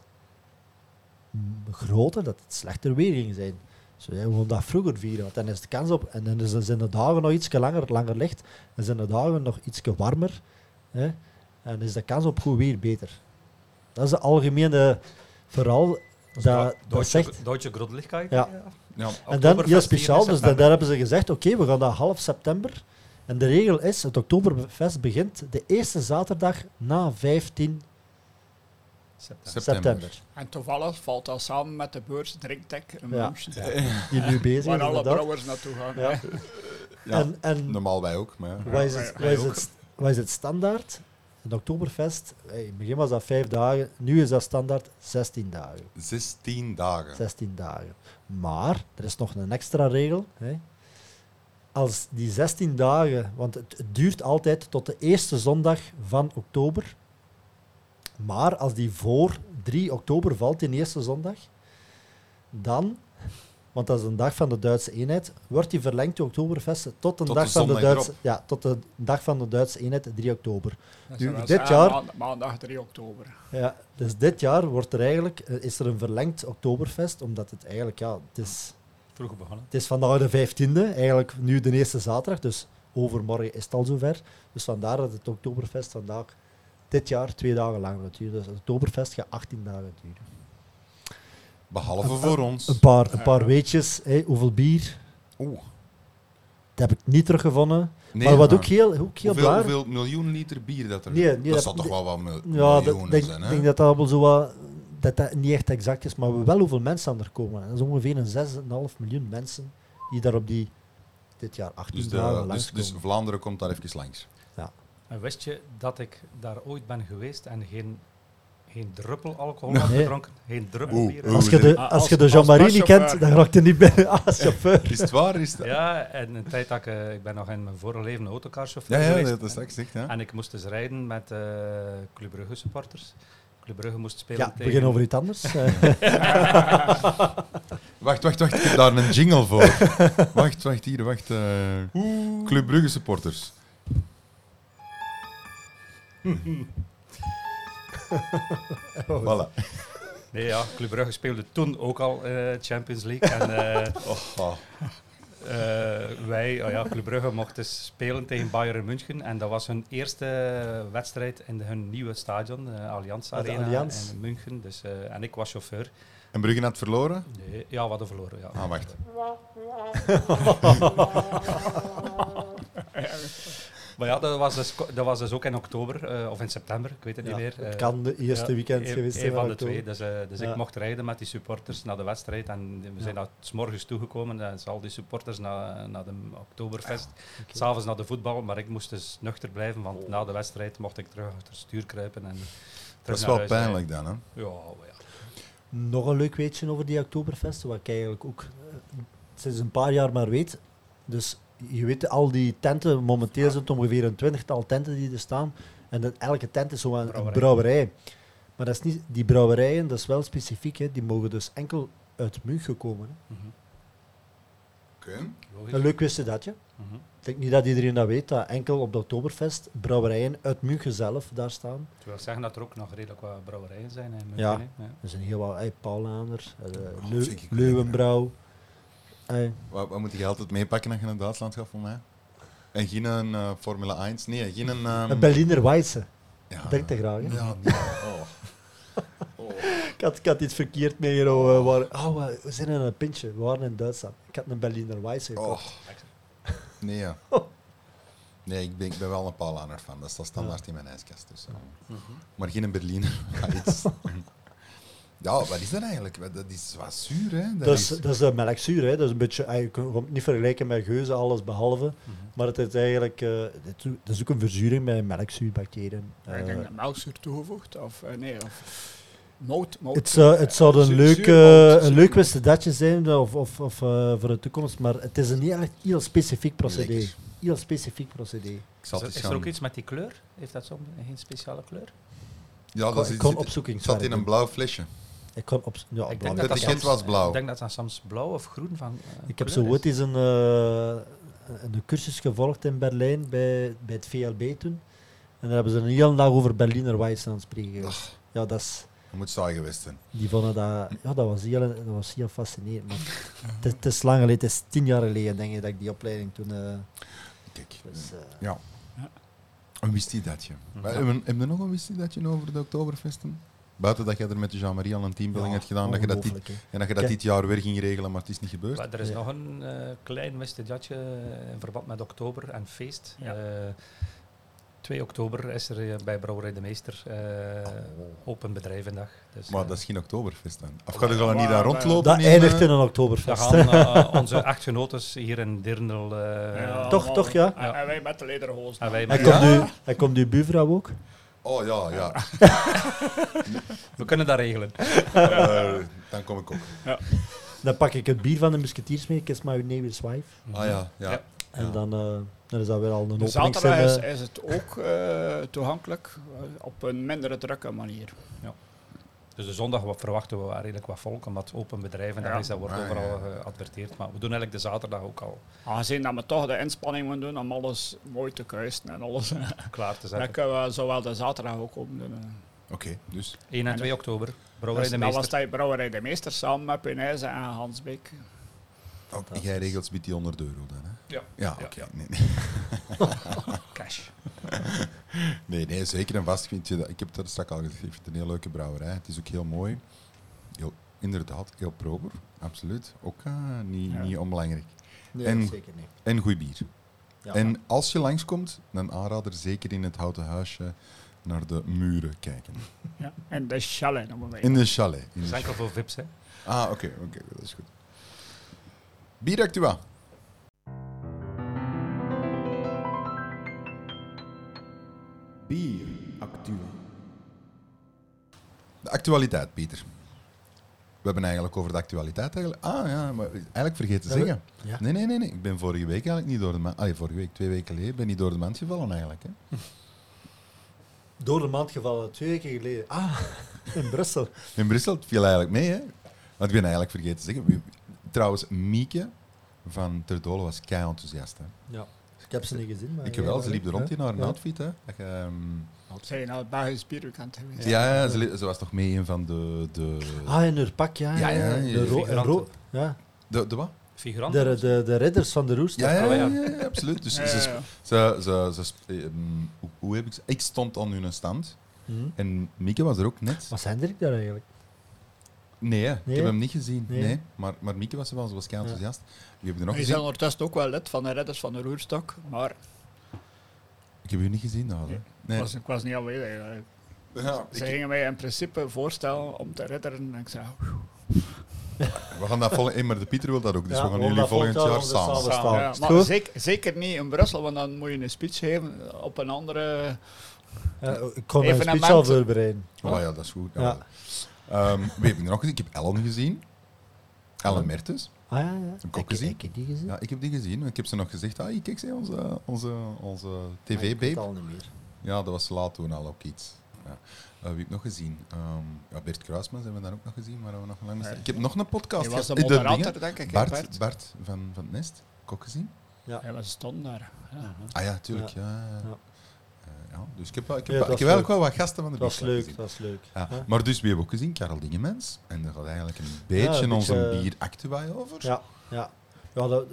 S2: mm, groter dat het slechter weer ging zijn. Zo, ja, we gaan dat vroeger vieren, want dan is de kans op. En dan is, zijn de dagen nog iets langer, langer licht. Dan zijn de dagen nog iets warmer. Hè. En is de kans op goed weer beter. Dat is de algemene verhaal. Dat, dat
S5: Duitse,
S2: zegt,
S5: Duitse Grodlichkeit.
S2: Ja.
S3: Ja.
S2: en dan heel
S5: Oktoberfest
S2: speciaal,
S5: vier in
S2: dus
S5: september.
S2: daar hebben ze gezegd, oké, okay, we gaan dat half september. En de regel is, het Oktoberfest begint de eerste zaterdag na vijftien
S5: September.
S2: september.
S4: En toevallig valt dat samen met de beurs Drinktech in
S2: Ja.
S4: München.
S2: Die nu bezig is,
S4: Waar alle
S2: inderdaad.
S4: brouwers naartoe gaan.
S2: Ja.
S4: hè.
S3: Ja,
S2: En, en
S3: normaal wij ook. Maar ja.
S2: wat is
S4: Ja,
S2: het,
S4: wij-
S2: wat is
S4: wij
S2: het, wat is het standaard? Het Oktoberfest, hey, in het begin was dat vijf dagen, nu is dat standaard zestien dagen.
S3: zestien dagen.
S2: zestien dagen. Maar er is nog een extra regel. Hè. Als die zestien dagen, want het, het duurt altijd tot de eerste zondag van oktober. Maar als die voor drie oktober valt, die eerste zondag, dan, want dat is een dag van de Duitse eenheid, wordt die verlengd, de Oktoberfest, tot de,
S3: Tot
S2: dag,
S3: de
S2: van de
S3: zondag
S2: Duitse,
S3: erop.
S2: ja, tot de dag van de Duitse eenheid, drie oktober.
S4: Dat
S2: Nu,
S4: zou wel
S2: dit
S4: zeggen,
S2: jaar-
S4: maand- Maandag drie oktober.
S2: Ja, dus dit jaar wordt er eigenlijk, eh, is er een verlengd Oktoberfest, omdat het eigenlijk, ja, het is...
S5: Vroeg begonnen.
S2: Het is vandaag de vijftiende, eigenlijk nu de eerste zaterdag, dus overmorgen is het al zover. Dus vandaar dat het Oktoberfest vandaag dit jaar twee dagen langer gaat duren. Dus het Oktoberfest gaat achttien dagen duren.
S3: Behalve voor ons.
S2: Een paar, een paar weetjes, hè, hoeveel bier,
S3: Oeh.
S2: dat heb ik niet teruggevonden.
S3: Nee,
S2: maar wat
S3: maar
S2: ook heel, ook heel
S3: hoeveel,
S2: belangrijk...
S3: hoeveel miljoen liter bier dat er...
S2: Nee, nee,
S3: dat
S2: dat-
S3: zal toch wel wat mil-
S2: Ja,
S3: miljoenen
S2: ik denk,
S3: zijn, hè?
S2: denk dat dat wel zo wat, dat dat niet echt exact is, maar wel hoeveel mensen er komen. Dat is ongeveer een zes komma vijf miljoen mensen die daar op die, dit jaar achttien
S3: Dus, de-
S2: dagen
S3: dus,
S2: langskomen.
S3: dus Vlaanderen komt daar even langs.
S5: En wist je dat ik daar ooit ben geweest en geen, geen druppel alcohol
S2: Nee.
S5: heb gedronken? Geen druppel
S3: Oeh,
S5: bier?
S3: oeh.
S2: Als je de,
S4: Ah,
S2: als
S4: als-
S2: je de
S4: als
S2: Jean-Marie niet
S4: buschauffeur.
S2: kent, dan raakt je niet bij als chauffeur.
S3: Is het waar? Is het...
S5: Ja, en een tijd dat ik... eh, ik ben nog in mijn vorige leven een autocarchauffeur
S3: Ja, ja,
S5: geweest.
S3: dat is straks gezegd, ja.
S5: En ik moest dus rijden met eh Club Brugge supporters. Club Brugge moest spelen
S2: Ja,
S5: tegen...
S2: begin over iets anders. Eh,
S3: Wacht, wacht, wacht. Ik heb daar een jingle voor. Wacht, wacht, hier, wacht. eh Club Brugge supporters. Voilà.
S5: Nee, ja, Club Brugge speelde toen ook al eh Champions League. En eh,
S3: Oh, oh.
S5: eh, wij, oh ja, Club Brugge mochten dus spelen tegen Bayern München. En dat was hun eerste wedstrijd in hun nieuwe stadion, de Allianz
S2: Ah, de
S5: Arena
S2: Allianz.
S5: in München. Dus, eh, en ik was chauffeur.
S3: En Brugge had verloren?
S5: Nee, ja, we hadden verloren. Ja.
S3: Ah, wacht.
S5: Maar ja, dat was dus, dat was dus ook in oktober eh, of in september, ik weet het
S2: ja,
S5: niet meer.
S2: het
S5: Eh,
S2: kan de eerste
S5: ja,
S2: weekend
S5: een-
S2: geweest
S5: een
S2: zijn
S5: van de
S2: oktober.
S5: twee. Dus, eh, dus
S2: Ja.
S5: ik mocht rijden met die supporters naar de wedstrijd. En we zijn daar 's morgens toegekomen. En al die supporters naar, naar de Oktoberfest.
S2: Oké.
S5: S'avonds naar de voetbal. Maar ik moest dus nuchter blijven, want na de wedstrijd mocht ik terug achter het stuur kruipen. En
S3: Dat
S5: terug
S3: is
S5: naar
S3: wel
S5: huis rijden.
S3: pijnlijk dan, hè?
S5: Ja, maar ja.
S2: Nog een leuk weetje over die Oktoberfest, wat ik eigenlijk ook eh, sinds een paar jaar maar weet. Dus je weet, al die tenten, momenteel zijn het ongeveer een twintigtal tenten die er staan. En dat, elke tent is zo een, een
S5: Brouwerij.
S2: brouwerij. Maar dat is niet, die brouwerijen, dat is wel specifiek, hè, die mogen dus enkel uit München komen. Hè.
S5: Mhm.
S3: Oké.
S5: Logisch.
S2: Een leuk wist dat je.
S5: Mhm.
S2: Ik denk niet dat iedereen dat weet, dat enkel op de Oktoberfest brouwerijen uit München zelf daar staan.
S5: Ik wil zeggen dat er ook nog redelijk wat brouwerijen zijn. In
S2: Ja.
S5: München, hè.
S2: Er zijn heel wat, hey, Paulaner, uh,
S3: Oh,
S2: Leu-
S3: vind ik leuk,
S2: Leuwenbrouw. Hey.
S3: Wat, wat moet je altijd meepakken als je naar Duitsland gaat voor mij? En geen een eh, Formule één? Nee, geen een... ehm,
S2: Een Berliner Weisse.
S3: ja,
S2: Drink te graag, hè?
S3: Ja, nee. Oh. Oh.
S2: Ik had, ik had iets verkeerd meegenomen. We, waren- oh, we- we zijn in een pintje. We waren in Duitsland. Ik had een Berliner Weisse
S3: Oh.
S2: gekocht.
S3: Nee, ja. Nee, ik ben, ik ben wel een Paulaner fan. Dat staat standaard in mijn ijskast. Dus, eh.
S5: Mhm.
S3: Maar geen een Berliner. Iets. Ja, wat is dat eigenlijk? Wat- Dat is wat zuur, hè? Dat
S2: Dat is,
S3: is-
S2: dat is de melkzuur. Hè. Dat is een beetje, eh, je kunt het niet vergelijken met geuze, alles behalve.
S5: Mhm.
S2: Maar het is eigenlijk, eh, het is- dat is ook een verzuring met melkzuurbacteriën.
S4: Ik
S2: Eh,
S4: denk dat melkzuur toegevoegd, of eh, nee, of mout. mout
S2: Het zou, het zou een
S4: Zuur-
S2: leuk,
S4: zuurmout,
S2: eh, een leuk
S4: zuurmout.
S2: wistedetje zijn of, of, of eh, voor de toekomst, maar het is een heel, heel specifiek procedé.
S3: Lekker.
S2: Heel specifiek procedé.
S3: Ik
S5: Is
S3: zal
S5: er,
S3: het
S5: is
S3: eens
S5: er ook
S3: gaan...
S5: iets met die kleur? Heeft dat zo'n geen speciale kleur?
S3: Ja,
S2: Ik
S3: dat
S2: kon,
S3: is,
S2: ik kon
S3: zit,
S2: opzoeken.
S3: het zat in een blauw flesje.
S2: Ik kon op, ja,
S5: Ik
S2: blauw.
S5: denk
S3: Het
S5: dat
S3: etiket was blauw.
S5: Ik denk dat dat soms blauw of groen van. eh,
S2: Ik heb
S5: kleur
S2: zo ooit
S5: is.
S2: eens een, eh, een cursus gevolgd in Berlijn bij, bij het V L B toen. En daar hebben ze een hele dag over Berliner Weisse aan het spreken geweest. Ja, dat is,
S3: Dat moet saai geweest zijn.
S2: die vonden dat, ja, dat was heel, dat was heel fascinerend. Maar het, is- het is lang geleden, het is tien jaar geleden denk ik dat ik die opleiding toen. eh,
S3: Kijk.
S2: dus, eh,
S3: Ja. Een wist-ie-datje.
S5: Mhm.
S3: Hebben we hebben we nog een wist-ie-datje over de Oktoberfesten? Buiten dat jij er met de Jean-Marie al een teambuilding hebt gedaan dat je dat dit,
S2: ongelooflijk, hè.
S3: en dat je dat
S2: Kijk.
S3: dit jaar weer ging regelen, maar het is niet gebeurd.
S5: Maar er is
S2: Ja.
S5: nog een eh, klein wistedjatje in verband met oktober en feest.
S4: Ja.
S5: Eh, twee oktober is er eh, bij Brouwerij de Meester eh, open bedrijvendag. Dus,
S3: Maar
S5: eh,
S3: dat is geen Oktoberfest dan. Of gaat er al niet
S4: maar-
S3: daar
S4: maar-
S3: rondlopen?
S2: Dat
S3: in,
S2: eindigt
S3: eh,
S2: in een
S5: daar
S2: Oktoberfest.
S5: gaan eh, onze echtgenotes hier in Dirndl. eh,
S4: Ja,
S2: Toch,
S4: allemaal.
S2: toch, ja?
S4: En, en wij met de lederhozen.
S5: en wij
S2: Hij
S5: met-
S2: komt,
S3: Ja?
S2: nu, hij komt uw buurvrouw ook.
S3: Oh ja, ja.
S5: we kunnen dat regelen.
S3: Eh, dan kom ik ook.
S2: Dan pak ik het bier van de musketiers mee, Kiss My Neighbor's Wife.
S3: Ah ja, ja.
S5: Ja.
S2: En
S3: Ja.
S2: dan, uh, dan is dat weer al een
S4: De
S2: opening.
S4: zaterdag is, is het ook uh, toegankelijk uh, op een mindere drukke manier.
S5: Dus de zondag wat verwachten we redelijk wat volk, omdat open bedrijvendag
S4: Ja.
S5: is, dat wordt
S3: Ah, ja.
S5: overal geadverteerd. Maar we doen eigenlijk de zaterdag ook al
S4: Aangezien dat we toch de inspanning moeten doen om alles mooi te kuisen en alles,
S5: klaar te
S4: dan
S5: zetten.
S4: kunnen we zowel de zaterdag ook op doen. uh.
S3: Oké, dus
S5: één en
S4: En
S5: twee oktober, Brouwerij
S4: Dus
S5: de
S4: dat was
S5: Meester.
S4: dat Brouwerij de Meester samen met Punaise en Hansbeek.
S3: ook, jij regelt met die honderd euro dan, hè?
S5: Ja.
S3: Ja,
S5: Ja,
S3: oké.
S5: ja.
S3: Nee, nee.
S5: Cash.
S3: nee, nee, zeker en vast vind je dat. Ik heb het er straks al gezegd, ik vind het een heel leuke brouwerij. Het is ook heel mooi. Heel, inderdaad, heel proper. Absoluut. Ook uh, niet,
S4: Ja.
S3: niet onbelangrijk.
S2: Nee,
S3: En-
S2: zeker niet.
S3: En goed bier.
S2: Ja.
S3: En als je langskomt, dan aanrader zeker in het houten huisje naar de muren kijken.
S4: Ja. En de chalet noemen wij.
S3: In de chalet. In
S5: Dat
S3: de
S5: is enkel voor V I P's, hè.
S3: Ah, oké, oké, dat is goed. Bieractua.
S1: Bier Actua.
S3: De actualiteit, Pieter. We hebben eigenlijk over de actualiteit eigenlijk. Ah ja, maar eigenlijk vergeten te
S2: Ja, we-
S3: zeggen.
S2: Ja.
S3: Nee, nee, nee, nee. Ik ben vorige week eigenlijk niet door de mand... Allee, vorige week, twee weken geleden, ben ik door de mand gevallen eigenlijk. Hè.
S2: Door de maand gevallen, twee weken geleden. Ah, in Brussel.
S3: In Brussel, het viel eigenlijk mee, hè. Want ik ben eigenlijk vergeten te zeggen. Wie- Trouwens, Mieke van Ter Dolen was kei enthousiast. Hè.
S2: Ja. Ik heb ze niet gezien. Maar
S3: Ik wel, ze liep er rond in haar
S2: Ja.
S3: outfit. Hè. Dat je, ehm,
S4: Zijn je nou het Belgisch bierweekend geweest?
S3: ja, ja, ze, li- ze was toch mee in van de... De,
S2: Ah, in haar pak, ja.
S3: Ja,
S2: ja,
S3: ja,
S2: ja.
S3: ja,
S2: De, ro-
S5: figuranten.
S2: ro- ja.
S3: de, de wat?
S5: Figurant.
S2: De, de, de ridders van de roest.
S3: Ja, ja,
S5: Oh,
S3: ja,
S5: ja.
S3: ja, absoluut. Dus
S4: Ja,
S3: ze,
S4: ja,
S3: ze,
S4: ja.
S3: ze, ze, ze sp- ehm, hoe, hoe heb ik ze- ik stond aan hun stand
S2: Hm.
S3: en Mieke was er ook net.
S2: Wat zijn er daar eigenlijk?
S3: Nee, hè, ik
S2: Nee?
S3: heb hem niet gezien.
S2: Nee?
S3: Nee. Maar, maar Mieke was er wel, ze was kei enthousiast. Wie heb je nog
S4: Die
S3: gezien?
S4: zijn ondertussen ook wel lid van de Redders van de Roerstok, maar
S3: Ik heb u niet gezien, nou, hè.
S4: ik,
S3: Nee.
S4: was, ik was niet aanwezig. eigenlijk.
S3: Ja,
S4: Ze
S3: ik-
S4: gingen mij in principe voorstellen om te ridderen en ik zei,
S3: we gaan dat volgen, maar de Pieter wil dat ook, dus
S2: Ja,
S3: we gaan
S2: we
S3: jullie
S2: dat
S3: volgend
S2: volgend
S3: jaar
S2: jaar
S3: samen.
S2: samen
S3: samen.
S2: staan.
S4: ja,
S2: Is
S4: maar
S2: goed?
S4: zeker, zeker niet in Brussel, want dan moet je een speech geven op een andere...
S2: Ja, ik kon mijn
S4: Evenement.
S2: speech al voorbereiden.
S3: Oh ja, dat is goed. Ja.
S2: Ja.
S3: Ehm, wie heb ik er nog gezien? Ik heb Ellen gezien. Ellen
S2: Ellen?
S3: Mertens.
S2: Ah ja, ja.
S3: ik ook
S2: Ik,
S3: gezien?
S2: ik heb die gezien.
S3: Ja, ik heb die gezien. Ik heb ze nog gezegd, ah, kijk, zei onze, onze, onze
S2: Ah, ik weet
S3: tv-babe.
S2: het al niet meer.
S3: Ja, dat was laat toen al ook iets. Ja. Uh, wie heb ik nog gezien? Um, ja, Bert Kruismans hebben we daar ook nog gezien, maar we nog lang
S4: Nee.
S3: Ik heb nog een podcast
S4: Die was de
S3: gehad. Eh,
S4: moderator,
S3: dingen.
S4: denk ik. hè,
S3: Bart,
S4: Bert.
S3: Bart van, van het Nest, heb ik ook gezien.
S2: Ja.
S4: Ja, we stonden daar. Ja.
S3: Ah ja, tuurlijk. Ja.
S2: Ja.
S3: Ja.
S2: Ja.
S3: Uh, ja, dus ik heb, wel- ik heb,
S2: Ja,
S3: wel-
S2: dat
S3: ik heb
S2: is
S3: eigenlijk wel wat gasten van de
S2: Dat was
S3: Bierclub
S2: leuk,
S3: gezien.
S2: dat was leuk.
S3: Ja.
S2: Ja.
S3: Maar dus, wie hebben we ook gezien? Karel Dingemans. En daar gaat eigenlijk een beetje
S2: een beetje,
S3: onze
S2: eh,
S3: bieractua over.
S2: Ja, ja. ja dat,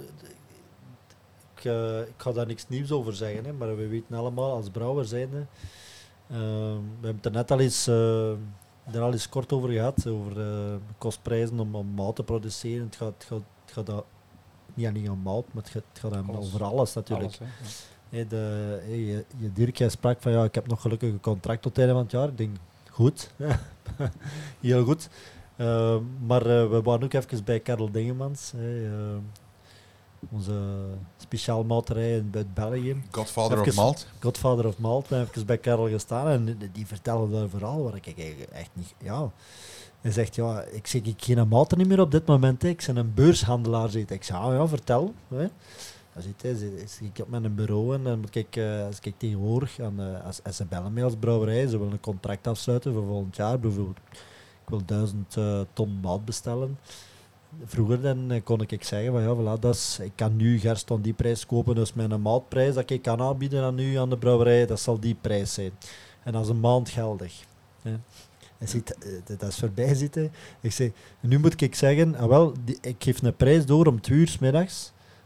S2: ik, eh, ik ga daar niks nieuws over zeggen, hè, maar we weten allemaal als brouwer zijnde. Uh, we hebben het er net al eens, uh, er al eens kort over gehad, over uh, kostprijzen om, om mout te produceren. Het gaat, het gaat, het gaat dat, niet alleen om mout, maar het gaat, het gaat hem
S5: Alles.
S2: over alles natuurlijk.
S5: Alles, hè. Ja.
S2: Hey, de, hey, je, je Dirk, jij sprak van ja, ik heb nog gelukkig een contract tot het einde van het jaar. Ik denk, goed. Heel goed. Uh, maar uh, we waren ook even bij Karel Dingemans. Hey, uh, onze speciaal malterij in uit België.
S3: Godfather of
S2: Even-
S3: Malt.
S2: Godfather of Malt. We hebben even bij Karel gestaan en die- die vertellen daar verhaal waar ik eigenlijk echt niet... Ja. Hij zegt, ja, ik zeg, ik geen malter niet meer op dit moment. Hè. Ik ben een beurshandelaar. Zit. Ik zei, ah, ja, vertel. Hè. Dan zit hij, zit, zit ik op mijn bureau en dan moet ik, uh, als ik tegenwoordig, aan, uh, als, als ze bellen mij als brouwerij, ze willen een contract afsluiten voor volgend jaar, bijvoorbeeld, ik wil duizend uh, ton mout bestellen. Vroeger dan uh, kon ik zeggen, van, ja, voilà, dat is, ik kan nu gerst aan die prijs kopen, dus mijn moutprijs dat ik kan aanbieden aan u aan de brouwerij, dat zal die prijs zijn. En dat is een maand geldig. Hè. Hij ziet, uh, dat is voorbij zitten. Ik zeg, nu moet ik zeggen, ah, wel, die, ik geef een prijs door om twee uur 's middags.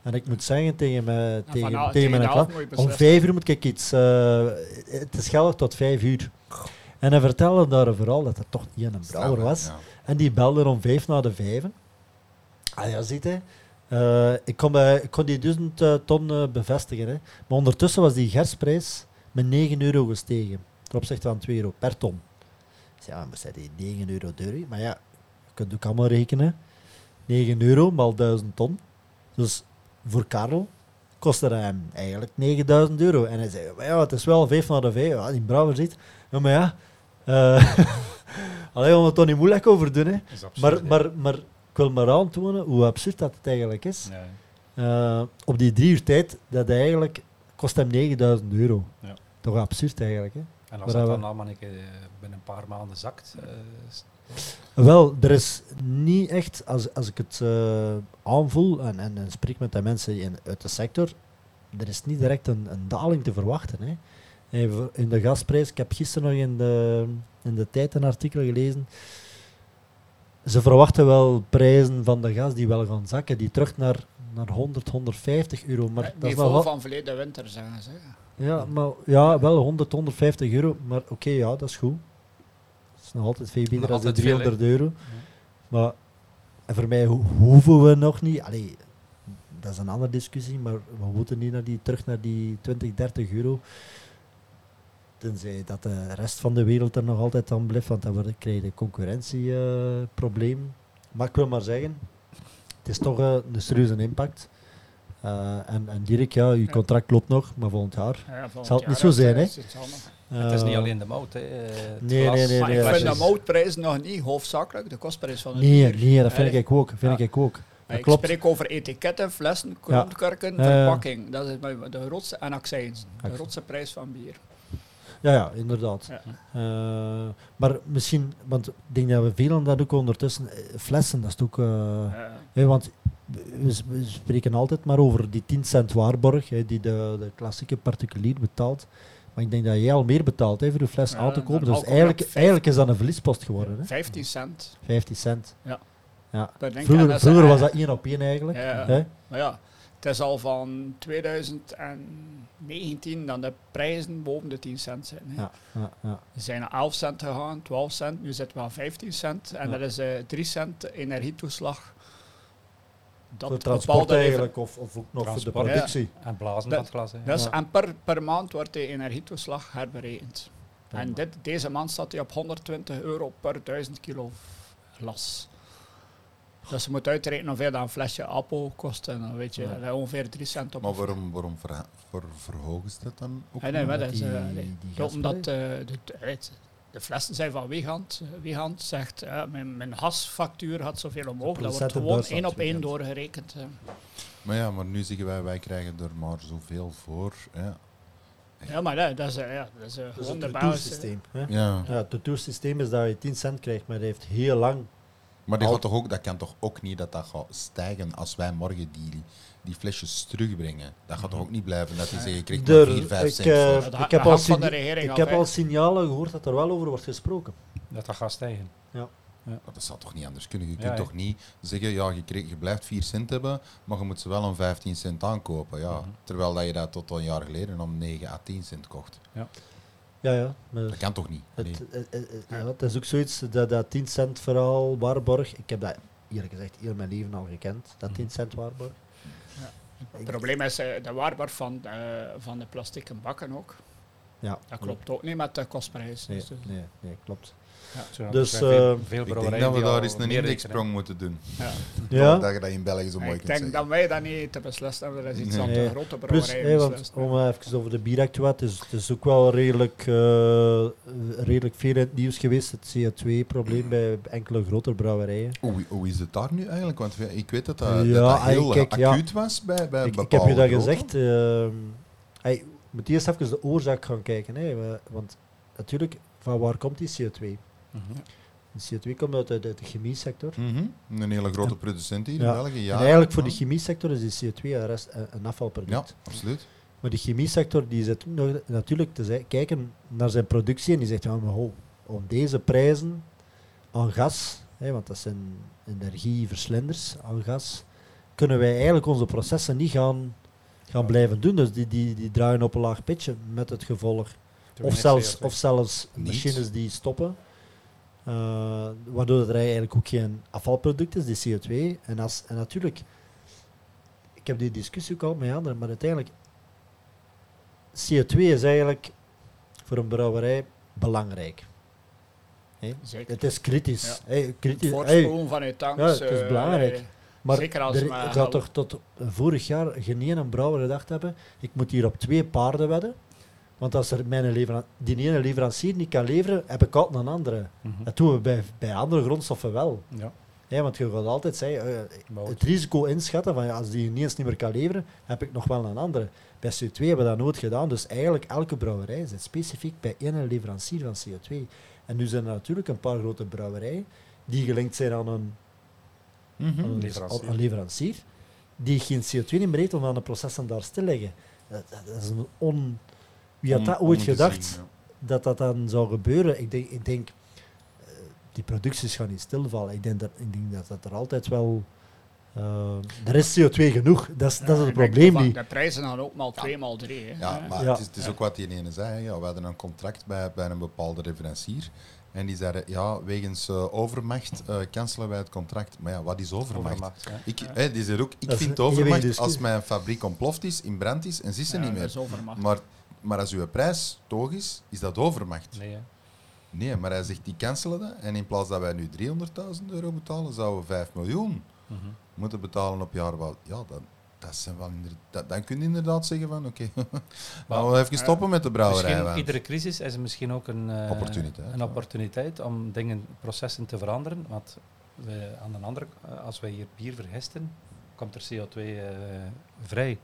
S2: En ik moet zeggen tegen, mij, tegen,
S4: vanaf-
S2: tegen mijn
S4: tegen de
S2: klant,
S4: helft moet je
S2: om
S4: beslissen.
S2: vijf uur moet ik iets... Uh, het is geldig tot vijf uur. En hij vertelde daar vooral dat er toch niet een brouwer was.
S3: Ja.
S2: En die belde om vijf na de vijven. Ah ja, ziet hij. Uh, ik, kon bij, ik kon die duizend uh, ton uh, bevestigen. Hè. Maar ondertussen was die gersprijs met negen euro gestegen. Ten opzichte van twee euro per ton. Dus ja, moest hij die negen euro duur. Maar ja, je kunt ook allemaal rekenen. negen euro maal duizend ton. Dus voor Karel kostte dat hem eigenlijk negenduizend euro. En hij zei, maar ja, het is wel vijf na de vijf. Ja, die brouwer ziet. Ja, maar ja... Uh, Allee, om het toch niet moeilijk over doen. Hè.
S5: Absurd,
S2: maar,
S5: ja.
S2: maar, maar ik wil maar aantonen hoe absurd dat het eigenlijk is.
S5: Ja.
S2: Uh, op die drie uur tijd, dat eigenlijk kost hem negenduizend euro.
S5: Ja.
S2: Toch absurd eigenlijk. Hè.
S5: En als
S2: Maar
S5: dat
S2: dat
S5: dan allemaal een keer binnen een paar maanden zakt... Uh,
S2: Wel, er is niet echt, als, als ik het uh, aanvoel en, en, en spreek met de mensen in, uit de sector, er is niet direct een, een daling te verwachten. Hè. In de gasprijs, ik heb gisteren nog in de, in de Tijd een artikel gelezen, ze verwachten wel prijzen van de gas die wel gaan zakken, die terug naar, naar honderd, honderdvijftig euro. Maar
S4: Het
S2: dat is
S4: niveau
S2: nog wel,
S4: van verleden winter, zeggen ze.
S2: ja, maar, ja, wel honderd, honderdvijftig euro, maar oké, okay, ja, dat is goed. Dat is nog altijd veel beter
S5: Nog
S2: dan de
S5: altijd veel,
S2: driehonderd euro. Maar en voor mij ho- hoeven we nog niet. Allee, dat is een andere discussie, maar we moeten niet naar die, terug naar die twintig, dertig euro. Tenzij dat de rest van de wereld er nog altijd aan blijft, want dan wordt- krijg je een concurrentieprobleem. Uh, maar ik wil maar zeggen, het is toch uh, een serieuze impact. Uh, en, en Dirk, ja, je contract loopt nog, maar volgend jaar.
S4: Ja, volgend
S2: Zal het
S4: jaar
S2: niet zo
S4: is-
S2: zijn, hè?
S4: is iets anders.
S5: het is niet
S2: Uh,
S5: alleen de mout. Hè. Het
S2: nee,
S5: glas,
S2: nee, nee,
S4: Maar
S2: nee,
S4: ik
S2: dat
S4: vind
S2: is-
S4: de moutprijs nog niet hoofdzakelijk de kostprijs van het
S2: Nee,
S4: bier.
S2: nee, dat vind
S4: Allee,
S2: ik ook. Vind
S4: Ja.
S2: ik ook. Dat
S4: ik
S2: klopt.
S4: spreek over etiketten, flessen, kroonkurken,
S2: Ja, ja, ja.
S4: verpakking. Dat is mijn- de grootste en accijns. De
S2: Accijns.
S4: grootste prijs van bier.
S2: Ja, ja, inderdaad.
S4: Ja.
S2: Uh, maar misschien, want ik denk dat we veel aan dat ook ondertussen, eh, flessen, dat is ook... Uh,
S4: Ja.
S2: hè, want we, we spreken altijd maar over die tien cent waarborg, hè, die de, de klassieke particulier betaalt. Maar ik denk dat jij al meer betaalt hè, voor de fles
S4: Ja,
S2: aan te kopen.
S4: een
S2: Dus
S4: alcohol
S2: eigenlijk,
S4: op vijf-
S2: eigenlijk is dat een verliespost geworden. Hè?
S4: vijftien cent.
S2: vijftien cent.
S4: Ja.
S2: Ja.
S4: Dat denk ik. En
S2: Vroeger,
S4: dat is
S2: vroeger was
S4: eigenlijk-
S2: dat één op één eigenlijk.
S4: Ja.
S2: Hè?
S4: Maar ja, het is al van twintig negentien dat de prijzen boven de tien cent zijn. Hè.
S2: Ja, ja, ja.
S4: We zijn naar elf cent gegaan, twaalf cent, nu zitten we aan vijftien cent. En
S2: Ja.
S4: dat is uh, drie cent energietoeslag. Dat
S2: Voor
S4: bepaalde
S2: transport
S4: lever-
S2: eigenlijk, of, of ook nog
S5: Transport,
S2: voor de productie.
S5: En blazen
S4: Dat-
S5: van het glas. Hè.
S4: Dus,
S2: Ja.
S4: En per, per maand wordt de energietoeslag herberekend.
S2: Ja.
S4: En dit, deze maand staat hij op honderdtwintig euro per duizend kilo glas. Dus je moet uitrekenen hoeveel dat een flesje appel kost. En dan weet je,
S2: Ja.
S4: dat is ongeveer drie cent op.
S3: Maar
S4: een
S3: waarom, waarom verha- voor verhogen ze dat dan ook?
S4: Nee, nee, maar
S2: Omdat
S4: dat is,
S2: die-
S4: eh, nee.
S2: die
S4: Ja,
S2: gasprijs-
S4: omdat eh, de, de, de flessen zijn van Wiegand. Wiegand zegt, eh, mijn, mijn gasfactuur had zoveel omhoog. Dat wordt
S2: procent in
S4: gewoon
S2: Duitsland,
S4: één op één
S2: Wiegand.
S4: doorgerekend. eh.
S3: Maar ja, maar nu zeggen wij, wij krijgen er maar zoveel voor. Ja,
S4: Ja, maar nee, dat is, eh, ja, dat is eh,
S2: Dat is
S4: gewoon
S2: het
S4: de basis. eh.
S2: retoursysteem. Hè?
S3: ja.
S2: Ja, het retoursysteem is dat je tien cent krijgt, maar dat heeft heel lang.
S3: maar die
S2: Al-
S3: gaat toch ook, dat kan toch ook niet dat dat gaat stijgen als wij morgen die, die flesjes terugbrengen. Dat gaat toch ook niet blijven dat die zeggen, je krijgt maar
S2: Er-
S3: vier, vijf
S2: ik,
S3: cent
S2: eh,
S3: voor.
S4: Dat
S2: ik
S4: ha-
S2: heb,
S4: dat
S2: al,
S4: hangt van de
S2: signa-
S4: regering
S2: ik
S4: af,
S2: heb
S4: hè.
S2: al signalen gehoord dat er wel over wordt gesproken.
S5: Dat dat gaat stijgen.
S3: Maar dat zal toch niet anders kunnen? Je
S5: Ja,
S3: kunt
S5: ja.
S3: toch niet zeggen, ja, je, krijgt, je blijft vier cent hebben, maar je moet ze wel om vijftien cent aankopen. Ja.
S5: Mhm.
S3: Terwijl dat je dat tot een jaar geleden om negen à tien cent kocht.
S2: Ja, ja. Maar
S3: Dat kan toch niet? Nee.
S2: het, eh, eh, eh, ja, het is ook zoiets, dat, dat tien cent verhaal, waarborg. Ik heb dat eerlijk gezegd heel mijn leven al gekend, dat tien cent waarborg.
S4: Het probleem is eh, de waarborg van, eh, van de plastieke bakken ook.
S2: Ja,
S4: Dat klopt ook niet met de kostprijs.
S2: Nee,
S4: Dus, eh,
S2: nee, nee, klopt.
S5: Zo,
S2: Dus,
S5: er zijn veel,
S2: eh,
S5: veel
S3: Ik denk
S5: brouwerijen
S3: dat we
S5: die
S3: daar
S5: al
S3: eens een
S5: meer
S3: indexsprong moeten doen.
S4: ja.
S2: Ja,
S3: Dat je dat in België zo mooi
S4: Ik
S3: kunt
S4: denk
S3: zeggen.
S4: dat wij dat niet te beslissen hebben. Dat is iets
S3: Nee.
S4: aan de
S2: Nee.
S4: grote
S2: plus,
S4: brouwerijen
S2: hey, want
S4: beslist.
S2: om eh, even over de bieractuaat, het is, het is ook wel redelijk, eh, redelijk veel in het nieuws geweest, het C O twee probleem bij enkele grote brouwerijen.
S3: Hoe, hoe is het daar nu eigenlijk? Want we- ik weet dat dat,
S2: Ja,
S3: dat, dat heel
S2: kijk, ja.
S3: acuut was bij, bij
S2: Ik, ik heb
S3: bepaalde
S2: je dat
S3: grote.
S2: gezegd. ehm hey, je moet eerst even de oorzaak gaan kijken. Hè, wa- want natuurlijk, van waar komt die C O twee?
S5: Mhm.
S2: Die C O twee komt uit de, uit de chemiesector.
S3: Mhm. Een hele grote
S2: En-
S3: producent hier
S2: Ja.
S3: in België. Ja.
S2: En eigenlijk voor de
S3: Ja.
S2: chemiesector is die C O twee een, rest, een een
S3: Ja,
S2: afvalproduct.
S3: absoluut.
S2: Maar de chemiesector die zit ook nog natuurlijk te zei- kijken naar zijn productie en die zegt, ja, maar ho, om deze prijzen aan gas, hè, want dat zijn energieverslinders aan gas, kunnen wij eigenlijk onze processen niet gaan, gaan blijven doen. Dus die, die, die draaien op een laag pitje met het gevolg. Of zelfs, of zelfs
S3: Niet.
S2: machines die stoppen. Uh, waardoor er eigenlijk ook geen afvalproduct is, die C O twee. En, als, en natuurlijk, ik heb die discussie ook al met anderen, maar uiteindelijk, C O twee is eigenlijk voor een brouwerij belangrijk. Hey?
S4: Zeker.
S2: Het is kritisch.
S4: Ja.
S2: Hey, kritisch.
S4: Het
S2: Hey,
S4: voorspoelen van je tanks.
S2: ja, het is
S4: eh,
S2: belangrijk.
S4: eh,
S2: maar
S4: zeker als
S2: er,
S4: we-
S2: ik had toch tot vorig jaar geen ene brouwer gedacht hebben, ik moet hier op twee paarden wedden. Want als er mijn levera- die ene leverancier niet kan leveren, heb ik altijd een andere.
S5: Mhm.
S2: Dat doen we bij, bij andere grondstoffen wel.
S5: Ja.
S2: Ja, want je gaat altijd zeggen, eh,
S5: Bouwt.
S2: het risico inschatten van ja, als die ineens niet meer kan leveren, heb ik nog wel een andere. Bij C O twee hebben we dat nooit gedaan. Dus eigenlijk elke brouwerij zit specifiek bij één leverancier van C O twee. En nu zijn er natuurlijk een paar grote brouwerijen die gelinkt zijn aan een,
S3: Mhm.
S2: aan een,
S5: Leverancier.
S2: aan een leverancier, die geen C O twee niet meer heeft om aan de processen daar stil te leggen. Dat, dat is een on... Wie had dat
S3: On-
S2: ooit
S3: ongezien,
S2: gedacht?
S3: ja.
S2: Dat dat dan zou gebeuren. Ik denk, ik denk eh, die producties gaan niet stilvallen. Ik denk dat, ik denk dat, dat er altijd wel... eh, er is C O twee genoeg. Dat is, dat is
S4: Ja,
S2: het
S4: ik denk
S2: probleem
S4: van,
S2: niet.
S4: De prijzen gaan ook maal twee, maal drie. Hè.
S3: Ja,
S4: Ja.
S3: maar
S2: Ja.
S3: het is, het is ook wat die ene zei. hè. Ja, we hadden een contract bij, bij een bepaalde leverancier. En die zeiden, ja, wegens eh, overmacht eh, cancelen wij het contract. Maar ja, wat is overmacht?
S5: Overmacht, ja.
S3: Ik, hè, die zei ook, ik
S2: Dat is
S3: vind
S2: een eeuwige
S3: overmacht
S2: discussie.
S3: als mijn fabriek ontploft is, in brand is en ze is er
S4: Ja,
S3: niet
S4: dat
S3: meer.
S4: is overmacht.
S3: Maar, maar als uw prijs toog is, is dat overmacht.
S5: Nee, hè.
S3: Nee, maar hij zegt, die cancelen dat. En in plaats dat wij nu driehonderdduizend euro betalen, zouden we vijf miljoen
S5: Mhm.
S3: moeten betalen op jaarbasis. Ja, dat, dat zijn wel inderdaad, dat, dan kun je inderdaad zeggen van, oké, laten we even stoppen met de brouwerij.
S5: Misschien,
S3: want-
S5: iedere crisis is misschien ook een, eh,
S3: Opportuniteit,
S5: een
S3: ja.
S5: opportuniteit om dingen, processen te veranderen. Want we, aan de andere, eh, als wij hier bier vergisten, komt er C O twee eh, vrij.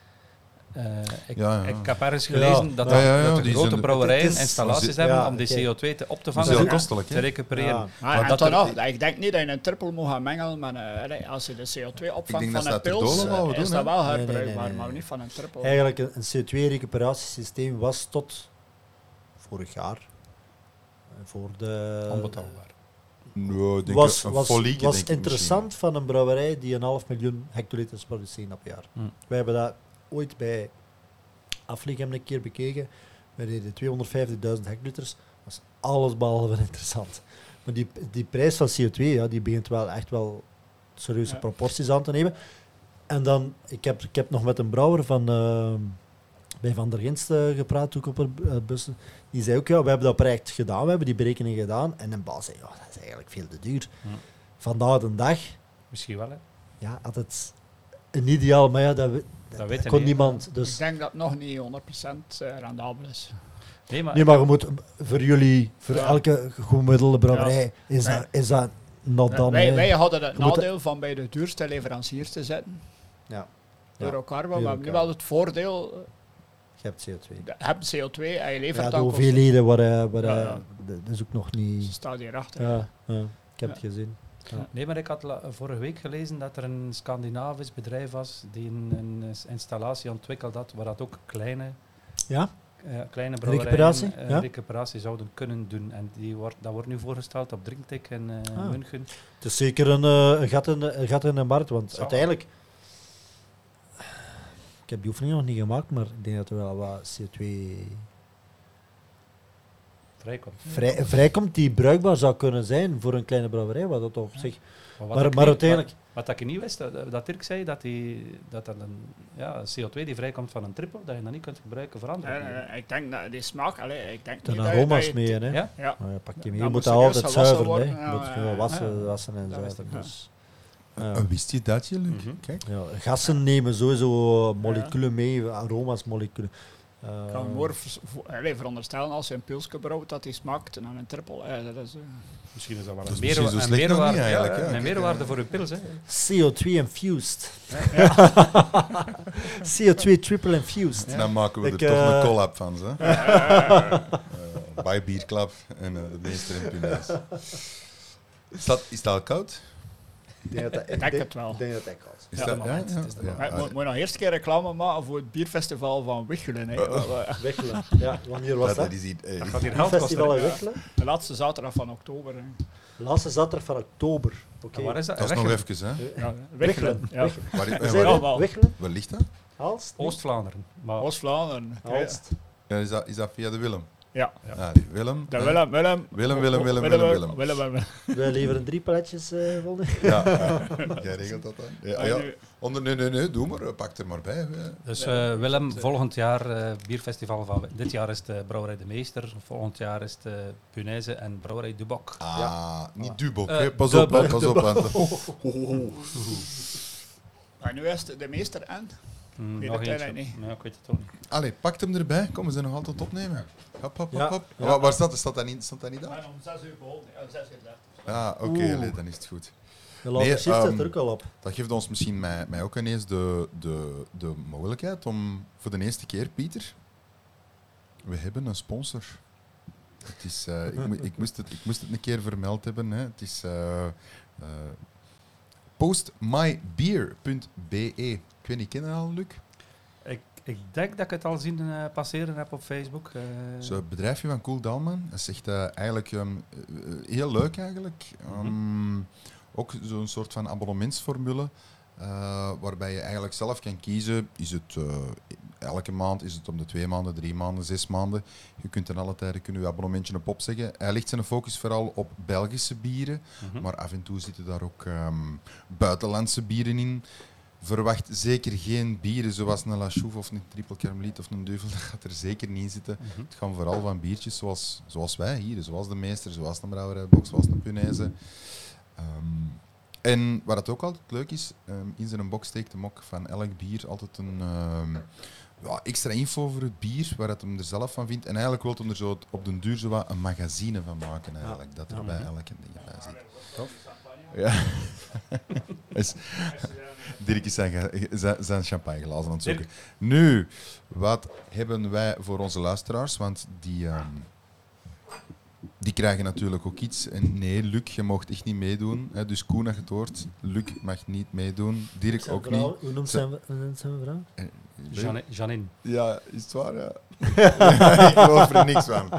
S5: Eh, ik,
S3: Ja, ja.
S5: ik heb ergens gelezen
S2: Ja.
S5: dat,
S3: Ja, ja, ja,
S5: dat de
S3: die
S5: grote
S3: zijn-
S5: brouwerijen
S2: het is-
S5: installaties
S3: ja,
S5: hebben om die
S2: kijk.
S5: C O twee te, op te
S3: Dat is
S5: vangen
S3: heel
S5: en
S3: kostelijk,
S5: te
S3: hè?
S5: recupereren.
S2: Ja.
S4: Maar,
S3: Maar
S4: en
S5: dat
S4: dan
S5: er-
S4: nog, ik denk niet dat je een triple moet gaan mengelen met een, allee, als je de C O twee
S3: Ik
S4: opvangt
S3: denk
S4: van
S3: dat
S4: een
S3: ze dat ter
S4: pils,
S3: dole wouden
S4: eh, is
S3: doen,
S4: dat
S3: hè?
S4: wel
S2: Nee, nee, nee,
S4: herbruikbaar,
S2: nee,
S4: maar
S2: nee.
S4: niet van een triple.
S2: Eigenlijk een, een C O twee recuperatiesysteem was tot vorig jaar, eh, voor de...
S5: Onbetaalbaar.
S3: Nee, ik denk
S2: was,
S3: een
S2: was,
S3: folie, denk
S2: was
S3: ik
S2: interessant van een brouwerij die een half miljoen hectoliters produceert op jaar.
S5: Hm.
S2: Wij hebben dat ooit bij Afligem een keer bekeken. Wij deden tweehonderdvijftigduizend hectoliters. Dat was alles behalve interessant. Maar die, die prijs van C O twee, ja, die begint wel echt wel serieuze
S4: Ja.
S2: proporties aan te nemen. En dan, ik heb, ik heb nog met een brouwer van eh, bij Van der Ginst eh, gepraat, toen ik op het uh, bus. Die zei ook, ja, we hebben dat project gedaan, we hebben die berekening gedaan. En een baas zei, ja, dat is eigenlijk veel te duur.
S5: Hm.
S2: Vandaag de dag,
S5: Misschien wel, hè.
S2: ja, had het een ideaal, maar ja, dat, we- dat,
S5: weet
S2: dat
S5: je
S2: kon
S5: niet.
S2: niemand.
S4: Ik
S2: Dus,
S4: denk dat het nog niet honderd procent eh, rendabel is.
S5: Nee, maar,
S2: nee, maar je moet voor jullie, voor
S4: Ja.
S2: elke gemiddelde brouwerij, is,
S4: Nee.
S2: dat, is dat not
S4: Eh,
S2: dan.
S4: wij,
S2: hè.
S4: wij hadden het
S2: Je moet
S4: nadeel van bij de duurste leveranciers te zitten.
S2: Ja.
S4: Door
S2: Ja,
S4: elkaar, maar we
S2: door
S4: hebben nu
S2: elkaar.
S4: wel het voordeel, eh,
S2: Je hebt C O twee.
S4: je hebt C O twee en je levert
S2: Ja, de
S4: dan kosten.
S2: hoeveelheden waar, eh, waar,
S4: Ja,
S2: eh,
S4: ja.
S2: dat is ook nog
S4: Ze
S2: niet...
S4: staat hierachter.
S2: Ja, ja, ik heb
S4: Ja.
S2: het gezien. Ja.
S5: Nee, maar ik had la- vorige week gelezen dat er een Scandinavisch bedrijf was die een, een is- installatie ontwikkeld had waar dat ook kleine,
S2: Ja?
S5: eh, kleine brouwerijen
S2: Recuperatie,
S5: eh,
S2: ja.
S5: recuperatie zouden kunnen doen. En die wordt, dat wordt nu voorgesteld op Drinktec in eh
S2: Ah.
S5: München.
S2: Het is zeker een, eh, een, gat in de, een gat in de markt, want
S5: Zo.
S2: uiteindelijk... Ik heb die oefening nog niet gemaakt, maar ik denk dat er wel wat C O twee
S5: Vrijkomt.
S2: vrij, vrijkomt die bruikbaar zou kunnen zijn voor een kleine brouwerij, wat dat op zich...
S5: wat
S2: Maar,
S5: ik
S2: maar
S5: niet-
S2: uiteindelijk...
S5: Wat, wat ik niet wist, dat, dat Dirk zei, dat, die, dat dat een ja, C O twee die vrijkomt van een triple, dat je dat niet kunt gebruiken voor andere
S4: Eh,
S5: bieren.
S4: eh, ik denk dat die smaak, allee, ik denk
S2: De
S4: niet dat je- dat
S2: aroma's
S4: je-
S2: mee, hè.
S5: Ja?
S4: Ja,
S2: Maar ja, pak je mee.
S4: Dan
S2: Je moet
S4: moet
S2: dat
S4: serieus
S2: altijd
S4: gewassen
S2: zuiveren, hè.
S4: worden,
S2: Je
S4: ja,
S2: moet
S4: ja,
S2: gewoon
S4: ja.
S2: wassen,
S5: Ja.
S2: wassen en
S4: Dat wist
S2: zuiveren.
S4: ik,
S2: Dus,
S3: misschien.
S2: ja.
S3: Eh, Wist je dat, je, Luc?
S5: Mhm.
S3: Kijk.
S2: Ja, gassen nemen sowieso eh, moleculen mee, aroma's, moleculen. Eh,
S4: Ik kan me more vers- vo- allee, veronderstellen als je een pilsje brouwt dat die smaakt en dan een triple. Eh, dat is, eh,
S5: Misschien is dat wel
S3: Dat is
S5: een,
S3: misschien
S5: meerwa-
S3: zo
S5: een
S3: slecht nog
S5: meerwaarde,
S3: niet eigenlijk,
S5: ja,
S3: ja.
S5: een meerwaarde voor je pils. Hè.
S2: C O twee infused. C O twee triple infused.
S3: Dan maken we
S2: Ik,
S3: er toch
S2: eh,
S3: een collab van, hè? Eh, Bij Bierklap en eh, de meester in Punaise. Is dat, is dat al koud?
S2: Ik denk dat dat-
S4: Ik denk het wel.
S2: Ik denk dat dat koud is.
S3: Is
S5: Ja,
S3: dat,
S5: dat moment, het is de
S3: ja,
S4: maar
S3: ja.
S4: moet, moet nog eerst een keer reclame maken voor het bierfestival van Wichelen. Hè.
S3: Uh,
S4: Eh,
S2: Weggelen. Ja, wanneer was
S3: Dat,
S2: dat?
S3: dat is iets, eh,
S5: Dat gaat hier
S2: Een
S5: geld kosten.
S2: festival
S5: hè.
S2: in Weggelen?
S4: De laatste zaterdag van oktober. Hè.
S2: Laatste zaterdag van oktober. Oké.
S5: En waar is dat?
S3: Dat is nog
S5: Weggem.
S3: even, hè.
S4: Ja,
S2: Wechelen.
S4: Wechelen. Ja.
S2: Wechelen.
S3: Waar,
S2: Waar
S3: waar,
S2: zijn
S3: waar,
S2: we?
S4: wel.
S2: Wechelen?
S3: waar ligt dat?
S2: Aalst?
S5: Oost-Vlaanderen. Maar
S4: Oost-Vlaanderen.
S2: Aalst.
S3: Ja, is, dat is dat via de Willem?
S4: Ja.
S3: Ja, die Willem.
S4: De
S3: hè.
S4: Willem, Willem.
S3: Willem, Willem, Willem,
S4: Willem,
S3: Willem, Willem.
S4: Willem, Willem.
S2: Wij leveren drie paletjes uh, volgende.
S3: Ja, ja. Jij regelt dat dan? Ja,
S4: Maar
S3: ja.
S4: nu-
S3: Onder, nee, nee, nee, doe maar. eh, Pak er maar bij. hè.
S5: Dus uh, Willem, volgend jaar uh, bierfestival van... Dit jaar is het uh, Brouwerij de Meester, volgend jaar is het uh, Punaise en Brouwerij Dubok.
S3: Ah,
S2: Ja.
S3: niet Dubok.
S5: Eh,
S3: hè. Pas
S5: de
S3: op, hè,
S5: Bok.
S3: pas op. hè.
S4: Maar nu is het de meester en.
S5: Hmm,
S4: weet
S5: nog
S4: het
S5: eentje.
S4: eigenlijk niet.
S5: Ja, ik weet het ook niet.
S3: Allee, pak hem erbij. Kom, we zijn nog altijd opnemen. Hop, hop, hop,
S2: Ja.
S3: hop.
S2: Ja.
S3: Waar, waar staat dat? Staat dat niet, staat dat niet daar?
S4: Maar om zes uur begonnen. Ja, zes uur dertig.
S3: Ja, oké,
S2: Oeh.
S3: allee, dan is het goed.
S2: De laatste
S3: Nee,
S2: shift zit
S3: ehm,
S2: er ook al op.
S3: Dat geeft ons misschien mij, mij ook ineens de, de, de mogelijkheid om voor de eerste keer, Pieter, we hebben een sponsor. Het is, eh, ik, mo- ik, moest het, ik moest het een keer vermeld hebben. Hè. Het is eh, eh, post my beer punt b e. Ik weet niet, ken je dat al, Luc?
S5: Ik, ik denk dat ik het al zien uh, passeren heb op Facebook. Uh,
S3: Zo'n bedrijfje van Cool Dalman. Dat is echt eh, eigenlijk ehm, eh, heel leuk eigenlijk. Ehm, ook zo'n soort van abonnementsformule. eh, waarbij je eigenlijk zelf kan kiezen. Is het eh, elke maand, is het om de twee maanden, drie maanden, zes maanden. Je kunt in alle tijden kun je abonnementje op opzeggen. Hij legt zijn focus vooral op Belgische bieren.
S5: mhm.
S3: Maar af en toe zitten daar ook ehm, buitenlandse bieren in. Verwacht zeker geen bieren zoals een La Chouffe of een Triple Carmelite of een Duvel. Dat gaat er zeker niet in zitten.
S5: Mhm.
S3: Het gaan vooral van biertjes zoals, zoals wij hier, zoals de Meester, zoals de Brouwerij Box, zoals de Punaise. Um, en wat het ook altijd leuk is, um, in zijn box steekt hem ook van elk bier altijd een um, ja, extra info over het bier, waar het hem er zelf van vindt. En eigenlijk wil hij er zo op den duur zo wat een magazine van maken, eigenlijk, dat er
S2: Ja.
S3: bij elke ding bij zit.
S5: Tof.
S3: Ja. Is- Dirk is zijn, ge- zijn, zijn champagneglazen aan het zoeken. Nu, wat hebben wij voor onze luisteraars? Want die, ehm, die krijgen natuurlijk ook iets. En nee, Luc, je mocht echt niet meedoen. Hè? Dus Koen, als je het hoort, Luc mag niet meedoen. Dirk
S2: Zijn
S3: ook
S2: vrouw-
S3: niet.
S2: Hoe noemt
S3: Zijn-
S2: zijn, hoe noemt zijn vrouw?
S3: Eh,
S5: Janine. Janine.
S3: Ja, is het waar? Ja. Ik geloof er niks van.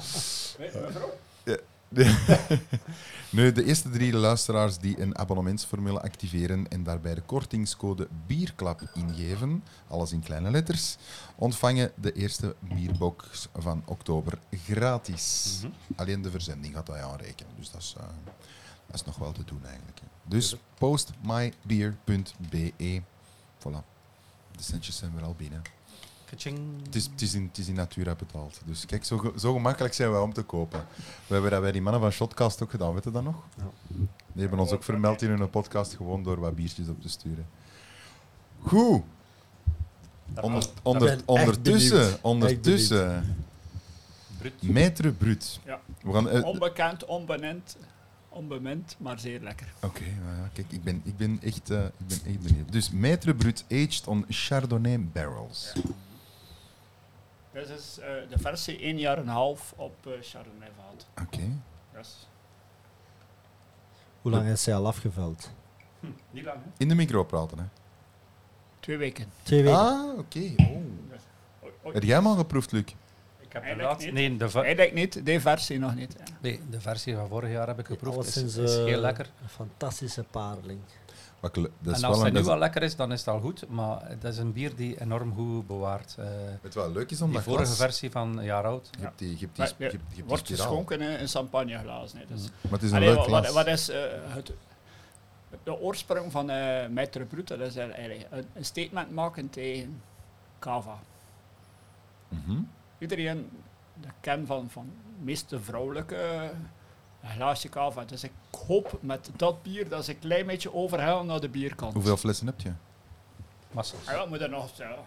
S3: Nu, de eerste drie luisteraars die een abonnementsformule activeren en daarbij de kortingscode BIERKLAP ingeven, alles in kleine letters, ontvangen de eerste bierbox van oktober gratis.
S5: Mhm.
S3: Alleen de verzending gaat dat aanrekenen, dus dat is, uh, dat is nog wel te doen eigenlijk. Hè. Dus post my beer punt b e. Voilà. De centjes zijn weer al binnen.
S5: Kaching.
S3: Het is, het, is in, het is in natura betaald. Dus kijk, zo, ge- zo gemakkelijk zijn wij om te kopen. We hebben dat bij die mannen van Shotcast ook gedaan, weet je dat nog?
S2: Ja.
S3: Die hebben ons ook vermeld in hun podcast, gewoon door wat biertjes op te sturen. Goed. Onder,
S2: ben
S3: onder,
S2: echt
S3: ondertussen,
S2: benieuwd.
S3: ondertussen,
S5: Brut.
S3: Maître Brut.
S4: Ja.
S3: We gaan... eh,
S4: Onbekend, onbenend, onbemind, maar zeer lekker.
S3: Oké, nou ja, kijk, ik ben, ik ben echt, eh, ik ben echt benieuwd. Dus Maître Brut aged on Chardonnay barrels.
S4: Dit is eh, de versie één jaar en een half op uh, Chardonnay vaat.
S3: Oké.
S4: Yes.
S2: Hoe lang is zij al afgevuld?
S5: Hm, niet lang, hè?
S3: In de micro praten, hè.
S4: Twee weken.
S2: Twee weken.
S3: Ah, oké. Oh.
S4: Oei, oei.
S3: Heb jij hem al geproefd, Luc?
S5: Ik heb de
S4: Eigenlijk
S5: laatste...
S4: niet.
S5: Nee de, va-
S4: Eigenlijk niet, die versie nog niet. Ja.
S5: nee, de versie van vorig jaar heb ik geproefd. Is,
S2: Alleszins,
S5: is heel
S2: eh,
S5: lekker.
S2: Een fantastische paarling.
S3: Wat le- dat is
S5: En als
S3: wel
S5: hij
S3: een,
S5: nu
S3: dat
S5: al lekker is, dan is het al goed. Maar het is een bier die enorm goed bewaart. Uh,
S3: is- Weet je wat leuk is om
S5: die
S3: dat
S5: vorige
S3: glas?
S5: versie van een jaar oud.
S3: Je hebt die, je hebt die,
S4: Maar,
S3: je hebt- je hebt die
S4: Wordt
S3: spiraal.
S4: geschonken in, in champagneglazen. hè. Dus.
S3: Maar het is een
S4: Allee,
S3: leuk
S4: wat,
S3: glas.
S4: wat, wat is uh, het, de oorsprong van uh, Maître Brut? Dat is eigenlijk een, een statement maken tegen cava.
S3: Mhm.
S4: Iedereen dat kent van, van meeste vrouwelijke uh, een glaasje cava. Dus ik hoop met dat bier dat ze een klein beetje overhalen naar de bierkant.
S3: Hoeveel flessen heb je?
S5: Massas.
S4: Ah, ja, moet er nog ja.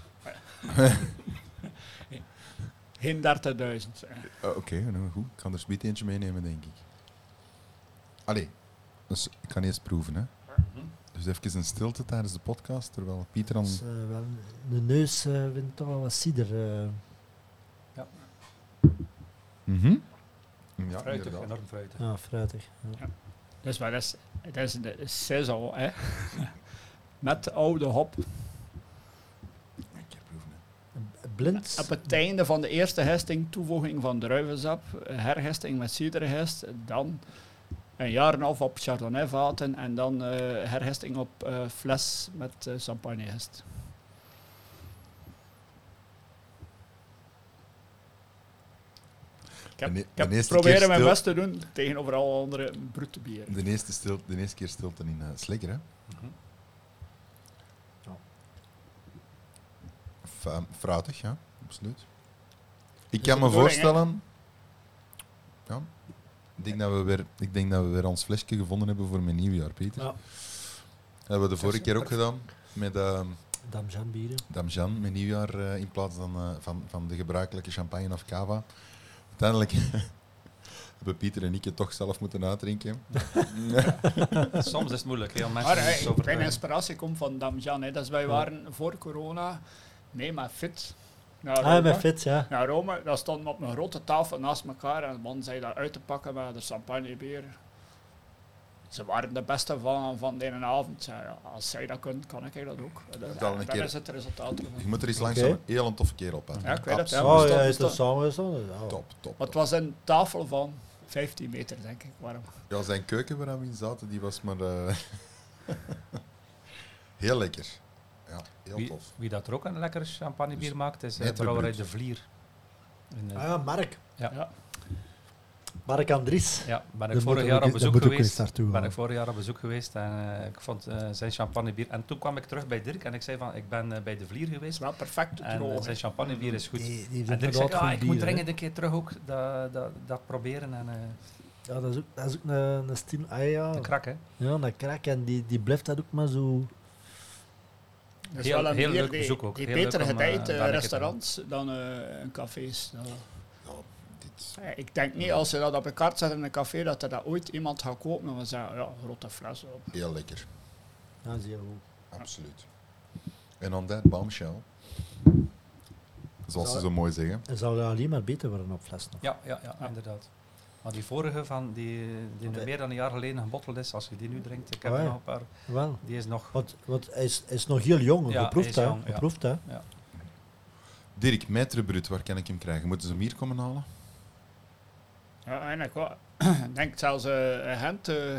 S4: Geen dertigduizend.
S3: Uh, Oké, okay, nou goed. Ik kan er speed eentje meenemen, denk ik. Allee, dus ik kan eerst proeven, hè. Dus even een stilte tijdens de podcast, terwijl Pieter dan...
S2: Dus, uh, wel, de neus uh, vindt toch wel wat cider. Uh.
S3: Mhm. Ja,
S5: Fruitig,
S3: inderdaad.
S5: enorm fruitig.
S2: Ja, fruitig. Ja.
S4: Dus wat is, het is de saison, hè. Met de oude hop.
S3: Een keer proeven, hè.
S2: Blind.
S4: Op het einde van de eerste hesting toevoeging van druivensap, herhesting met ciderhest, dan een jaar en een half op Chardonnay vaten en dan uh, hergisting op uh, fles met uh, champagnegist. Ik heb,
S3: De ne-
S4: ik heb
S3: de eerste
S4: proberen
S3: keer
S4: mijn
S3: stil-
S4: best te doen tegenover alle andere brute bieren.
S3: De eerste, stil, de eerste keer stilte in uh, Slikker, hè?
S5: Mhm.
S3: F- fruitig, ja, absoluut. Ik
S4: is
S3: kan
S4: de
S3: me
S4: bedoeling,
S3: voorstellen... Ja, ik denk, dat we weer, ik denk dat we weer ons flesje gevonden hebben voor mijn nieuwjaar, Peter.
S2: Ja.
S3: Dat hebben we de vorige keer ook gedaan met uh,
S2: Damjan bieren.
S3: Damjan, mijn nieuwjaar, uh, in plaats dan, uh, van, van de gebruikelijke champagne of cava. Uiteindelijk hebben Pieter en ik het toch zelf moeten uitdrinken.
S5: Soms is het moeilijk, hè, om
S4: Maar
S5: mensen
S4: hey,
S5: zo
S4: mijn
S5: overtuigen.
S4: inspiratie komt van Damjan. Hè. Dus wij waren voor corona mee met Fit naar
S2: Ah,
S4: Rome.
S2: met fit, ja.
S4: Naar Rome, daar stonden op een grote tafel naast elkaar en de man zei dat uit te pakken met de champagnebier. Ze waren de beste van, van de avond. Ja, ja, als zij dat kunnen, kan ik dat ook. Dat,
S3: al een
S4: dat
S3: keer-
S4: is het resultaat ervan.
S3: Je moet er eens langs
S2: Oké.
S3: een heel toffe kerel op.
S4: Ja, ik weet het, ja.
S3: Absoluut.
S2: Oh,
S4: bestond-
S2: ja, het is
S4: bestond-
S2: samen zo. Ja.
S3: Top, top.
S4: Maar het
S3: top.
S4: was een tafel van vijftien meter, denk ik. Waarom?
S3: Ja, zijn keuken waar we in zaten, die was maar... uh, heel lekker. Ja, heel
S5: Wie,
S3: tof.
S5: wie dat er ook een lekker champagnebier
S3: Dus
S5: maakt, is uh,
S3: Metre
S5: brouwerij
S3: Brut.
S5: De Vlier. In, uh,
S2: Ah, ja, Mark.
S5: ja.
S4: Ja.
S2: Mark Andries.
S5: Ja, ben ik
S2: Daar
S5: vorig
S2: moet
S5: jaar
S2: ook-
S5: op
S2: daar
S5: bezoek
S2: moet ook eens
S5: geweest.
S2: naartoe
S5: Ben
S2: gaan.
S5: ik vorig jaar op bezoek geweest en uh, ik vond uh, zijn champagnebier. En toen kwam ik terug bij Dirk en ik zei van, ik ben uh, bij De Vlier
S4: Het is
S5: geweest
S4: wel perfect
S5: en uh,
S4: droog.
S5: zijn champagnebier is goed.
S2: Die, die heeft
S5: En Dirk zei,
S2: inderdaad
S5: ah,
S2: goed
S5: ik moet
S2: bier, hè.
S5: dringend een keer terug ook dat, dat, dat proberen. En uh,
S2: Ja, dat is ook, dat is ook een, een stil. Ah ja,
S5: een krak, hè.
S2: ja, een krak. En die, die blijft dat ook maar zo.
S4: Dat is
S5: Heel-
S4: wel een
S5: heel
S4: bier
S5: leuk
S4: die-
S5: bezoek ook.
S4: Die
S5: Heel
S4: beter
S5: leuk om,
S4: gedijt
S5: uh,
S4: uh,
S5: daar een keer te
S4: restaurants dan uh, in cafés. Ja.
S3: Ja, dit...
S4: Eh, Ik denk niet als ze dat op een kaart zetten in een café dat er dat ooit iemand gaat kopen en dan zeggen ja, grote fles op.
S3: Heel lekker.
S2: Ja, zie je goed.
S3: Absoluut. En on that bombshell, zoals ze
S2: Zou-
S3: zo mooi zeggen.
S2: En zou dat alleen maar beter worden op fles nog.
S5: Ja, ja, ja,
S4: Ja.
S5: inderdaad. Maar die vorige, van, die, die nu
S2: Want-
S5: meer dan een jaar geleden gebotteld is, als je die nu drinkt, ik heb
S2: Oh,
S5: er
S2: ja.
S5: nog een paar,
S2: Wel.
S5: die is nog...
S2: Want, want hij, is, hij is nog heel jong.
S5: Ja,
S2: Geproefd,
S5: hij is
S2: hè?
S5: jong, ja.
S2: Geproefd, hè?
S3: Dirk, Maitre Brut, waar kan ik hem krijgen? Moeten ze hem hier komen halen?
S4: Ja, eigenlijk wel. Ik denk zelfs uh, een Gent uh,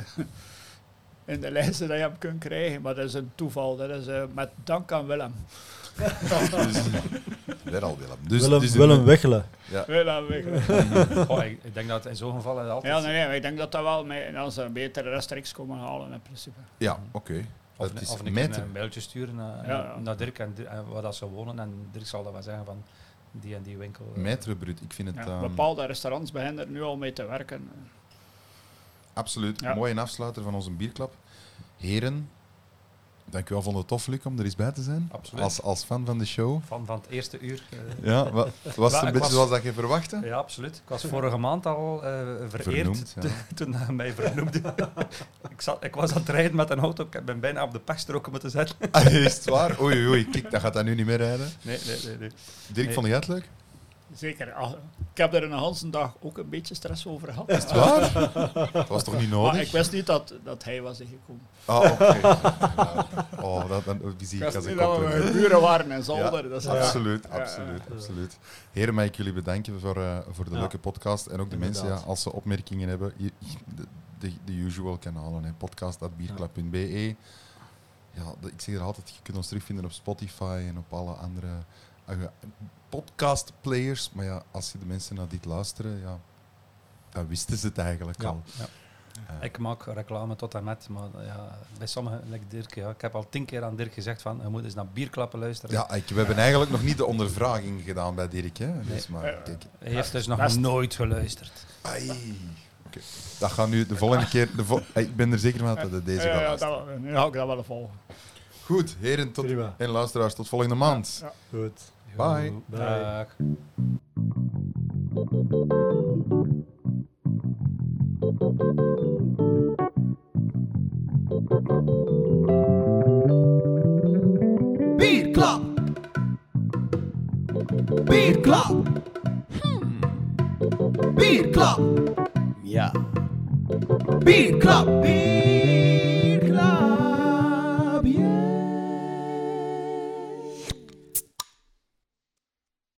S4: in de lijsten dat je hem kunt krijgen, maar dat is een toeval. Dat is uh, met dank aan Willem.
S3: Dus, weer al Willem. Dus,
S2: Willem,
S3: dus
S2: Willem Wegelen.
S3: Ja.
S4: Willem, Willem.
S5: Oh, ik, ik denk dat in zo'n geval het altijd...
S4: Ja, nee, nee, maar ik denk dat dat wel mee, als ze een betere rechtstreeks komen halen in principe.
S3: Ja, oké.
S5: Of,
S3: Het
S5: een-
S3: is
S5: of een, keer
S3: Maitre.
S5: een mailtje sturen naar,
S4: Ja, ja.
S5: naar Dirk en, Di- en waar dat ze wonen. En Dirk zal dat wel zeggen van die en die winkel. eh.
S3: Maitre Brut, ik vind het
S4: Ja,
S3: ehm,
S4: bepaalde restaurants beginnen er nu al mee te werken.
S3: absoluut
S4: Ja.
S3: mooi een afsluiter van onze bierklap. Heren, dank u wel, vond het tof, Luc, om er eens bij te zijn.
S5: Absoluut.
S3: Als, als fan van de show.
S5: Van, van het eerste uur. eh.
S3: Ja, wa- was het
S5: ik
S3: een beetje
S5: was-
S3: zoals dat je verwachtte?
S5: Ja, absoluut. Ik was vorige maand al eh, vereerd
S3: Vernoemd, ja.
S5: toen hij mij vernoemde. ik, zat, ik was aan het rijden met een auto, ik ben bijna op de pechstroken moeten zetten.
S3: Ah, is het waar? Oei, oei, kijk, dat gaat dat nu niet meer rijden.
S5: Nee, nee, nee. nee.
S3: Dirk,
S5: Nee.
S3: vond jij het leuk?
S4: Zeker. Ah, ik heb er een hele dag ook een beetje stress over gehad.
S3: Is het waar? Dat was toch niet
S4: Maar
S3: nodig?
S4: ik wist niet dat, dat hij was ingekomen.
S3: Ah, oké. Ja. Oh, dat, dat, wie zie
S4: Ik
S3: ik
S4: wist
S3: als ik
S4: niet dat
S3: op
S4: we buren waren in Zolder.
S3: Ja,
S4: dat is
S3: absoluut,
S4: Ja.
S3: absoluut, absoluut. Heren, mag ik jullie bedanken voor, eh, voor de
S2: Ja.
S3: leuke podcast. En ook de mensen,
S2: Inderdaad.
S3: ja, als ze opmerkingen hebben, je- de, de, de usual kanalen, hè, podcast at bierklap punt b e. Ja, de- ik zeg er altijd, je kunt ons terugvinden op Spotify en op alle andere uh, podcastplayers. Maar ja, als je de mensen naar dit luisteren, ja, dan wisten ze het eigenlijk
S5: Ja,
S3: al.
S5: ja.
S3: Eh,
S5: Ik maak reclame tot en met, maar ja, bij sommigen, like Dirk, ja, ik heb al tien keer aan Dirk gezegd van, je moet eens naar bierklappen luisteren.
S3: ja, ik, we hebben eigenlijk nog niet de ondervraging gedaan bij Dirk. Hè? Dus,
S5: Nee.
S3: maar,
S4: Eh,
S3: kijk.
S5: Hij heeft dus nog
S4: Best.
S5: nooit geluisterd.
S3: Ai. Oké. Dat gaat nu de volgende keer. De vo- ik ben er zeker van dat we deze
S4: Ja,
S3: gaan
S4: ja,
S3: luisteren.
S4: dat, nu ga ik dat wel volgen.
S3: Goed, heren tot,
S2: Prima.
S3: en luisteraars, tot volgende maand.
S4: Ja.
S2: Goed.
S3: Bye.
S2: Bye.
S5: Dag.
S1: Bierklap. Bierklap. Bierklap. Ja. Bierklap. Bierklap.